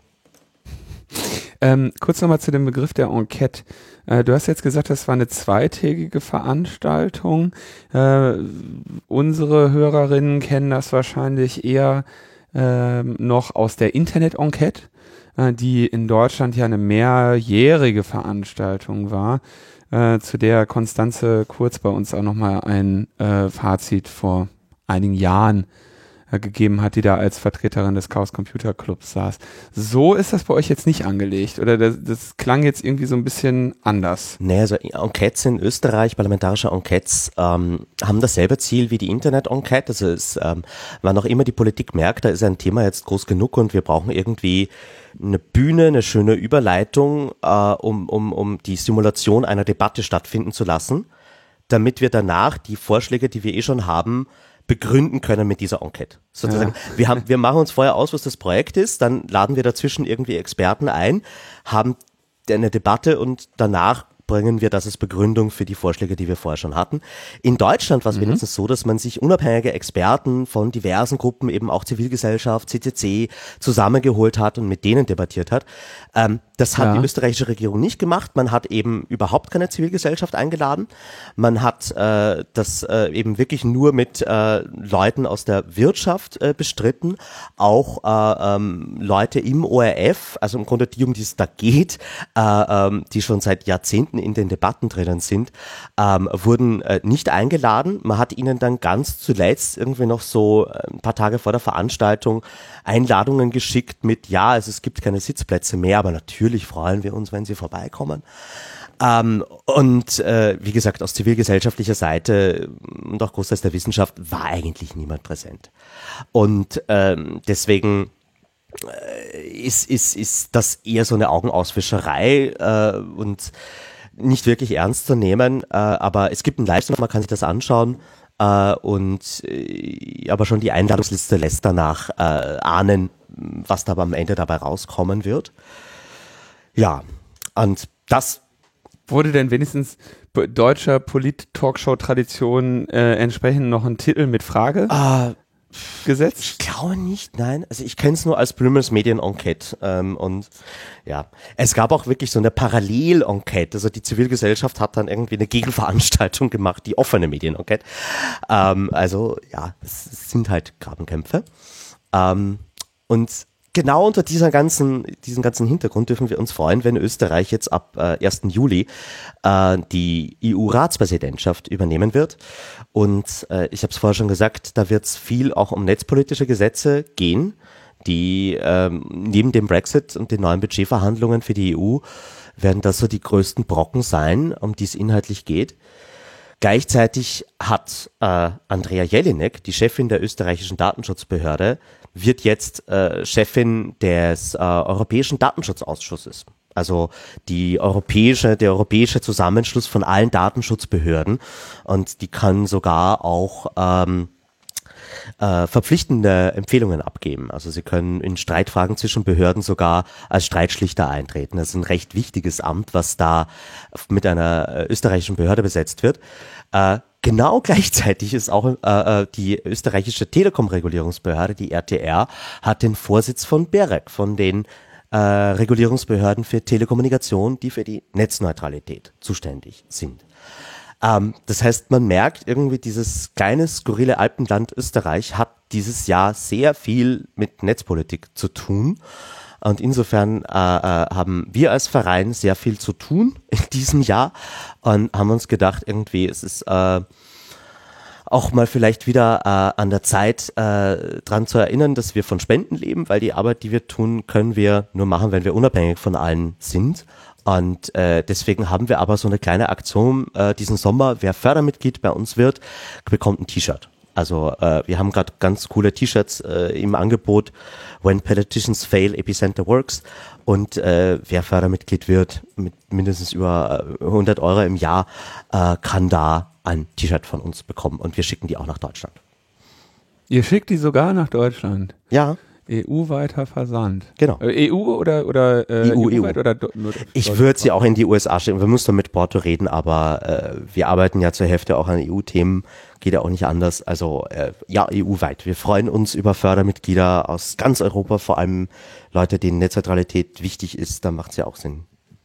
Ähm, kurz nochmal zu dem Begriff der Enquete. Äh, du hast jetzt gesagt, das war eine zweitägige Veranstaltung. Äh, unsere Hörerinnen kennen das wahrscheinlich eher äh, noch aus der Internet-Enquete, äh, die in Deutschland ja eine mehrjährige Veranstaltung war, äh, zu der Konstanze Kurz bei uns auch nochmal ein äh, Fazit vor einigen Jahren gegeben hat, die da als Vertreterin des Chaos Computer Clubs saß. So ist das bei euch jetzt nicht angelegt, oder das, das klang jetzt irgendwie so ein bisschen anders? Nee, also Enquetes in Österreich, parlamentarische Enquetes, ähm, haben dasselbe Ziel wie die Internet-Enquete. Also es, ähm, wann auch immer die Politik merkt, da ist ein Thema jetzt groß genug und wir brauchen irgendwie eine Bühne, eine schöne Überleitung, äh, um, um, um die Simulation einer Debatte stattfinden zu lassen, damit wir danach die Vorschläge, die wir eh schon haben, begründen können mit dieser Enquete. Sozusagen, ja. wir haben, wir machen uns vorher aus, was das Projekt ist, dann laden wir dazwischen irgendwie Experten ein, haben eine Debatte und danach bringen wir das als Begründung für die Vorschläge, die wir vorher schon hatten. In Deutschland war es mhm. wenigstens so, dass man sich unabhängige Experten von diversen Gruppen, eben auch Zivilgesellschaft, C C C, zusammengeholt hat und mit denen debattiert hat. Ähm, das hat ja. die österreichische Regierung nicht gemacht. Man hat eben überhaupt keine Zivilgesellschaft eingeladen. Man hat äh, das äh, eben wirklich nur mit äh, Leuten aus der Wirtschaft äh, bestritten, auch äh, ähm, Leute im O R F, also im Grunde die, um die es da geht, äh, ähm, die schon seit Jahrzehnten in den Debatten drinnen sind, ähm, wurden äh, nicht eingeladen. Man hat ihnen dann ganz zuletzt irgendwie noch so ein paar Tage vor der Veranstaltung Einladungen geschickt mit, ja, also es gibt keine Sitzplätze mehr, aber natürlich freuen wir uns, wenn sie vorbeikommen. Ähm, und äh, wie gesagt, aus zivilgesellschaftlicher Seite und auch großteils der Wissenschaft war eigentlich niemand präsent. Und ähm, deswegen äh, ist, ist, ist das eher so eine Augenauswischerei äh, und nicht wirklich ernst zu nehmen. Äh, aber es gibt einen Livestream, man kann sich das anschauen. Uh, und äh, aber schon die Einladungsliste lässt danach äh, ahnen, was da am Ende dabei rauskommen wird. Ja, und das wurde denn wenigstens deutscher Polit-Talkshow-Tradition äh, entsprechend noch ein Titel mit Frage uh, gesetzt? Ich glaube nicht, nein. Also ich kenne es nur als Blümels Medien-Enquete ähm, und ja, es gab auch wirklich so eine Parallel-Enquete. Also die Zivilgesellschaft hat dann irgendwie eine Gegenveranstaltung gemacht, die offene Medien-Enquete. Ähm, also ja, es sind halt Grabenkämpfe. Ähm, und genau unter dieser ganzen, diesem ganzen Hintergrund dürfen wir uns freuen, wenn Österreich jetzt ab äh, ersten Juli äh, die E U-Ratspräsidentschaft übernehmen wird. Und äh, ich habe es vorher schon gesagt, da wird es viel auch um netzpolitische Gesetze gehen, die ähm, neben dem Brexit und den neuen Budgetverhandlungen für die E U werden das so die größten Brocken sein, um die es inhaltlich geht. Gleichzeitig hat äh, Andrea Jelinek, die Chefin der österreichischen Datenschutzbehörde, wird jetzt äh, Chefin des äh, Europäischen Datenschutzausschusses. Also die europäische, der europäische Zusammenschluss von allen Datenschutzbehörden, und die kann sogar auch ähm, äh, verpflichtende Empfehlungen abgeben. Also sie können in Streitfragen zwischen Behörden sogar als Streitschlichter eintreten. Das ist ein recht wichtiges Amt, was da mit einer österreichischen Behörde besetzt wird. Äh, Genau gleichzeitig ist auch äh, die österreichische Telekom-Regulierungsbehörde, die R T R, hat den Vorsitz von BEREC, von den äh, Regulierungsbehörden für Telekommunikation, die für die Netzneutralität zuständig sind. Ähm, das heißt, man merkt irgendwie, dieses kleine, skurrile Alpenland Österreich hat dieses Jahr sehr viel mit Netzpolitik zu tun. Und insofern äh, äh, haben wir als Verein sehr viel zu tun in diesem Jahr und haben uns gedacht, irgendwie es ist äh, auch mal vielleicht wieder äh, an der Zeit, äh, dran zu erinnern, dass wir von Spenden leben, weil die Arbeit, die wir tun, können wir nur machen, wenn wir unabhängig von allen sind. Und äh, deswegen haben wir aber so eine kleine Aktion äh, diesen Sommer. Wer Fördermitglied bei uns wird, bekommt ein T-Shirt. Also äh, wir haben gerade ganz coole T-Shirts äh, im Angebot, When Politicians Fail, Epicenter Works. Und äh, wer Fördermitglied wird, mit mindestens über hundert Euro im Jahr, äh, kann da ein T-Shirt von uns bekommen. Und wir schicken die auch nach Deutschland. Ihr schickt die sogar nach Deutschland? Ja. E U-weiter Versand. Genau. Äh, E U oder, oder äh, E U, E U. Oder do, nur ich würde sie auch in die U S A schicken. Wir müssen mit Porto reden, aber äh, wir arbeiten ja zur Hälfte auch an E U-Themen. Geht ja auch nicht anders. Also äh, ja, E U-weit. Wir freuen uns über Fördermitglieder aus ganz Europa, vor allem Leute, denen Netzneutralität wichtig ist. Da macht es ja auch Sinn.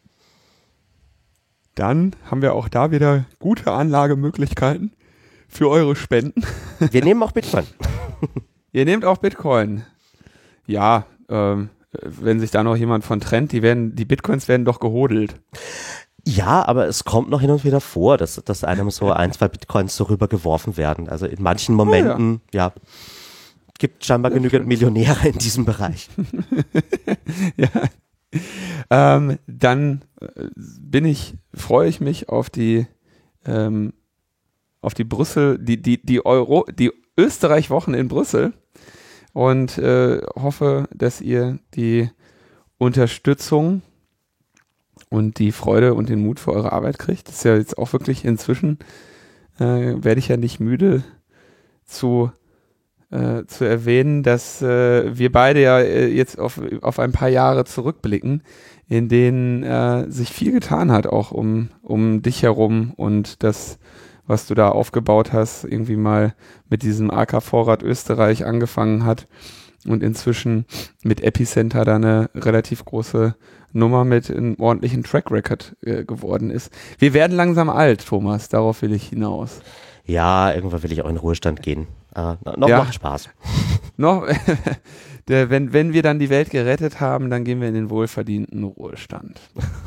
Dann haben wir auch da wieder gute Anlagemöglichkeiten für eure Spenden. Wir nehmen auch Bitcoin. Ihr nehmt auch Bitcoin. Ja, ähm, wenn sich da noch jemand von trennt, die werden, die Bitcoins werden doch gehodelt. Ja, aber es kommt noch hin und wieder vor, dass, dass einem so ein, zwei Bitcoins so rübergeworfen werden. Also in manchen Momenten, oh ja. ja, gibt scheinbar ja, genügend schön. Millionäre in diesem Bereich. Ja. Ähm, dann bin ich, freue ich mich auf die, ähm, auf die Brüssel, die, die, die Euro, die Österreich-Wochen in Brüssel. Und äh, hoffe, dass ihr die Unterstützung und die Freude und den Mut für eure Arbeit kriegt. Das ist ja jetzt auch wirklich inzwischen, äh, werde ich ja nicht müde zu äh, zu erwähnen, dass äh, wir beide ja äh, jetzt auf, auf ein paar Jahre zurückblicken, in denen äh, sich viel getan hat, auch um, um dich herum und das, was du da aufgebaut hast, irgendwie mal mit diesem A K Vorrat Österreich angefangen hat und inzwischen mit Epicenter da eine relativ große Nummer mit einem ordentlichen Track Record äh, geworden ist. Wir werden langsam alt, Thomas, darauf will ich hinaus. Ja, irgendwann will ich auch in Ruhestand gehen. Äh, noch ja. macht Spaß. Noch, der, wenn, wenn wir dann die Welt gerettet haben, dann gehen wir in den wohlverdienten Ruhestand.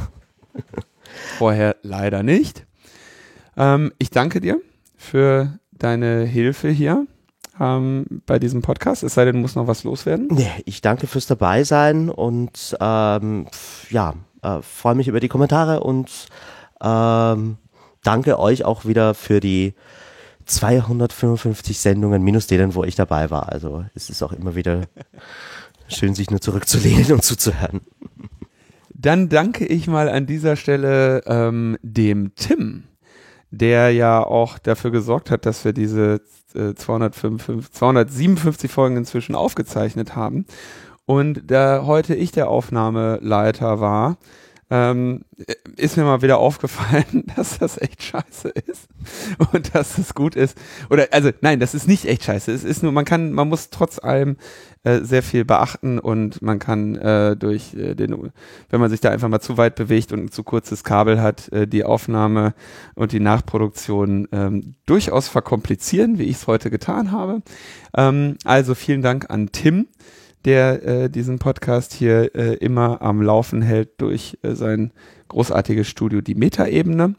Vorher leider nicht. Ähm, ich danke dir für deine Hilfe hier ähm, bei diesem Podcast. Es sei denn, du musst noch was loswerden. Nee, ich danke fürs Dabeisein und ähm, ja, äh, freue mich über die Kommentare und ähm, danke euch auch wieder für die zweihundertfünfundfünfzig Sendungen minus denen, wo ich dabei war. Also es ist auch immer wieder schön, sich nur zurückzulehnen und zuzuhören. Dann danke ich mal an dieser Stelle ähm, dem Tim, der ja auch dafür gesorgt hat, dass wir diese äh, zweihundertfünfundfünfzig, zweihundertsiebenundfünfzig Folgen inzwischen aufgezeichnet haben. Und da heute ich der Aufnahmeleiter war, ähm, ist mir mal wieder aufgefallen, dass das echt scheiße ist und dass es gut ist. Oder also nein, das ist nicht echt scheiße. Es ist nur, man kann, man muss trotz allem äh, sehr viel beachten und man kann äh, durch äh, den, wenn man sich da einfach mal zu weit bewegt und ein zu kurzes Kabel hat, äh, die Aufnahme und die Nachproduktion ähm, durchaus verkomplizieren, wie ich es heute getan habe. Ähm, also vielen Dank an Tim, der äh, diesen Podcast hier äh, immer am Laufen hält durch äh, sein großartiges Studio, die Metaebene.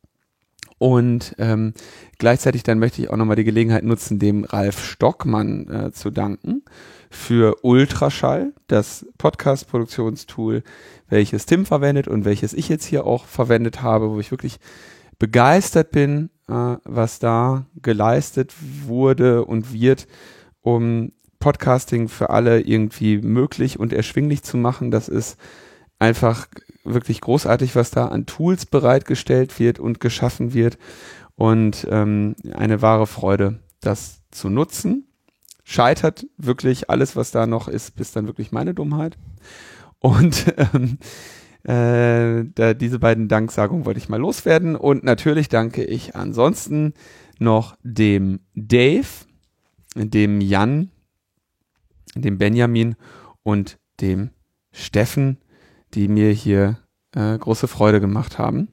Und ähm, gleichzeitig dann möchte ich auch nochmal die Gelegenheit nutzen, dem Ralf Stockmann äh, zu danken für Ultraschall, das Podcast-Produktionstool, welches Tim verwendet und welches ich jetzt hier auch verwendet habe, wo ich wirklich begeistert bin, äh, was da geleistet wurde und wird, um Podcasting für alle irgendwie möglich und erschwinglich zu machen. Das ist einfach wirklich großartig, was da an Tools bereitgestellt wird und geschaffen wird und ähm, eine wahre Freude, das zu nutzen. Scheitert wirklich alles, was da noch ist, bis dann wirklich meine Dummheit. Und ähm, äh, da diese beiden Danksagungen wollte ich mal loswerden und natürlich danke ich ansonsten noch dem Dave, dem Jan, dem Benjamin und dem Steffen, die mir hier äh, große Freude gemacht haben.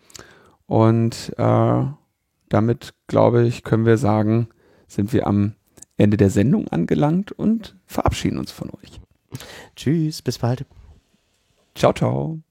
Und äh, damit, glaube ich, können wir sagen, sind wir am Ende der Sendung angelangt und verabschieden uns von euch. Tschüss, bis bald. Ciao, ciao.